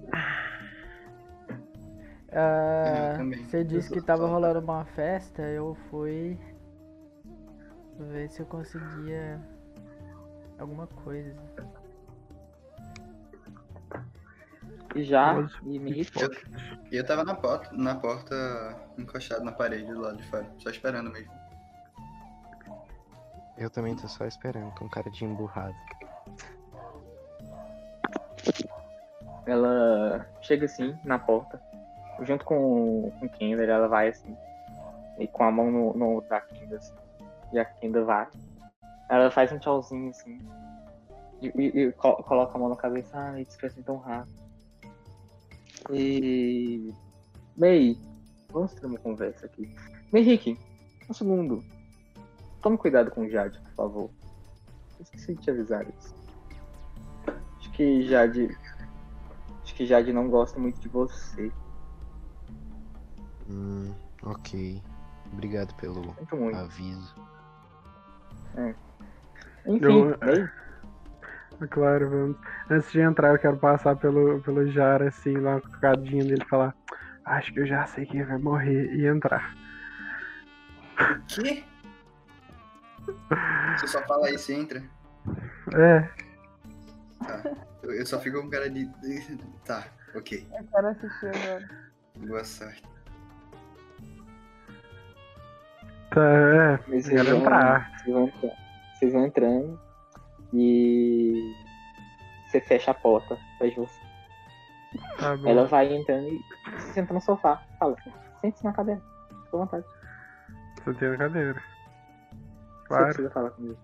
Ah, Eu também. você disse que Eu tava só- rolando uma festa, eu fui ver se eu conseguia alguma coisa. E já, Mas- e me responde. E eu tava na porta, na porta, encostado na parede do lado de fora, só esperando mesmo. Eu também tô só esperando, com cara de emburrado. Ela chega assim, na porta, junto com, com o Kendall, ela vai assim, e com a mão no, no ombro da Kendall, assim, e a Kendall vai. Ela faz um tchauzinho assim, e, e- e co- coloca a mão na cabeça, ai, descansa tão rápido. E. May, vamos ter uma conversa aqui. May Rick, um segundo. Tome cuidado com o Jade, por favor. Eu esqueci de te avisar isso. Acho que Jade. Acho que Jade não gosta muito de você. Hum, ok. Obrigado pelo Sinto muito. aviso. Enfim, Eu- May, Claro, vamos. Antes de entrar, eu quero passar pelo, pelo Jara, assim, lá com o cadinho dele e falar: acho que eu já sei quem vai morrer e entrar. Quê? Você só fala isso e entra? É, Tá. Eu, eu só fico com cara de. Tá, ok. Eu quero assistir agora. Boa sorte. tá, é. vocês Quero vão, entrar. vocês vão entrar. Vocês vão entrando e você fecha a porta atrás de você. Tá bom. Ela vai entrando e se senta no sofá. Fala, sente-se na cadeira. Fica à vontade. Você tem na cadeira. Você Claro. precisa falar comigo.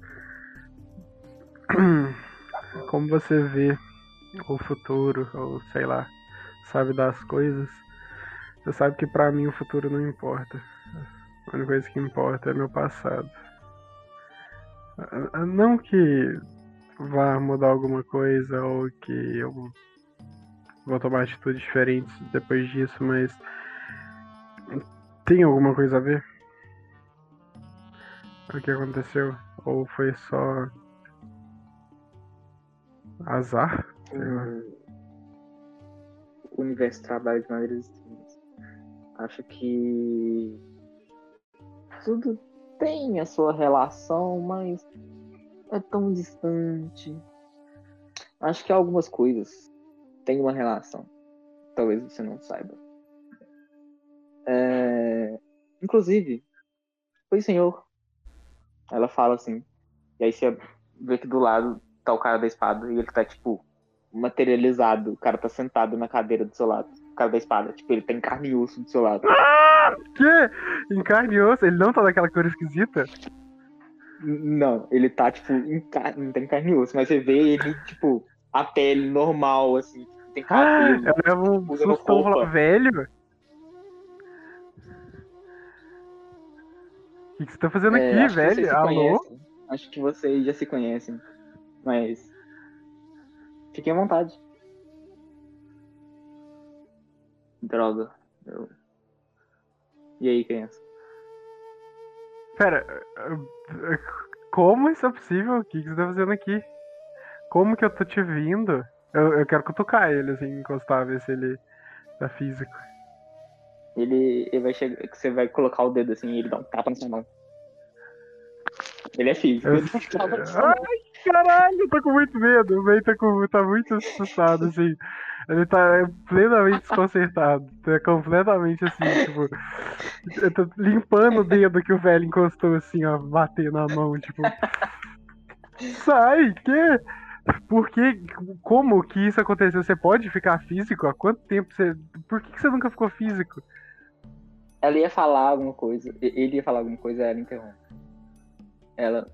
Como você vê o futuro, ou sei lá, sabe das coisas, você sabe que pra mim o futuro não importa. A única coisa que importa é meu passado. Não que vá mudar alguma coisa ou que eu vou tomar atitudes diferentes depois disso, mas tem alguma coisa a ver? O que aconteceu? Ou foi só azar? Sei lá. O universo trabalha de maneiras distintas. Acho que tudo tem a sua relação, mas é tão distante. Acho que algumas coisas têm uma relação. Talvez você não saiba. É... Inclusive, oi senhor. Ela fala assim. E aí você vê que do lado tá o cara da espada e ele tá tipo materializado. O cara tá sentado na cadeira do seu lado. O cara da espada, tipo, ele tá em carne e osso do seu lado. Ah! Que? Em carne e osso? Ele não tá daquela cor esquisita? Não, ele tá, tipo, em car... não tem carne e osso, mas você vê ele, tipo, a pele normal, assim, tem cabelo. Eu levo um usando sustão roupa. lá, velho. O que, que você tá fazendo É, aqui, acho que vocês velho? se Alô? conhecem. Acho que vocês já se conhecem. Mas fiquem à vontade. Droga. Eu... E aí, criança? Pera, como isso é possível? O que, que você tá fazendo aqui? Como que eu tô te vindo? Eu, eu quero cutucar ele, assim, encostar, ver se ele tá físico. Ele, ele vai chegar, você vai colocar o dedo assim e ele dá um tapa na sua mão. Ele é físico, Eu- ele dá um tapa na sua mão. Ai, caralho, eu tô com muito medo. O Ben tá, com, tá muito assustado, assim. Ele tá plenamente desconcertado. Tá completamente assim, tipo. Eu tô limpando o dedo que o velho encostou, assim, ó, bater na mão, tipo. Sai, que? Por que? Como que isso aconteceu? Você pode ficar físico? Há quanto tempo você. Por que, que você nunca ficou físico? Ela ia falar alguma coisa, ele ia falar alguma coisa, ela interrompe. Ela.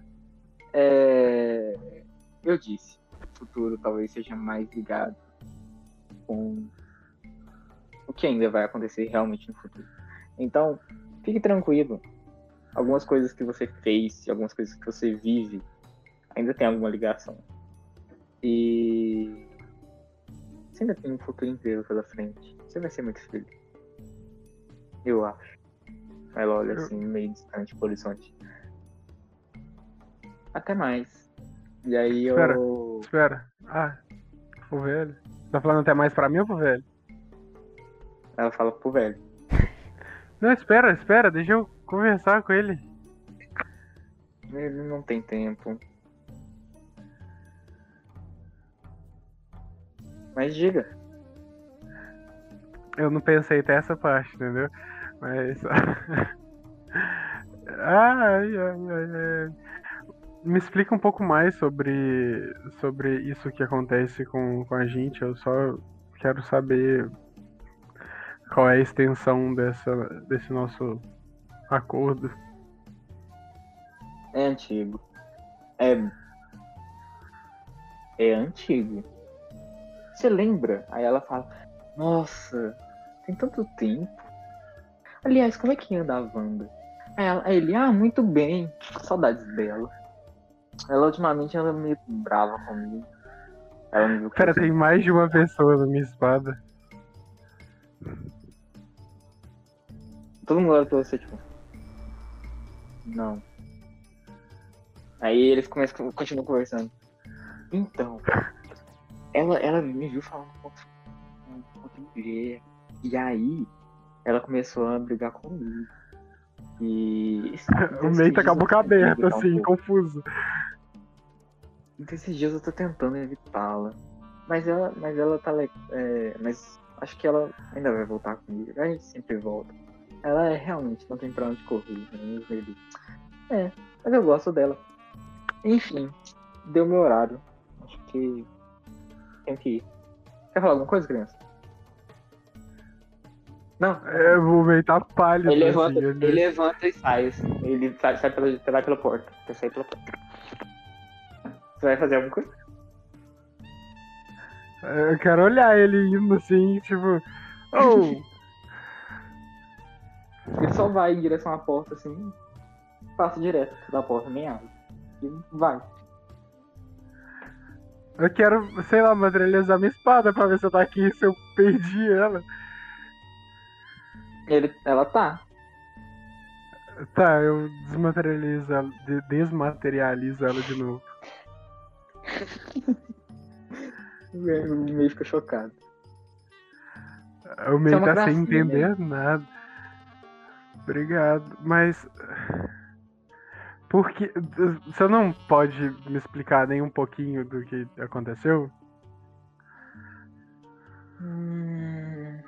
É... Eu disse, o futuro talvez seja mais ligado com o que ainda vai acontecer realmente no futuro. Então, fique tranquilo. Algumas coisas que você fez, algumas coisas que você vive, ainda tem alguma ligação. E você ainda tem um futuro inteiro pela frente. Você vai ser muito feliz. Eu acho. Ela olha assim, meio distante pro horizonte. Até mais. E aí Espera. eu. Espera. Ah, o velho. Tá falando até mais pra mim ou pro velho? Ela fala pro velho. Não, espera, espera, deixa eu conversar com ele. Ele não tem tempo. Mas diga. Eu não pensei até essa parte, entendeu? Mas. ai, ai, ai, ai. Me explica um pouco mais sobre, sobre isso que acontece com, com a gente. Eu só quero saber qual é a extensão dessa, desse nosso acordo. É antigo. É. É antigo. Você lembra? Aí ela fala: Nossa, tem tanto tempo. Aliás, como é que anda a Wanda? Aí, ela, aí ele: Ah, muito bem. Saudades dela. Ela ultimamente anda meio brava comigo. Ela me viu Pera, crescer. tem mais de uma pessoa na minha espada. Todo mundo olha pra você, tipo. Não. Aí eles começam, continuam conversando. Então, ela, ela me viu falando com outra com outra mulher. E aí, ela começou a brigar comigo. E. O meio tá com a boca aberta, evitar um assim, pouco. confuso. Desses dias eu tô tentando evitá-la. Mas ela, mas ela tá. le- É, mas acho que ela ainda vai voltar comigo. A gente sempre volta. Ela é, realmente não tem pra onde correr. Né? Ele- É, mas eu gosto dela. Enfim, deu meu horário. Acho que tenho que ir. Quer falar alguma coisa, criança? Não. É, o meio tá pálido, Ele assim. levanta, ele- ele levanta e sai. Assim. Ele sai, sai pela, você vai pela porta. Você sai pela porta. Você vai fazer alguma coisa? Eu quero olhar ele indo assim, tipo. Oh! Ele só vai em direção à porta, assim, passa direto da porta, nem abre. E vai. Eu quero, sei lá, materializar minha espada pra ver se eu tá aqui, se eu perdi ela. Ele, ela tá. Tá, eu desmaterializo ela, de- desmaterializo ela de novo. O meio fica chocado. O meio Isso é uma tá sem gracinha, entender nada. Obrigado, mas. Por que. Você não pode me explicar nem um pouquinho do que aconteceu? Hum...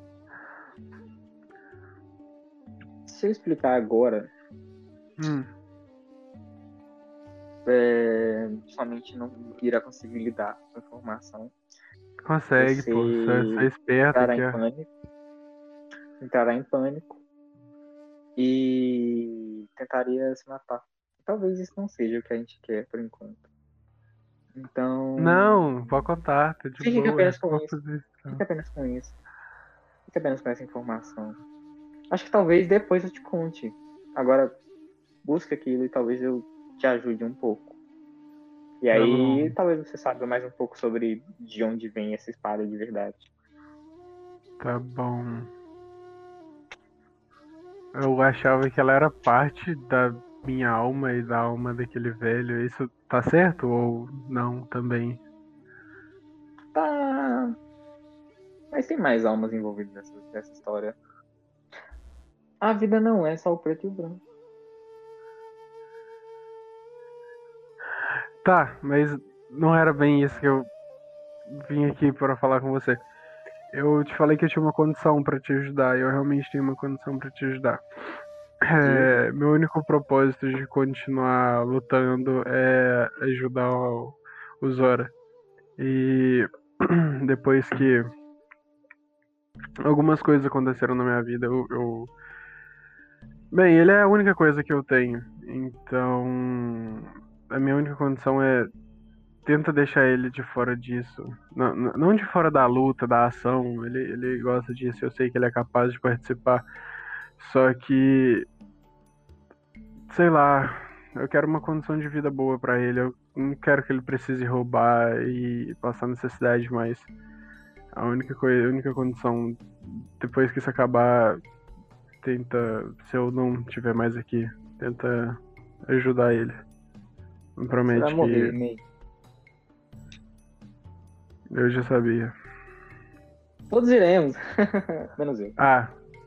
Se eu explicar agora, Hum, é... somente não irá conseguir lidar com a informação. consegue, Você pô. Você é esperto entrará aqui, em ó. pânico. Entrará em pânico. E tentaria se matar. Talvez isso não seja o que a gente quer por enquanto. Então. Não, pode contar, tá de Fique boa. apenas com Vou isso. fazer isso. não. Fique apenas com isso. Fique apenas com essa informação. Acho que talvez depois eu te conte. Agora, busca aquilo e talvez eu te ajude um pouco. E Tá aí, bom. talvez você saiba mais um pouco sobre de onde vem essa espada de verdade. Tá bom. Eu achava que ela era parte da minha alma e da alma daquele velho. Isso tá certo ou não também? Tá. Mas tem mais almas envolvidas nessa, nessa história. A vida não é só o preto e o branco. Tá, mas não era bem isso que eu vim aqui para falar com você. Eu te falei que eu tinha uma condição para te ajudar. E eu realmente tenho uma condição para te ajudar. É, meu único propósito de continuar lutando é ajudar o, o Zora. E depois que algumas coisas aconteceram na minha vida, eu, eu- Bem, ele é a única coisa que eu tenho. Então, a minha única condição é tenta deixar ele de fora disso. Não, não não de fora da luta, da ação. Ele, ele gosta disso, eu sei que ele é capaz de participar. Só que, sei lá, eu quero uma condição de vida boa pra ele. Eu não quero que ele precise roubar e passar necessidade, mas a única coisa, a única condição, depois que isso acabar, tenta, se eu não estiver mais aqui, tenta ajudar ele. Me Você vai promete morrer, que Ney. eu já sabia. Todos iremos. Menos eu. Ah,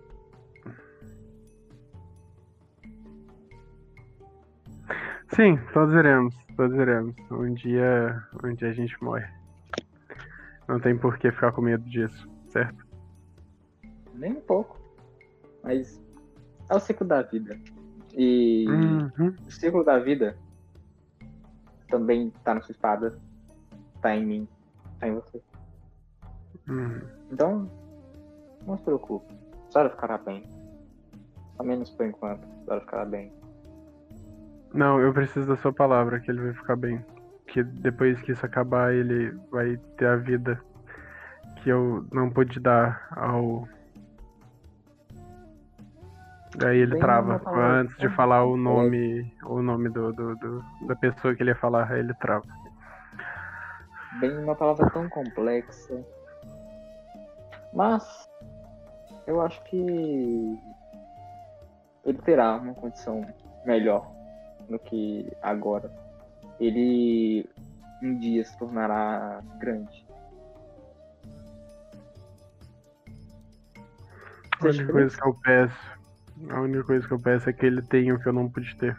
sim, todos iremos, todos iremos. Um dia, um dia a gente morre. Não tem por que ficar com medo disso, certo? Nem um pouco. Mas é o ciclo da vida. E Uhum. o ciclo da vida também tá na sua espada, tá em mim, tá em você. Uhum. Então, não se preocupe. Zora ficará bem. Ao menos por enquanto, Zora ficará bem. Não, eu preciso da sua palavra que ele vai ficar bem. Que depois que isso acabar, ele vai ter a vida que eu não pude dar ao. Daí ele Bem trava. uma palavra Antes de tão falar o complexa. nome, o nome do, do- do- da pessoa que ele ia falar, aí ele trava. Bem uma palavra tão complexa. Mas eu acho que ele terá uma condição melhor do que agora. Ele um dia se tornará grande. A Seja única feliz. coisa que eu peço. A única coisa que eu peço é que ele tenha o que eu não pude ter.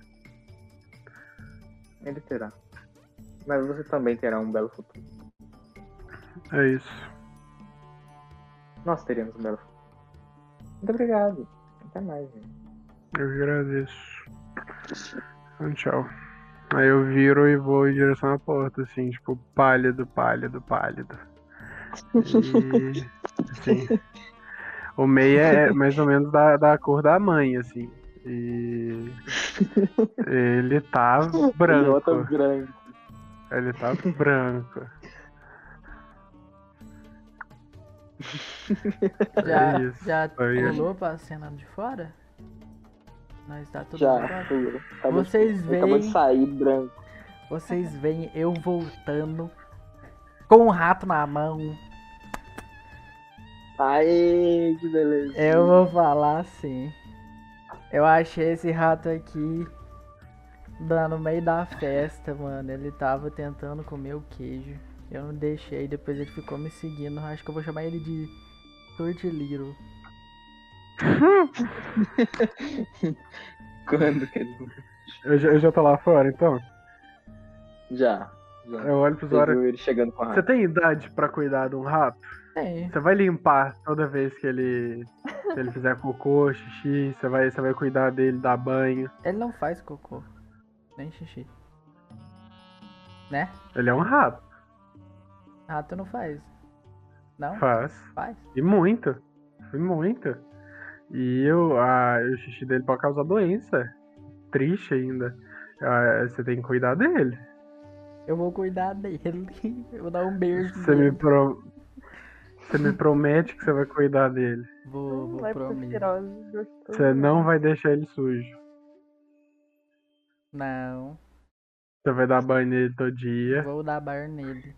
Ele terá. Mas você também terá um belo futuro. É isso. Nós teremos um belo futuro. Muito obrigado. Até mais, gente. Eu agradeço. Então, tchau. Aí eu viro e vou em direção à porta, assim, tipo, pálido, pálido, pálido. E. Assim. O meia é mais ou menos da, da cor da mãe, assim. E. Ele tá branco. grande. Ele tá branco. Já, É isso. já Aí, rolou pra cena de fora? Nós tá tudo Já, bem. tu- acabou, de- Vocês acabou de veem, sair branco. vocês veem eu voltando com um rato na mão. Aê, que beleza. Eu vou falar assim. Eu achei esse rato aqui lá no meio da festa, mano. Ele tava tentando comer o queijo. Eu não deixei, depois ele ficou me seguindo. Acho que eu vou chamar ele de Tortiliro. Quando que ele... Eu já, eu já tô lá fora, então. Já. já. Eu olho pros Você olhos. viu ele chegando com a Você rato. tem idade pra cuidar de um rato? Tem. Você vai limpar toda vez que ele, que ele fizer cocô, xixi, você vai, você vai cuidar dele, dar banho. Ele não faz cocô. Nem xixi. Né? Ele é um rato, Rato não faz. Não? faz. Faz. E muito. E muito. E eu, ah, o xixi dele pode causar doença. Triste ainda. Ah, você tem que cuidar dele. Eu vou cuidar dele. Eu vou dar um beijo Você me, nele. pro... você me promete que você vai cuidar dele. Vou, vou prometer. Leptospirose, gostoso. Você não vai deixar ele sujo. Não. Você vai dar banho nele todo dia. Vou dar bar nele.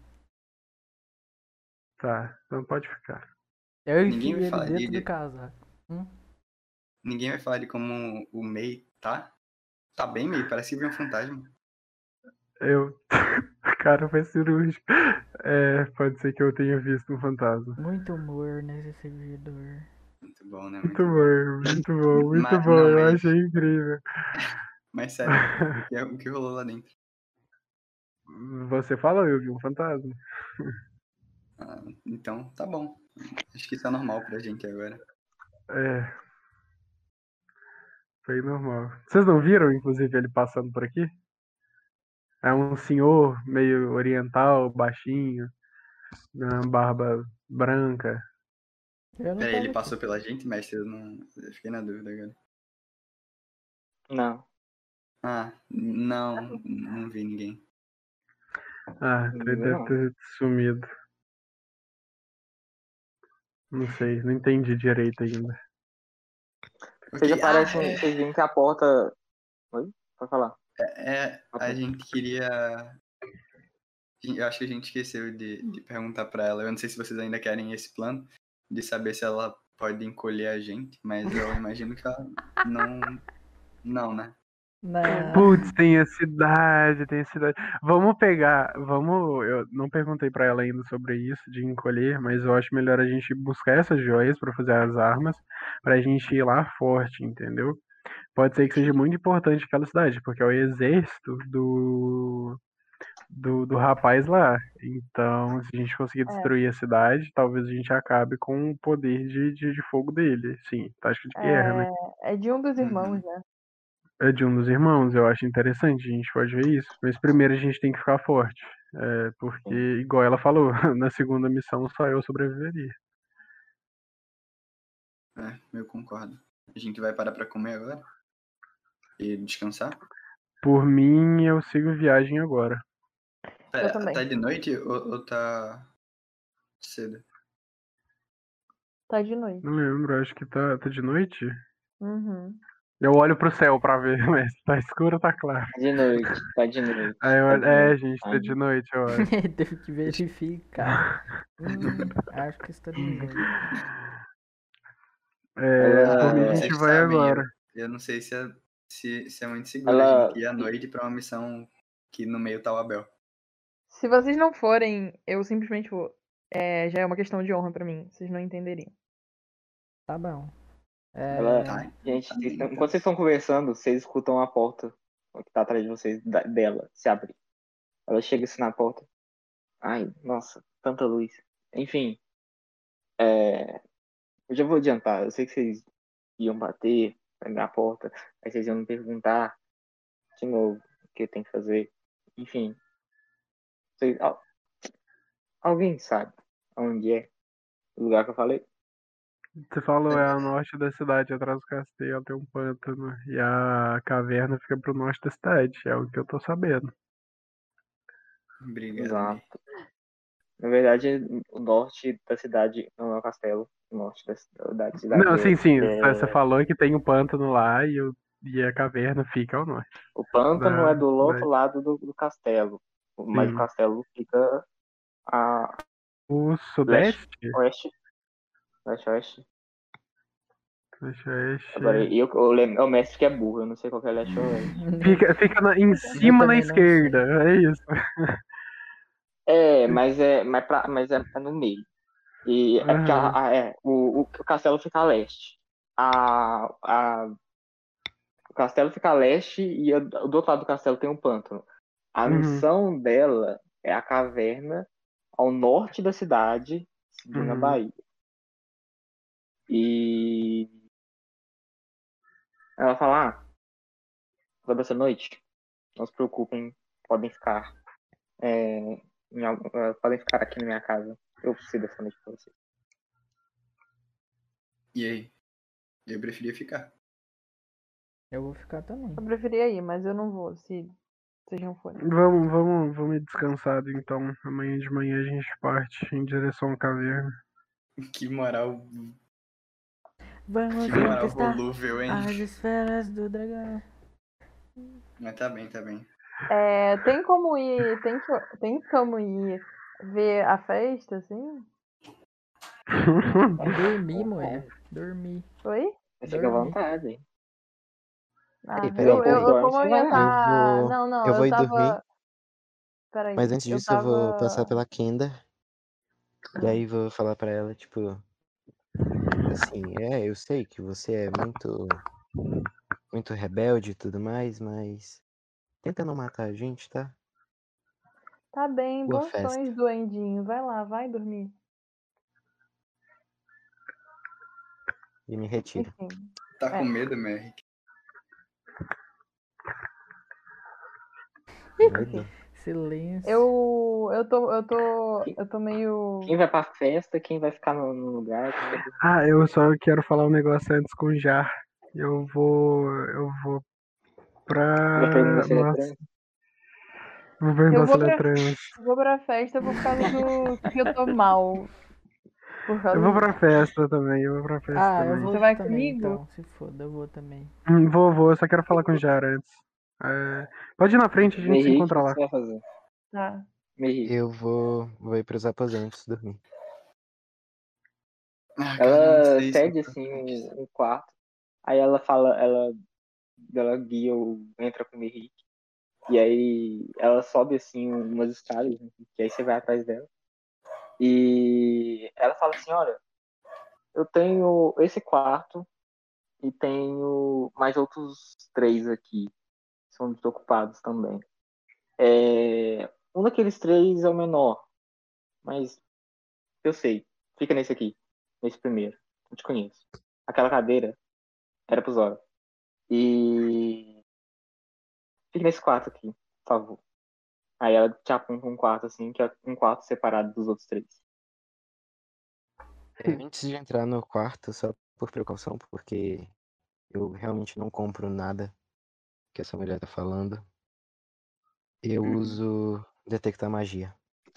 Tá, então pode ficar. Eu Ninguém enfio vai ele falar dentro de- do casaco. Ninguém vai falar de como o Mei tá. Tá bem, Mei? Parece que viu um fantasma. Eu. O cara foi cirúrgico. É, pode ser que eu tenha visto um fantasma. Muito humor nesse servidor. Muito bom, né? Muito bom, muito bom, muito Mas- bom. não, Eu mas- achei incrível. Mas sério, o que, é- o que rolou lá dentro? Você falou, eu vi um fantasma. Ah, então, tá bom. Acho que isso é normal pra gente agora. É. Foi normal. Vocês não viram, inclusive, ele passando por aqui? É um senhor meio oriental, baixinho, uma barba branca. Eu não Peraí, tava ele aqui. passou pela gente, mestre? Eu não. Eu fiquei na dúvida agora. Não. Ah, não, não vi ninguém. Ah, Não ele vi, deve não. ter sumido. Não sei, não entendi direito ainda. Vocês Ok, aparecem, ah, é- vocês veem que a porta. Oi? Pode falar. É, a gente queria. Eu acho que a gente esqueceu de, de perguntar pra ela. Eu não sei se vocês ainda querem esse plano de saber se ela pode encolher a gente, mas eu imagino que ela não. Não, né? Não. Putz, tem a cidade, tem a cidade. Vamos pegar, vamos. Eu não perguntei pra ela ainda sobre isso, de encolher, mas eu acho melhor a gente buscar essas joias pra fazer as armas, pra gente ir lá forte, entendeu? Pode ser que seja muito importante aquela cidade, porque é o exército do, do, do rapaz lá. Então, se a gente conseguir destruir a cidade, talvez a gente acabe com o poder de, de, de fogo dele. Sim, tática de guerra, né? É, é de um dos irmãos, Uhum. né? É de um dos irmãos, eu acho interessante, a gente pode ver isso. Mas primeiro a gente tem que ficar forte. É, porque, igual ela falou, na segunda missão só eu sobreviveria. É, eu concordo. A gente vai parar pra comer agora? E descansar? Por mim, eu sigo viagem agora. Pera, também. tá de noite ou, ou tá cedo? Tá de noite. Não lembro, acho que tá, tá de noite. Uhum. Eu olho pro céu pra ver, mas tá escuro ou tá claro? Tá de noite, tá de noite. Aí eu tá olho, de é, noite. gente, tá Ai, de noite, eu acho. Teve que verificar. Hum, acho que está de noite. É, Ela- por mim a é, gente Vocês vai sabem, agora. Eu, eu não sei se é, se, se é muito seguro a Ela- gente ir à noite pra uma missão que no meio tá o Abel. Se vocês não forem, eu simplesmente vou. É, já é uma questão de honra pra mim. Vocês não entenderiam. Tá bom. É, Ela- Tá? Gente, Tá vocês bem, tão- então. enquanto vocês estão conversando, vocês escutam a porta que tá atrás de vocês, da- dela, se abrir. Ela chega assim na porta. Ai, nossa, tanta luz. Enfim, é, eu já vou adiantar. Eu sei que vocês iam bater na porta, aí vocês iam me perguntar de novo o que eu tenho que fazer. Enfim, vocês- al- alguém sabe onde é o lugar que eu falei? Você falou, é a norte da cidade, atrás do castelo tem um pântano. E a caverna fica pro norte da cidade, é o que eu tô sabendo. Obrigado, Exato. Ney. Na verdade, o norte da cidade não é o castelo. O norte da, da cidade Não, é- sim, sim, é- você falou que tem um pântano lá e eu E a caverna fica ao norte. O pântano Da é do outro cidade. lado do, do castelo. Mas o Sim. castelo fica a O leste, sudeste? oeste, leste, oeste. Leste, oeste. Agora, eu, eu lembro, é o mestre que é burro, eu não sei qual que é leste ou oeste. Fica, fica na- em Eu cima na também não esquerda. sei. É isso. É, mas é, mas, pra, mas é, é no meio. E é porque a, Aham. a- é, o, o, o castelo fica a leste. A, a, o castelo fica a leste e a- do outro lado do castelo tem um pântano. A Uhum. missão dela é a caverna ao norte da cidade, seguindo a Uhum. Bahia. E ela fala, ah, toda essa noite, não se preocupem, podem ficar, é, em al- eh, podem ficar aqui na minha casa. Eu preciso dessa noite pra vocês. E aí? Eu preferia ficar. Eu vou ficar também. Eu preferia ir, mas eu não vou, se vocês não forem. Vamos, vamos, vamos ir descansado então. Amanhã de manhã a gente parte em direção à caverna. Que moral, Vamos que moral conquistar volúvel, hein? as esferas do dragão. Mas tá bem, tá bem. É, tem como ir, tem, que, tem como ir ver a festa, assim? Dormir, mulher. Dormir. Oi? Você fica à Dormir. vontade. Ah, Peraí, Se peraí, eu, o povo eu, peraí. eu- dorme, como eu você ia vai lá. Eu estar. vou. Não, não, Eu eu vou ir dormir, tava. Peraí, mas antes eu disso eu vou passar tava. pela Kenda. E Ah, aí vou falar pra ela, tipo, assim, é, eu sei que você é muito, muito rebelde e tudo mais, mas tenta não matar a gente, tá? tá bem, Boa bons festa. sonhos, duendinho. Vai lá, vai dormir. E me retiro. Enfim. Tá É. com medo, Merrick? Medo? Silêncio. Eu. Eu tô. Eu tô. Eu tô meio. Quem vai pra festa, quem vai ficar no, no lugar, quem vai dormir. Ah, eu só quero falar um negócio antes com o Jar. Eu vou. Eu vou Você vai perguntar pra. se ele é Nossa, trans? vou Eu perguntar se vou ele é pra, trans. vou pra festa por causa do. Porque eu tô mal. Por Eu causa vou disso. pra festa também, eu vou pra festa Ah, eu também. vou Você vai também comigo? então. Se foda, eu vou também. Hum, Vou, vou, eu só quero falar com o Jar antes. É, pode ir na frente, a gente se Henrique, encontra o que lá. você vai fazer? Tá. Henrique. Eu vou, vou ir pros aposentos dormir. Ah, cara, não Ela sei se eu cede assim um, um quarto. Aí ela fala, ela, ela guia o entra com o Henrique. E aí ela sobe assim umas escadas, né, que aí você vai atrás dela. E ela fala assim, olha, eu tenho esse quarto e tenho mais outros três aqui. São desocupados também. É, um daqueles três é o menor, mas eu sei. Fica nesse aqui, nesse primeiro. Eu te conheço. Aquela cadeira era pro Zoro. E fica nesse quarto aqui, por favor. Aí ela te aponta um quarto assim, que é um quarto separado dos outros três. É, antes de entrar no quarto, só por precaução, porque eu realmente não compro nada que essa mulher tá falando, eu Uhum. uso detectar magia.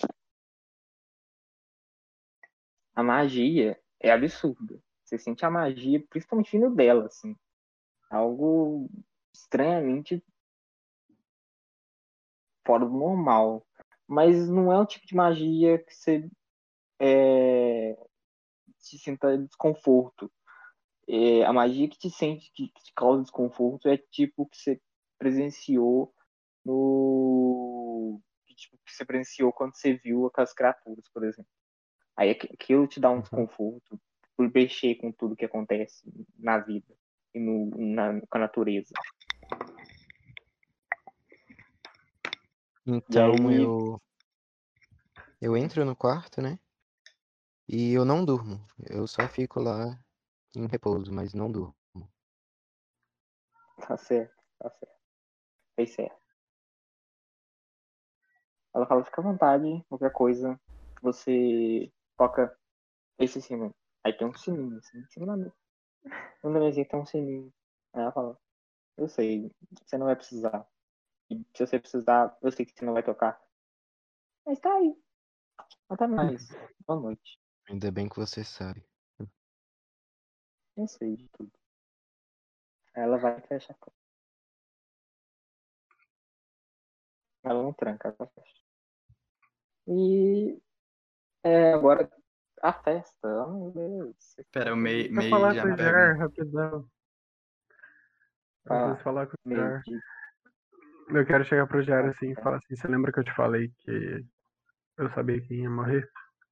A magia é absurda. Você sente a magia, principalmente vindo dela, assim. Algo estranhamente fora do normal. Mas não é o tipo de magia que você é, te sinta desconforto. É, a magia que te sente, que, que te causa desconforto é tipo que você presenciou no. Que, tipo, que você presenciou quando você viu aquelas criaturas, por exemplo. Aí aqu- aquilo te dá um Uhum. desconforto por mexer com tudo que acontece na vida e no, na, com a natureza. E Então aí, eu eu entro no quarto, né? E eu não durmo. Eu só fico lá em repouso, mas não durmo. tá certo, tá certo. Fez certo. Ela fala, fica à vontade, qualquer coisa, você toca esse sino. Aí tem um sininho, assim, em cima da mesa. No mesinha tem um sininho. Aí ela fala, eu sei, você não vai precisar. E se você precisar, eu sei que você não vai tocar. Mas tá aí. Até mais. Boa noite. Ainda bem que você sabe. Eu sei de tudo. Ela vai fechar a porta. Ela não tranca, ela fecha. E é, agora a festa. Oh, meu Deus. Pera, o Mei, Deixa eu Mei falar já com o pega. Jar, rapidão. Eu Ah, preciso falar com o meio Jar. de... Eu quero chegar pro Jar Ah, assim e tá. falar assim, você lembra que eu te falei que eu sabia quem ia morrer?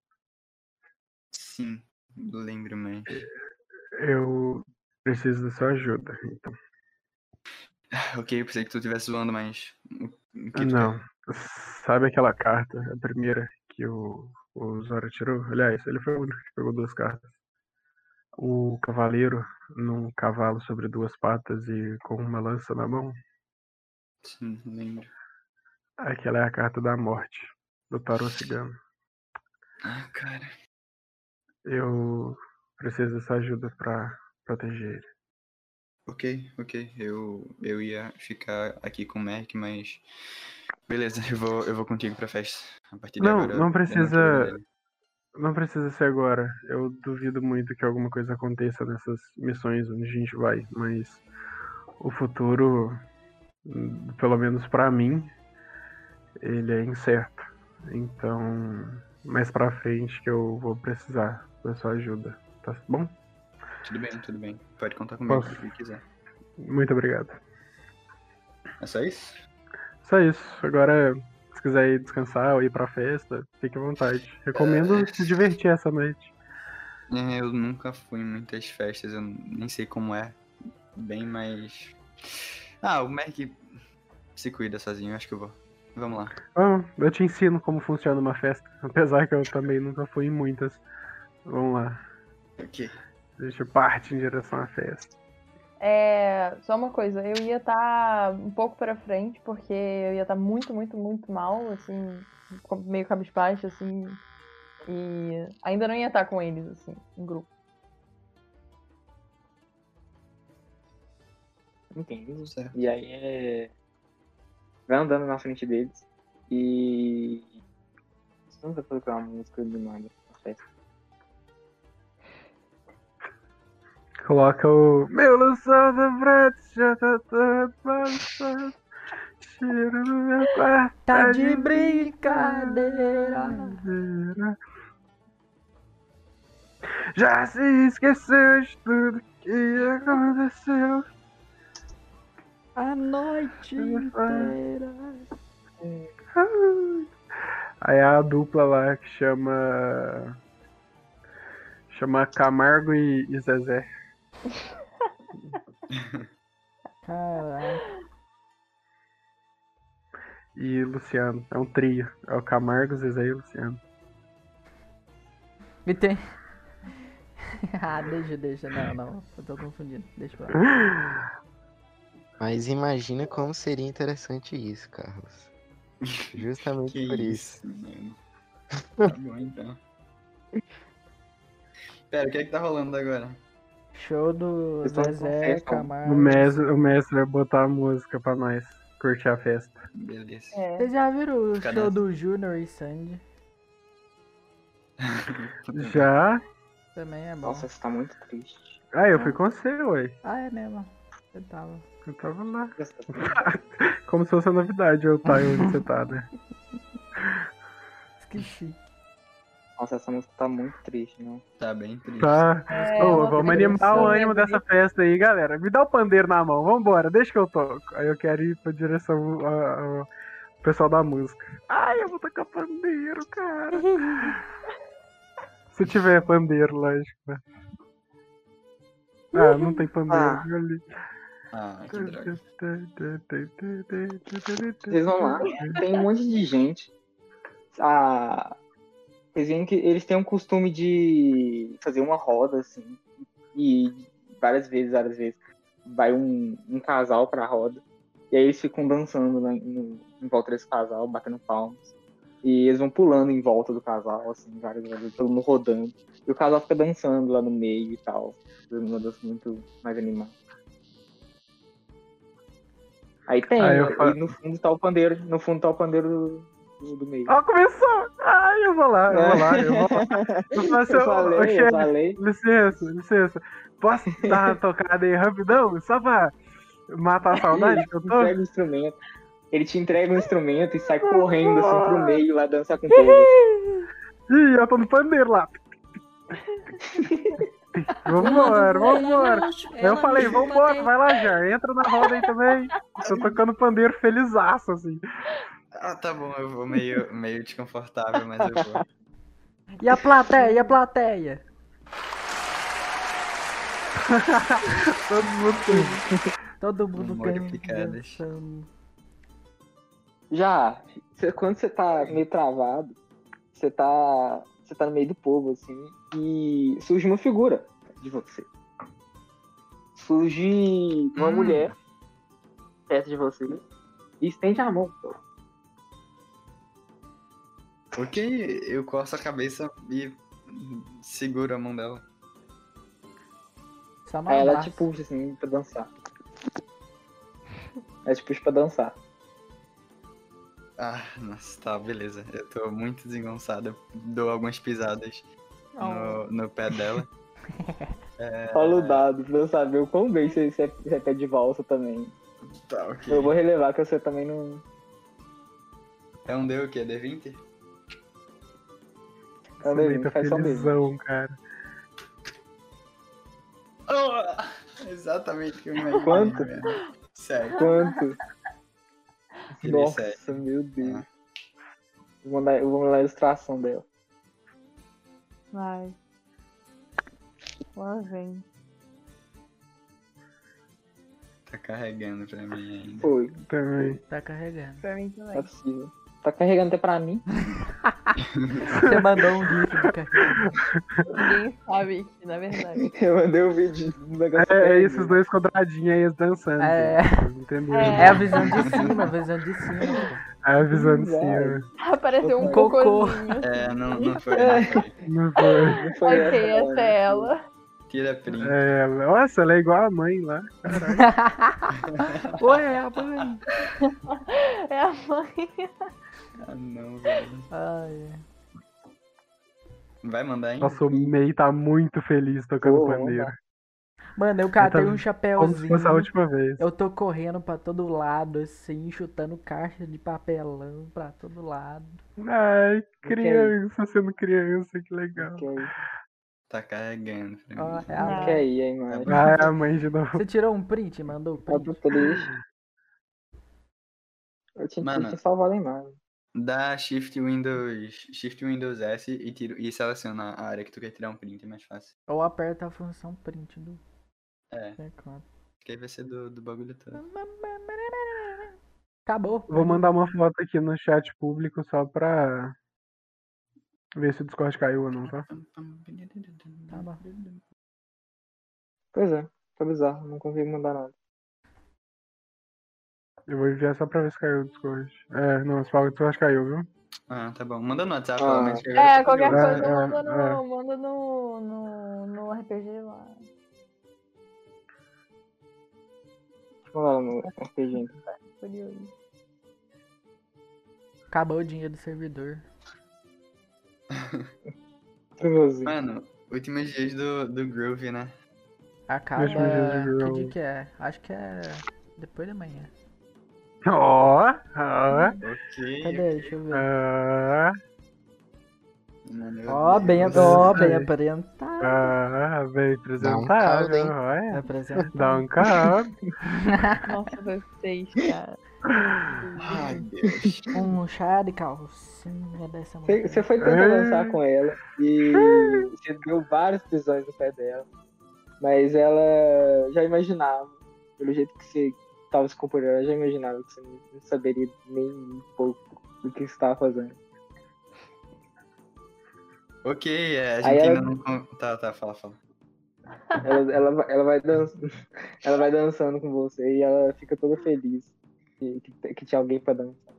Sim, lembro, mas. Eu preciso da sua ajuda, então. Ok, eu pensei que tu estivesse zoando, mas. O o que tu Não. quer? Sabe aquela carta, a primeira que o, o Zora tirou? Aliás, ele foi o único que pegou duas cartas. O cavaleiro num cavalo sobre duas patas e com uma lança na mão. Sim, lembro. Aquela é a carta da morte, do tarô cigano. Ah, cara. Eu preciso dessa ajuda pra proteger ele. Ok, ok. Eu, eu ia ficar aqui com o Merc, mas. Beleza, eu vou, eu vou contigo pra festa. A partir de Não, agora não eu não te cuido precisa. dele. Não precisa ser agora. Eu duvido muito que alguma coisa aconteça nessas missões onde a gente vai, mas o futuro, hum, pelo menos pra mim, ele é incerto. Então, mais pra frente que eu vou precisar da sua ajuda, tá bom? Tudo bem, tudo bem. Pode contar comigo Posso? o que quiser. Muito obrigado. É só isso? Só isso. Agora, se quiser ir descansar ou ir pra festa, fique à vontade. Recomendo se divertir essa noite. É, eu nunca fui em muitas festas, eu nem sei como é. Bem, mas. Ah, o Merc se cuida sozinho, acho que eu vou. Vamos lá. Ah, eu te ensino como funciona uma festa, apesar que eu também nunca fui em muitas. Vamos lá. Ok. Deixa eu partir em direção à festa. É, só uma coisa, eu ia estar um pouco pra frente, porque eu ia estar muito, muito, muito mal, assim, com- meio cabisbaixo, assim, e ainda não ia estar com eles, assim, em grupo. Entendo. Certo. E aí é... vai andando na frente deles e... Não vai colocar uma música de nada na festa. Coloca o meu lençol da frente, já tá todo balançado. Cheiro no meu quarto. Tá de brincadeira. brincadeira. Já se esqueceu de tudo que aconteceu. A noite inteira. Aí a dupla lá que chama. Chama Camargo e, e Zezé. Caraca. E Luciano. É um trio. É o Camargo, Zezé e Luciano. E tem. Ah, deixa, deixa. Não, não. Eu tô confundindo. Deixa pra lá. Mas imagina como seria interessante isso, Carlos. Justamente Que por isso. isso, mano. Tá bom então. Pera, o que é que tá rolando agora? Show do Vocês estão com Zezé festa, ó. Camargo. O mestre, o mestre vai botar a música pra nós curtir a festa. Beleza. É. Vocês já viram o Fica show nessa. do Junior e Sandy? Já? Também é bom. Nossa, você tá muito triste. Ah, eu fui com você, ué. Ah, é mesmo. Eu tava. Eu tava lá. Você tá- Como se fosse a novidade eu estar onde você tá, né? Esqueci. Nossa, essa música tá muito triste, não? Tá bem triste. Tá. É, Ô, uma vamos depressão, animar o né, ânimo bonito. dessa festa aí, galera. Me dá o pandeiro na mão, vambora, deixa que eu toco. Aí eu quero ir pra direção ao pessoal da música. Ai, eu vou tocar pandeiro, cara. Se tiver pandeiro, lógico, né? Ah, não tem pandeiro, Ah. viu ali. Ah, que droga. Vocês vão lá, tem um monte de gente. Ah, vocês veem que eles têm um costume de fazer uma roda, assim, e várias vezes, várias vezes, vai um, um casal pra roda, e aí eles ficam dançando né, no- em volta desse casal, batendo palmas, e eles vão pulando em volta do casal, assim, várias vezes, todo mundo rodando, e o casal fica dançando lá no meio e tal, fazendo uma dança muito mais animada. Aí tem, Aí eu fa- e no fundo tá o pandeiro, no fundo tá o pandeiro do, do, do meio. Ó, começou! Ai, eu vou lá, eu vou lá, eu vou lá. Eu, faço, Eu falei, ô, eu chefe, falei. licença, licença. Posso dar uma tocada aí rapidão? Só pra matar a saudade que eu tô? Entrega o instrumento. Ele te entrega um instrumento e sai correndo assim pro meio lá dançar com o povo. Ih, eu tô no pandeiro lá. Vambora, vambora. Eu falei, vambora, vai lá já, entra na roda aí também. Tô tocando pandeiro felizaço, assim. Ah, tá bom, eu vou meio, meio desconfortável, mas eu vou. E a plateia, e a plateia? Todo mundo tem. Todo mundo Humor e cantando, picadas. dançando. Já, cê- quando você tá meio travado, você tá, você tá no meio do povo, assim, e surge uma figura de você. Surge uma Hum. mulher perto de você e estende a mão. Ok, eu coço a cabeça e seguro a mão dela. Só no Aí ela abraço. te puxa, assim, pra dançar. Ela te puxa pra dançar. Ah, nossa, tá, beleza. Eu tô muito desengonçado. Eu dou algumas pisadas no, no pé dela. Rola o dado pra eu saber o quão bem você, você, você é pé de valsa também. Tá, ok. Eu vou relevar que você também não... É um D o quê? D vinte? Não, Também David, tá faz só mesmo. felizão, cara. Oh, exatamente o que eu imaginei. Quanto? velho. Sério. Quanto? Tirei Nossa, sete. meu Deus. Ah. Eu vou mandar, eu vou mandar a ilustração dela. Vai. Lá vem. Tá carregando pra mim ainda. Foi, Também. Tá carregando. Pra mim não é também. possível. Tá carregando até pra mim. Você mandou um gif do carregando. Ninguém sabe que, na verdade. Eu mandei o vídeo do negócio. É, é carregando. esses dois quadradinhos aí, eles dançando. É. gente. Entendeu? É. É a visão de cima, a visão de cima. É a visão de Vai. cima. Apareceu um Um cocô. cocôzinho. É, não, não foi, não foi. Não foi. Não foi Ok, essa, essa é ela. Tira print. É, nossa, ela é igual a mãe lá. Ué, a mãe. É a mãe. Ah, não, velho. Ai, Vai mandar ainda? Nossa, o Mei tá muito feliz tocando Pô, vamos pandeiro. lá. mano, eu catei tá- um Como se fosse a chapéuzinho. última vez. Eu tô correndo pra todo lado, assim, chutando caixa de papelão pra todo lado. Ai, criança, sendo criança, que legal. Que aí, Tá carregando pra Ó, mim. é a Não. que mãe. aí a imagem. Ah, é a mãe de novo. Você tirou um print? Mandou o Tá print? pro trecho. Eu tinha, eu Mano. tinha salvado a imagem. Dá Shift Windows, Shift Windows S e, tiro, e seleciona a área que tu quer tirar um print, é mais fácil. Ou aperta a função print do É, teclado. acho que aí vai ser do, do bagulho todo. Acabou. Vou mandar uma foto aqui no chat público só pra ver se o Discord caiu ou não, tá? Tá bom. Pois é, tá bizarro, não consigo mandar nada. Eu vou enviar só pra ver se caiu o Discord. É, não, se fala que o Discord caiu, viu? Ah, tá bom. Manda no WhatsApp, Ah. pelo menos. que agora É, eu tô qualquer curioso. coisa É, manda, no, é. manda no, no, no R P G lá. Deixa eu mandar no R P G. Curioso. Acabou o dinheiro do servidor. Curioso. Mano, últimos dias do, do Groove, né? Acaba. Último dia de Que Grow. dia que é? Acho que é depois da manhã. Ó, ó, Ok. Cadê? Deixa eu ver. ó, Mano, meu Ó, bem, Deus. ó, Deus. bem apresentado. ah, bem Dá um caldo, hein? apresentável, olha. Apresentado. Dá um caldo. Nossa, foi seis, cara. Ai, Deus. Um chá de calcinha dessa Você, mulher. você foi tentar É. dançar com ela e você deu vários pisões no pé dela. Mas ela já imaginava, pelo jeito que você tava se comportando, ela já imaginava que você não saberia nem um pouco do que você estava fazendo. Ok, é, a Aí gente ela- ainda não. con- Tá, tá, fala, fala. Ela, ela, vai- ela, vai dançando, ela vai dançando com você e ela fica toda feliz que, que, que tinha alguém pra dançar.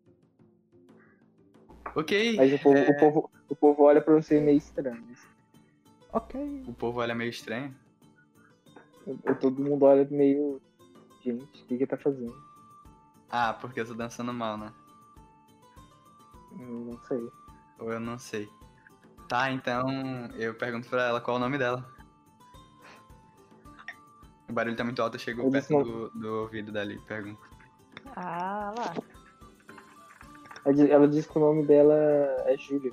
Ok, Mas o povo, o povo, o povo olha pra você meio estranho. Ok. o povo olha meio estranho. Eu- Todo mundo olha meio. Gente, o que que tá fazendo? Ah, porque eu tô dançando mal, né? Hum, Não sei. Ou eu não sei. Tá, então eu pergunto pra ela qual é o nome dela. O barulho tá muito alto, chegou Eu perto disse não. do, do ouvido dali, pergunta. Ah, lá. Ela diz- Ela disse que o nome dela é Júlia.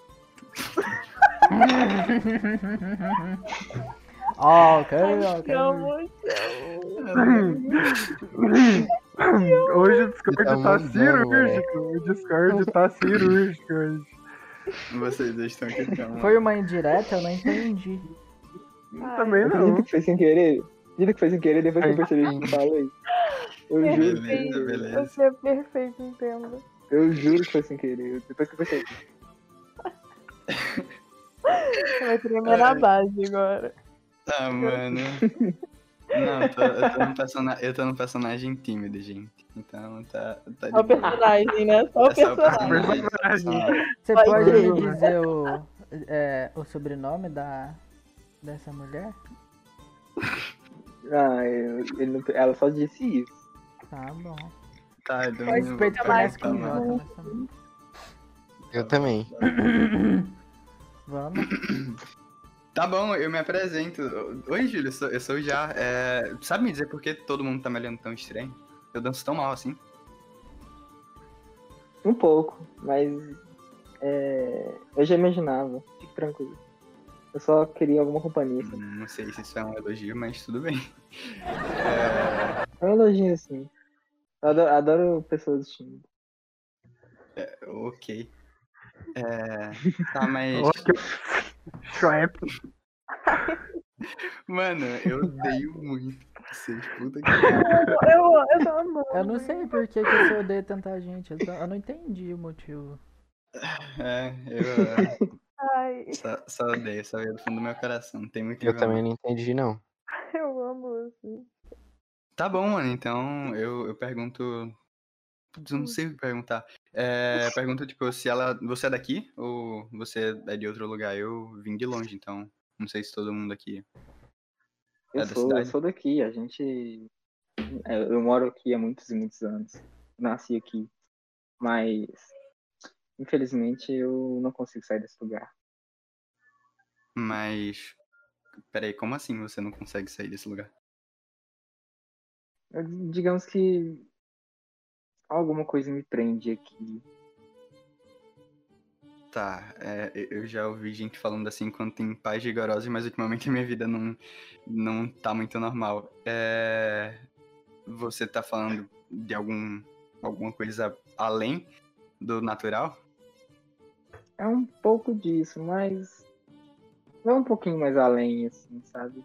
Ok, Ai, ok. que emoção. Hoje o Discord Tá tá mudando, cirúrgico. O Discord tá cirúrgico hoje. Vocês dois estão aqui calma. Foi uma indireta? Eu não entendi. Ai, Também Eu não. acredito que foi sem querer. Acredito que foi sem querer, depois que eu percebi que eu falei. Eu juro. Beleza, que- beleza. Você é perfeito, entendo. Eu juro que foi sem querer. Depois que eu percebi. Você vai tremer na base agora. Tá, mano. Não, eu tô, eu, tô num persona... eu tô num personagem tímido, gente. Então tá, tá de Só o boa. personagem, né? Só o É só o personagem. personagem. Você Vai, pode Diego. me dizer o, é, o sobrenome da, dessa mulher? Ah, eu, ele não- ela só disse isso. Tá bom. Tá, então Pode eu vou Respeito mais começa perguntar com mais. J nessa mulher. Eu também. Vamos. Tá bom, eu me apresento. Oi, Júlio, eu sou, eu sou o Já. É, sabe me dizer por que todo mundo tá me olhando tão estranho? Eu danço tão mal assim? Um pouco, mas é, eu já imaginava. Fique tranquilo. Eu só queria alguma companhia. sabe? Não sei se isso é um elogio, mas tudo bem. É um elogio assim. Eu adoro, adoro pessoas tímidas. Ok. É, tá, mas. Shrep. Mano, eu odeio muito vocês. Puta que. Eu, eu tô amando. Eu não sei por que, que você odeia tanta gente. Eu, tô- eu não entendi o motivo. É, eu Ai, só, só odeio, só odeio do fundo do meu coração. Não tem muito Eu que falar. também não entendi, não. eu amo assim. Tá bom, mano, então eu, eu pergunto. Putz, eu não sei o que perguntar. É, pergunto, tipo, se ela. Você é daqui ou você é de outro lugar? Eu vim de longe, então. Não sei se todo mundo aqui Eu é da sou, eu cidade. sou daqui, a gente. é, Eu moro aqui há muitos e muitos anos. Nasci aqui. Mas, infelizmente, eu não consigo sair desse lugar. Mas. Peraí, como assim você não consegue sair desse lugar? Eu- digamos que alguma coisa me prende aqui. Tá, é, eu eu já ouvi gente falando assim quando tem pais rigorosos, mas ultimamente a minha vida não, não tá muito normal. É, você tá falando de algum, alguma coisa além do natural? É um pouco disso, mas. Vai um pouquinho mais além, assim, sabe?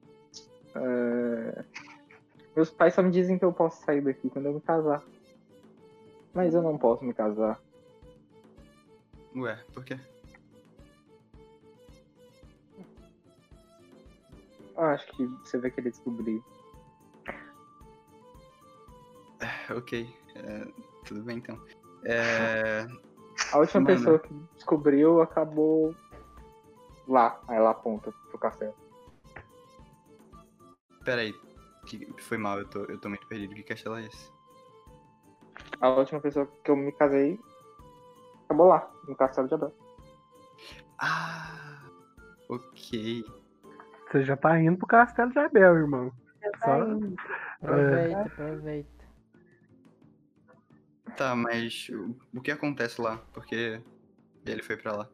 É, Meus pais só me dizem que eu posso sair daqui quando eu me casar. Mas eu não posso me casar. Ué, por quê? Eu acho que você vai querer descobrir. Ok, é, tudo bem então. É, A última Mano. pessoa que descobriu acabou lá. Aí ela aponta pro café. peraí, que foi mal, eu tô, eu tô muito perdido. Que castelo é esse? A última pessoa que eu me casei acabou lá, no castelo de Abel. Ah, ok. Você já tá indo pro Castelo de Abel, irmão. Só... Aproveita, aproveita. Tá, mas o, o que acontece lá? Porque ele foi pra lá.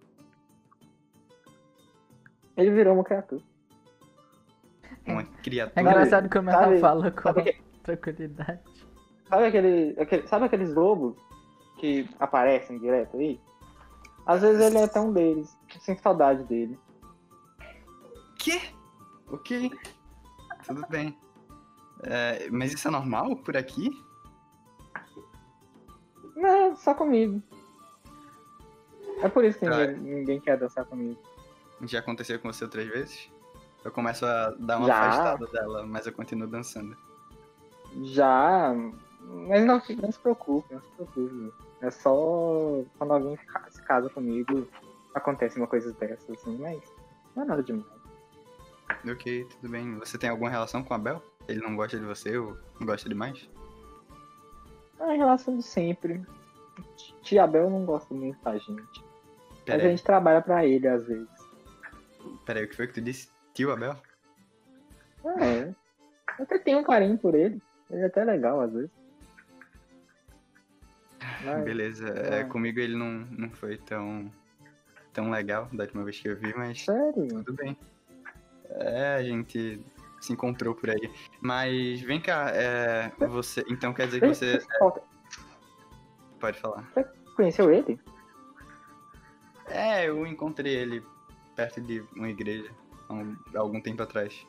Ele virou uma criatura. Uma É criatura. engraçado como ela sabe- fala com sabe que- tranquilidade. Sabe, aquele, aquele, sabe aqueles lobos que aparecem direto aí? Às vezes ele é até um deles. Sem saudade dele. Quê? Ok. Tudo bem. É, mas isso é normal por aqui? Não, só comigo. É por isso que Tá. ninguém, ninguém quer dançar comigo. Já aconteceu com você outras vezes? Eu começo a dar uma Já. afastada dela, mas eu continuo dançando. Já, mas não, se- não se preocupe, não se preocupe. É só quando alguém ca- se casa comigo, acontece uma coisa dessas, assim, mas não é nada demais. Ok, tudo bem. Você tem alguma relação com o Abel? Ele não gosta de você ou não gosta demais? É uma relação de sempre. Tia Bel não gosta muito da gente. Mas Pera a aí, gente trabalha pra ele às vezes. pera aí, o que foi que tu disse? Tio Abel? É. Eu até tenho um carinho por ele. Ele é até legal às vezes. Mas, Beleza, é. é, comigo ele não, não foi tão, tão legal da última vez que eu vi, mas sério? tudo bem. É, a gente se encontrou por aí. Mas vem cá, é, você. Então quer dizer que você. Falta- Pode falar. Você conheceu ele? É, eu encontrei ele perto de uma igreja há um- há algum tempo atrás.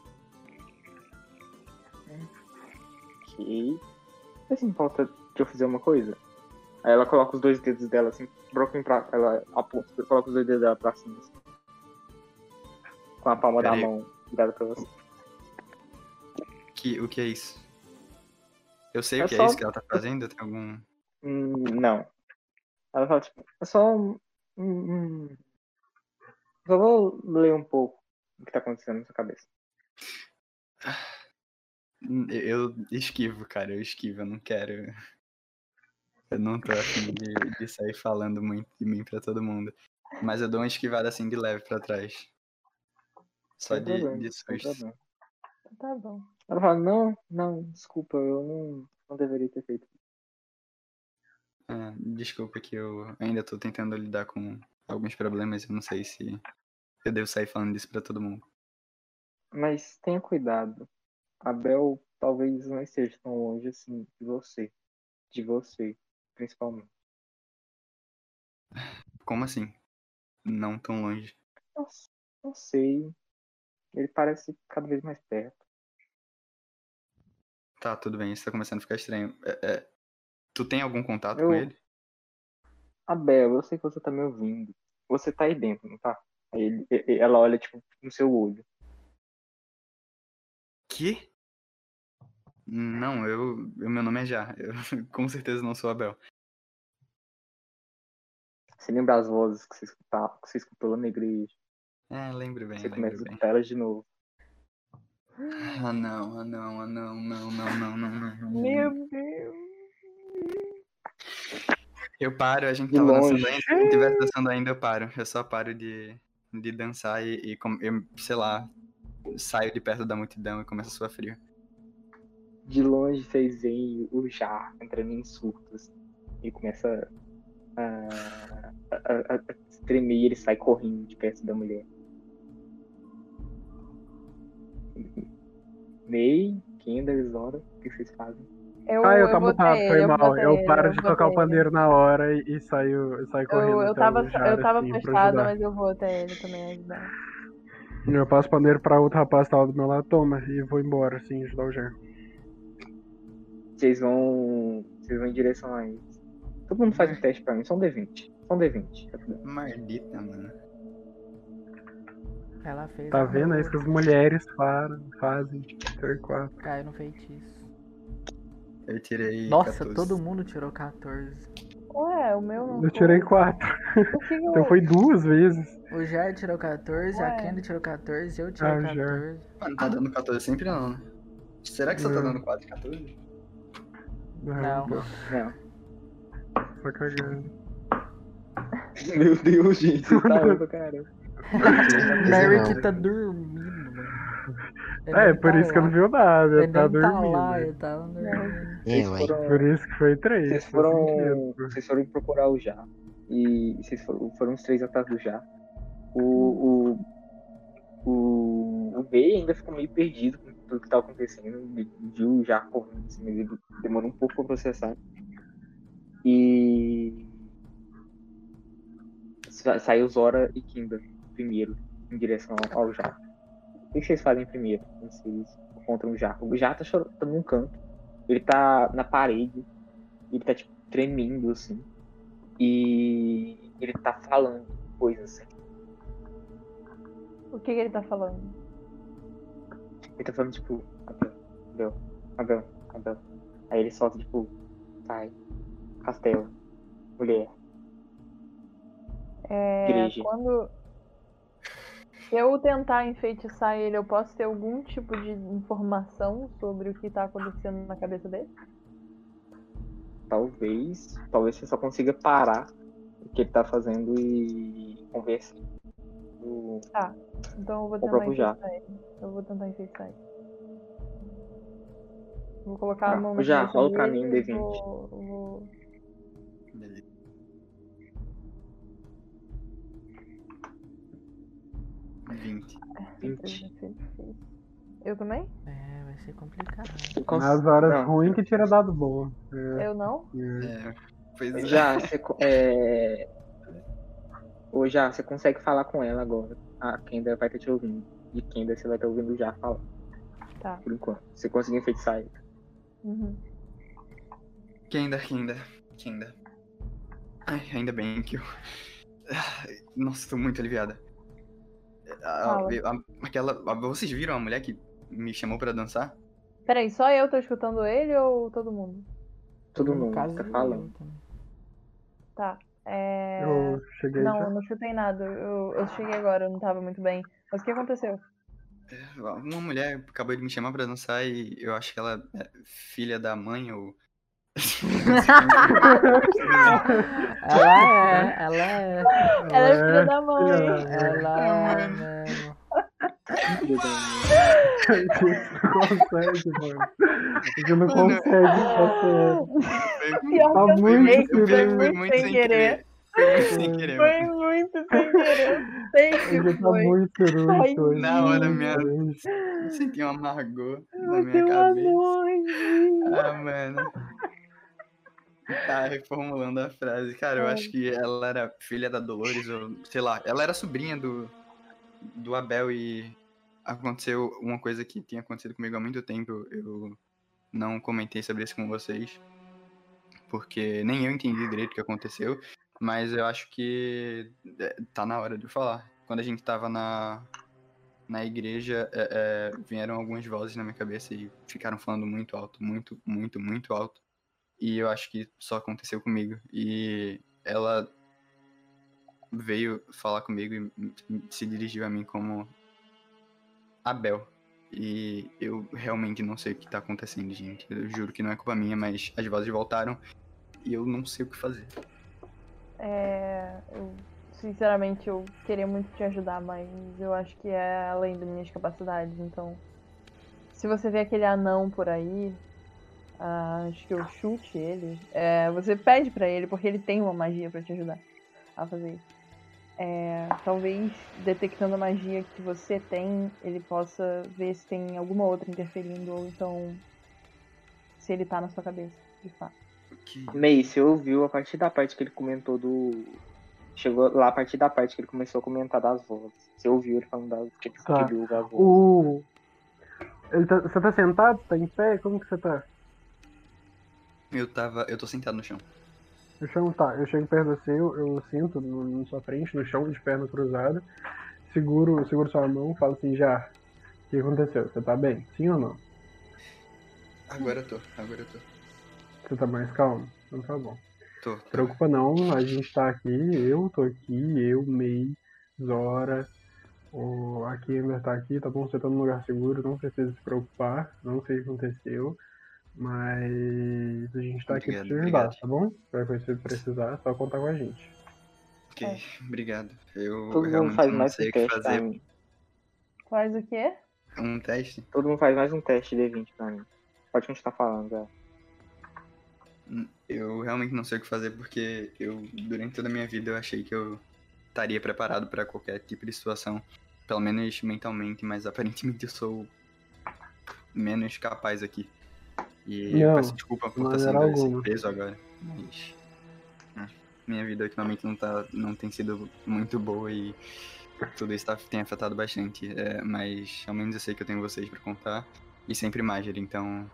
Ok. Você se importa de eu fazer uma coisa? Aí ela coloca os dois dedos dela assim, broken pra. Ela aponta, coloca os dois dedos dela pra cima, assim. Com a palma Pera da aí. mão virada pra você. Que, o que é isso? Eu sei É o que só- é isso que ela tá fazendo, tem algum. Hum, não. Ela fala, tipo, é só um. um- um- Só vou ler um pouco o que tá acontecendo na sua cabeça. Eu esquivo, cara, eu esquivo, eu não quero. Eu não tô afim de, de sair falando muito de mim pra todo mundo. Mas eu dou uma esquivada assim de leve pra trás. Só Sem de, problema, de sem susto. problema. Tá bom. Ela fala, não, não, desculpa, eu não, não deveria ter feito. Ah, desculpa que eu ainda tô tentando lidar com alguns problemas. Eu não sei se eu devo sair falando disso pra todo mundo. Mas tenha cuidado. A Bel talvez não esteja tão longe assim de você. De você, principalmente. Como assim? Não tão longe. Não, não sei. Ele parece cada vez mais perto. Tá, tudo bem, isso tá começando a ficar estranho. É, é, tu tem algum contato Eu- com ele? A Bel, eu sei que você tá me ouvindo. Você tá aí dentro, não tá? Aí ele- e- e- ela olha, tipo, no seu olho. Que? Não, eu, eu- meu nome é Já. Eu com certeza não sou Abel. Você lembra as vozes que você, escuta, que você escutou lá na igreja? É, lembro bem, Você começa lembro a bem. escutar elas de novo. Ah, não, ah, não, ah, não, não, não, não, não, não. Meu Deus. Eu paro, a gente De tava longe. dançando ainda. Se a gente tivesse dançando ainda, eu paro. Eu só paro de, de dançar e, e com- eu, sei lá, saio de perto da multidão e começo a suar frio. De longe vocês veem o Jar entrando em surtos. E começa a, a, a, a tremer e ele sai correndo de perto da mulher. Ney, Kendall, Zora, o que vocês fazem? Eu, Ah, eu eu tava botei mutado, ele, foi eu mal. botei Eu ele, paro eu de tocar o botei ele. pandeiro na hora e, e saio, eu saio correndo Eu, eu até tava, o Jar, eu tava assim, pra fechada, ajudar. mas eu vou até ele também ajudar. Eu passo o pandeiro pra outro rapaz que tava do meu lado, toma, e vou embora, assim, ajudar o Jar. Vocês vão. Vocês vão em direção a eles. Todo mundo faz um Mas- teste pra mim, são D vinte. São D vinte. Maldita, mano. Ela fez Tá a vendo? É no- isso que as mulheres faram, fazem. três, quatro. Caiu no feitiço. Eu tirei Nossa, quatorze. todo mundo tirou quatorze. Ué, o meu não Eu tirei foi. quatro. Por que que eu... Então foi duas vezes. O Jair tirou quatorze, a Ué. Candy tirou quatorze, eu tirei Ah, o Jair. quatorze. Mano, tá dando quatorze sempre não, né? Será que só tá Não. dando quatro e quatorze? Não. pô, Não. tô cagando. Meu Deus, gente, você tá louco, cara. Merrick não. tá dormindo, mano. Ele É, nem por tá isso que eu lá. não viu nada, Ele eu tava nem tá dormindo. lá, né? ele tava dormindo. Vocês Eu, hein? foram, Por isso que foi três. vocês faz foram, sentido, pô. vocês foram procurar o Já. E vocês foram, foram os três atrás do Já. O, o, o, o B ainda ficou meio perdido com tudo que tava acontecendo. Ele viu o Já correndo, assim, mas ele demorou um pouco pra processar. E sa- saiu Zora e Kinda primeiro, em direção ao, ao Já. O que vocês fazem primeiro? Quando vocês encontram o Já? O Já tá chorando, tá num canto. Ele tá na parede. Ele tá, tipo, tremendo, assim. E ele tá falando coisas, assim. O que, que ele tá falando? Ele tá falando, tipo, Abel, Abel, Abel, Abel. Aí ele solta, tipo, pai, castelo, mulher, É, igreja. quando se eu tentar enfeitiçar ele, eu posso ter algum tipo de informação sobre o que tá acontecendo na cabeça dele? Talvez, talvez você só consiga parar o que ele tá fazendo e cabeça do, Tá, então eu vou o tentar próprio Já. infectar ele. Eu vou tentar infectar ele. Vou colocar Tá, a mão na Já, cabeça rola pra dele mim um e D vinte. vou, vou... Beleza. vinte. vinte. Eu também? É, vai ser complicado. Você cons- Nas horas não, ruins que tira dado bom. É, Eu não? é. É, pois é. Já, você. co- É... Ô, Já, você consegue falar com ela agora. A Kenda vai estar te ouvindo. E Kenda você vai estar ouvindo Já falar. Tá. Por enquanto. Você conseguiu enfeitiçar ele. Uhum. Kenda, Kenda, Kenda. Ai, ainda bem que eu. Ai, Nossa, tô muito aliviada. A- Fala. a- aquela, a- vocês viram a mulher que me chamou pra dançar? Peraí, só eu tô escutando ele ou todo mundo? Todo No mundo caso, tá eu falando. também. Tá. É... Eu cheguei Não, já. eu não escutei nada. Eu, eu cheguei agora, eu não tava muito bem. Mas o que aconteceu? Uma mulher acabou de me chamar pra dançar e eu acho que ela é filha da mãe ou. Ela é, ela é. Ela é filha da mãe. Ela é mesmo. A gente não consegue, mano. A gente não Mano, consegue, tá sério. Pior Tá que eu muito sei, eu foi estranho. muito, muito sem querer. Foi muito sem querer, Foi mano. muito sem querer. Eu sei A que gente tá foi. muito cirúrgico hoje. Na hora, muito minha. cirúrgico. Eu senti um amargor na Eu minha tenho uma cabeça. noite. Ah, mano. Tá reformulando a frase. Cara, eu acho que ela era filha da Dolores, ou sei lá, ela era sobrinha do, do Abel e aconteceu uma coisa que tinha acontecido comigo há muito tempo. Eu não comentei sobre isso com vocês, porque nem eu entendi direito o que aconteceu, mas eu acho que é, tá na hora de eu falar. Quando a gente tava na, na igreja, é, é, vieram algumas vozes na minha cabeça e ficaram falando muito alto, muito, muito, muito alto. E eu acho que só aconteceu comigo. E ela veio falar comigo e se dirigiu a mim como Abel. E eu realmente não sei o que tá acontecendo, gente. Eu juro que não é culpa minha, mas as vozes voltaram e eu não sei o que fazer. É, eu, sinceramente, eu queria muito te ajudar, mas eu acho que é além das minhas capacidades. Então, se você vê aquele anão por aí, ah, acho que eu chute ele. É, você pede pra ele, porque ele tem uma magia pra te ajudar a fazer isso. É, talvez detectando a magia que você tem, ele possa ver se tem alguma outra interferindo, ou então se ele tá na sua cabeça, de fato. Que... May, você ouviu a partir da parte que ele comentou do. Chegou lá a partir da parte que ele começou a comentar das vozes. Você ouviu ele falando das que ele Tá. viu as vozes. O... Ele tá... Você tá sentado? Você tá em pé? Como que você tá? Eu tava. Eu tô sentado no chão. No chão, tá. Eu chego perto de você, eu, eu sinto no, na sua frente, no chão, de perna cruzada. Seguro, seguro sua mão, falo assim, já. O que aconteceu? Você tá bem? Sim ou não? Agora eu tô, agora eu tô. Você tá mais calmo? Então tá bom. Tô, Não tô. se preocupa não, a gente tá aqui, eu tô aqui, eu, May, Zora, o... a Kimber tá aqui, tá bom? Você tá num lugar seguro, não precisa se preocupar, não sei o que aconteceu, mas a gente tá aqui pra Obrigado, te ajudar, obrigado. tá bom? Qualquer coisa que você precisar, é só contar com a gente. Ok, É. obrigado. Eu Todo mundo realmente faz não mais sei um o que teste pra fazer. mim. Faz o quê? Um teste? Todo mundo faz mais um teste D vinte pra mim. Pode continuar falando, já. Eu realmente não sei o que fazer porque eu, durante toda a minha vida, eu achei que eu estaria preparado para qualquer tipo de situação, pelo menos mentalmente, mas aparentemente eu sou menos capaz aqui. E eu Não, peço desculpa por de estar maneira sendo esse alguma. peso agora, mas é, minha vida ultimamente não, tá, não tem sido muito boa e tudo isso tá, tem afetado bastante, é, mas ao menos eu sei que eu tenho vocês para contar e sempre Marjorie, então...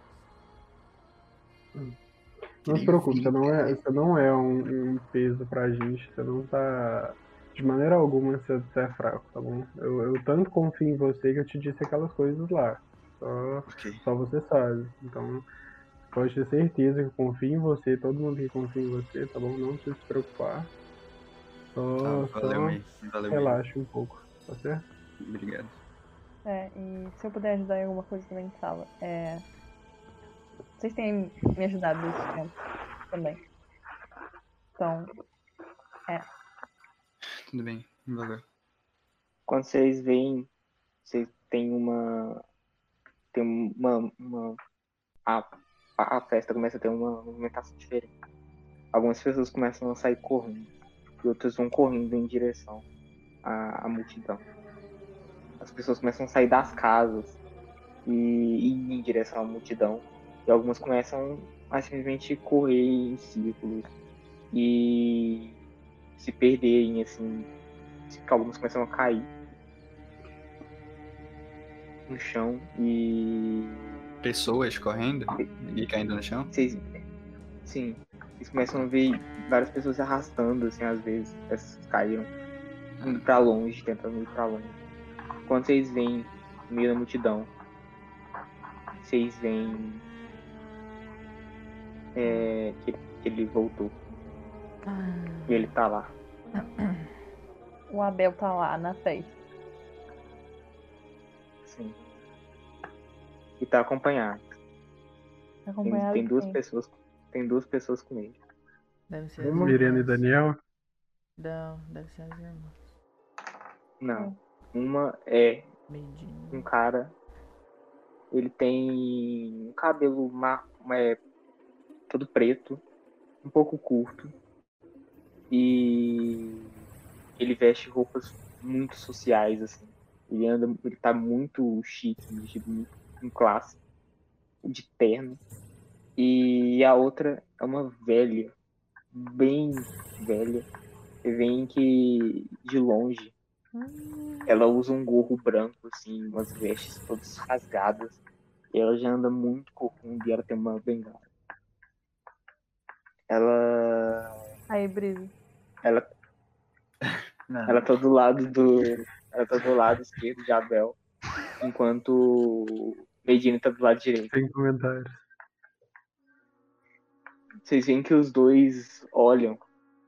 Não se preocupe, você não é, você não é um, um peso pra gente, você não tá. De maneira alguma você, você é fraco, tá bom? Eu, eu tanto confio em você que eu te disse aquelas coisas lá. Só, Ok, só você sabe. Então, pode ter certeza que eu confio em você, todo mundo que confia em você, tá bom? Não precisa se preocupar. Só, tá, valeu, só May, valeu mesmo, relaxe um pouco, tá certo? obrigado. É, e se eu puder ajudar em alguma coisa também, fala. É, vocês têm me ajudado nesse tempo também. Então, Tudo bem. Valeu. Quando vocês veem, vocês têm uma. Tem uma. uma a, a festa começa a ter uma movimentação diferente. Algumas pessoas começam a sair correndo. E outras vão correndo em direção à, à multidão. As pessoas começam a sair das casas e ir em direção à multidão. E algumas começam a simplesmente correr em círculos e se perderem, assim. Algumas começam a cair no chão e. Pessoas correndo e caindo no chão? Vocês, sim, vocês começam a ver várias pessoas se arrastando, assim, às vezes, essas caíram, indo pra longe, tentando ir pra longe. Quando vocês veem no meio da multidão, vocês veem é, que, que ele voltou. E ele tá lá. O Abel tá lá na festa. Sim. E tá acompanhado. Tem, Acompanhado tem de duas quem? pessoas. Tem duas pessoas com ele. Deve ser Uma- as Miriam e irmãs. Daniel. Não, deve ser as irmãs. Não. Uma é Medina. um cara. Ele tem um cabelo ma- é, todo preto, um pouco curto. E ele veste roupas muito sociais, assim. Ele anda, ele tá muito chique, vestido muito em classe, de terno. E a outra é uma velha, bem velha. Você vê que de longe Hum, ela usa um gorro branco, assim, umas vestes todas rasgadas. E ela já anda muito corcunda e ela tem uma bengala. Ela. Aí, Brisa. Ela, Não. ela tá do lado do. Ela tá do lado esquerdo de Abel. Enquanto Medina tá do lado direito. Sem comentários. Vocês veem que os dois olham.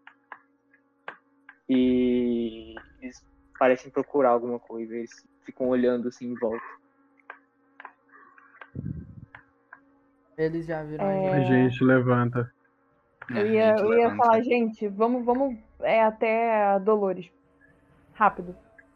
E eles parecem procurar alguma coisa. Eles ficam olhando assim em volta. Eles já viram É. a A gente. gente levanta. É, Eu a ia, gente eu ia levanta. falar, gente, vamos, vamos é, até a Dolores. Rápido.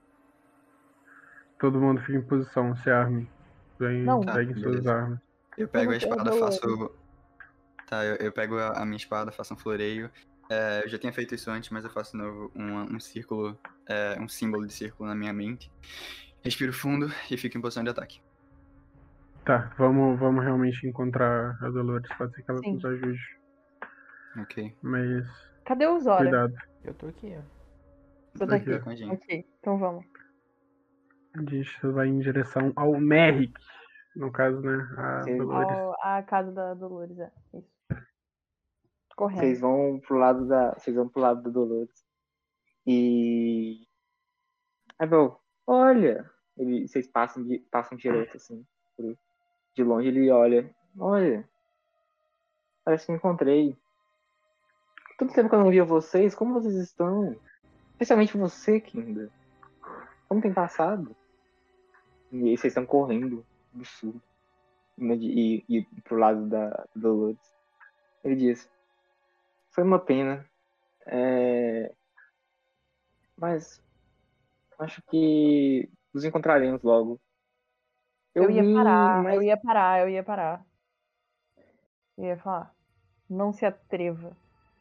Todo mundo fica em posição, se arme. Vem, Não. peguem Tá, suas beleza. armas. Eu pego a Vamos até espada, Dolores. faço. Tá, eu, eu pego a, a minha espada, faço um floreio. É, eu já tinha feito isso antes, mas eu faço de novo um, um círculo, é, um símbolo de círculo na minha mente. Respiro fundo e fico em posição de ataque. Tá, vamos, vamos realmente encontrar a Dolores. Pode ser que ela Sim. nos ajude. Ok. Mas Cadê o Zora? cuidado. Eu tô aqui, ó. Você tá Aqui. aqui? Tá com a gente. Ok, então vamos. A gente vai em direção ao Merrick. No caso, né? A Sim. Dolores. Ao, a casa da Dolores, é. Isso. Correndo. Vocês vão pro lado da. Vocês vão pro lado da Dolores. E. Abel, olha! Ele, vocês passam, de, passam direto assim. por- De longe ele olha. Olha! Parece que me encontrei. Tanto tempo que eu não via vocês, como vocês estão? Especialmente você, Kinda. Como tem passado? E aí vocês estão correndo do sul. né, de- E, e pro lado da Dolores. Ele diz. Foi uma pena. É... Mas acho que nos encontraremos logo. Eu, Eu ia vim, parar, mas eu ia parar, eu ia parar. Eu ia falar, não se atreva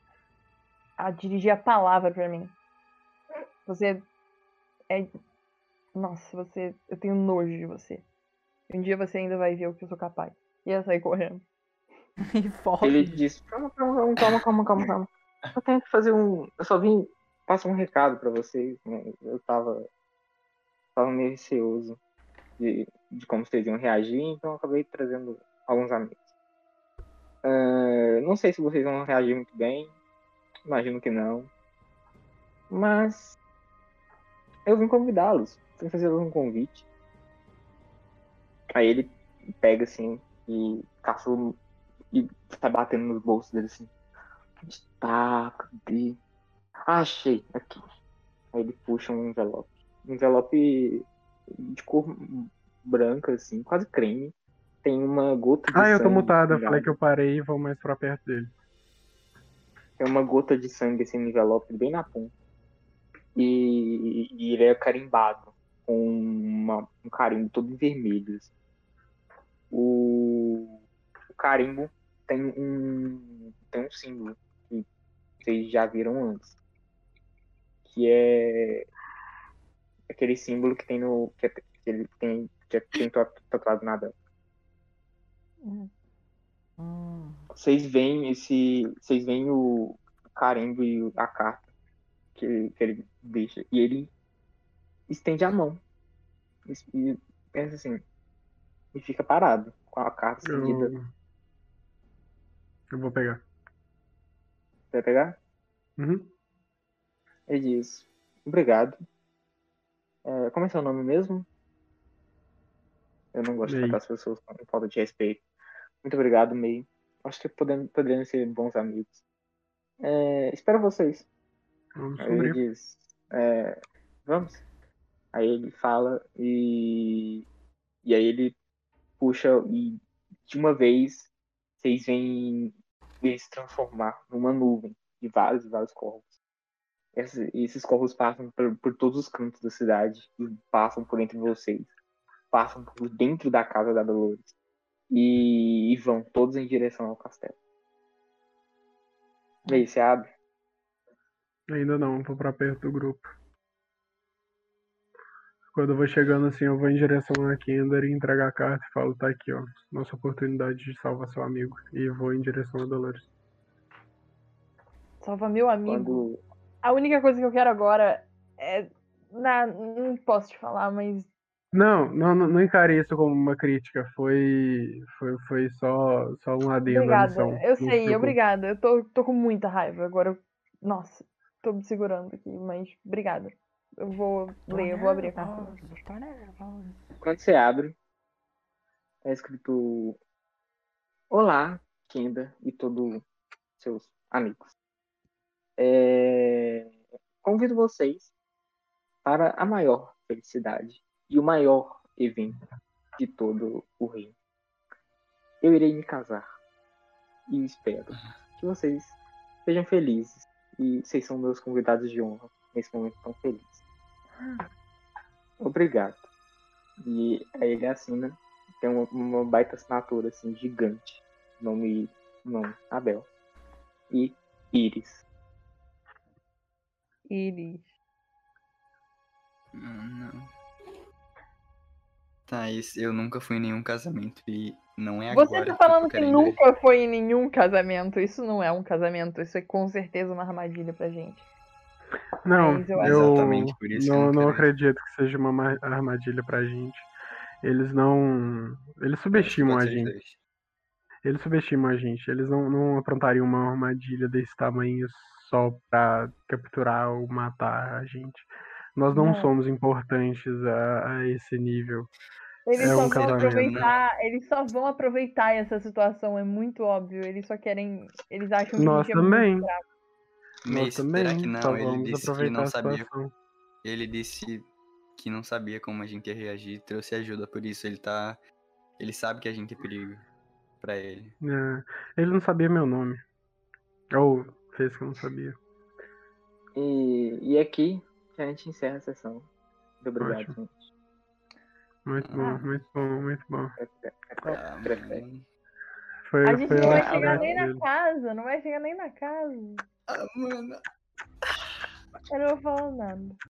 a dirigir a palavra pra mim. Você é. Nossa, você. Eu tenho nojo de você. Um dia você ainda vai ver o que eu sou capaz. Ia sair correndo. E ele foge. disse, calma, calma, calma, calma, calma, calma. Eu tenho que fazer um. Eu só vim passar um recado pra vocês. Né? Eu tava. Tava meio receoso de, de como vocês iam reagir, então eu acabei trazendo alguns amigos. Ah, não sei se vocês vão reagir muito bem. Imagino que não. Mas eu vim convidá-los. Vim fazer um convite. Aí ele pega assim e caça o- e tá batendo nos bolsos dele assim. Onde tá? Cadê? Ah, achei, aqui. Aí ele puxa um envelope. Um envelope de cor branca, assim, quase creme. Tem uma gota de Ah, eu tô sangue mutada. Eu pingada. falei que eu parei e vou mais pra perto dele. Tem uma gota de sangue assim no envelope, bem na ponta. E, e ele é carimbado com uma- um carimbo todo em vermelho. assim. O, o carimbo tem um, tem um símbolo que vocês já viram antes, que é aquele símbolo que tem no que, é- que ele tem que é- tem tatuado nada. Uhum. Hum, Vocês veem esse, vocês veem o carimbo e o- a carta que ele, que ele deixa e ele estende a mão e, e pensa assim e fica parado com a carta estendida. Eu, eu vou pegar. Vai pegar? Uhum. Ele diz: obrigado. É, como é seu nome mesmo? Eu não gosto de Mei. tratar as pessoas com falta de respeito. Muito obrigado, May. Acho que podemos, podemos ser bons amigos. É, espero vocês. Vamos Aí ele subir. diz: é, vamos. Aí ele fala e, e aí ele puxa e de uma vez vocês veem ele se transformar numa nuvem de vários e vários corvos. Esses, esses corvos passam por, por todos os cantos da cidade e passam por entre vocês. Passam por dentro da casa da Dolores. E, e vão todos em direção ao castelo. E aí, você abre? Ainda não, vou pra perto do grupo. Quando eu vou chegando assim, eu vou em direção a Kinder e entregar a carta e falo, tá aqui, ó. Nossa oportunidade de salvar seu amigo. E vou em direção a Dolores. Salva meu amigo. Quando. A única coisa que eu quero agora é. Na, não posso te falar, mas. Não, não, não não encare isso como uma crítica. Foi, foi, foi só, só um adendo à Obrigada. lição. Eu Não se sei, preocupe. obrigada. Eu tô, tô com muita raiva agora. eu- Nossa, tô me segurando aqui, mas obrigada. Eu vou tô ler, eu vou abrir a carta. nervoso, tô nervoso. Quando você abre, é escrito: Olá, Kenda e todos seus amigos. É, Convido vocês para a maior felicidade e o maior evento de todo o reino. Eu irei me casar e espero que vocês sejam felizes e vocês são meus convidados de honra nesse momento tão feliz. Obrigado. E aí ele assina, tem uma, uma baita assinatura assim, gigante. Nome, nome Abel. E Iris. Iris. Hum, não. Tá, esse, eu nunca fui em nenhum casamento e não é Você agora tá que eu tô falando que querendo ir. nunca foi em nenhum casamento. Isso não é um casamento, isso é com certeza uma armadilha pra gente. Não, Mas eu acho- eu Exatamente, por isso que eu não, não não quero ir. acredito que seja uma ma- armadilha pra gente. Eles não. Eles Eu acho que subestimam pode a ser os gente. dois. Eles subestimam a gente. Eles não, não aprontariam uma armadilha desse tamanho só pra capturar ou matar a gente. Nós não, Não. somos importantes a, a esse nível. Eles É só um vão casamento. aproveitar, eles só vão aproveitar essa situação, é muito óbvio. Eles só querem, eles acham que a Nós gente é também. muito fraco. Mas Nós será também. que Só não? Ele vamos disse que aproveitar não a sabia. situação. Ele disse que não sabia como a gente ia reagir e trouxe ajuda, por isso ele tá. Ele sabe que a gente é perigo pra ele. É, ele não sabia meu nome. Ou fez que eu não sabia. E, e aqui que a gente encerra a sessão. Muito obrigado, Ótimo. gente. Muito bom, Ah. muito bom, muito bom. Ah, mano. Foi, A gente foi não vai ótimo chegar ver nem na ele. casa, não vai chegar nem na casa. Ah, mano. Eu não vou falar nada.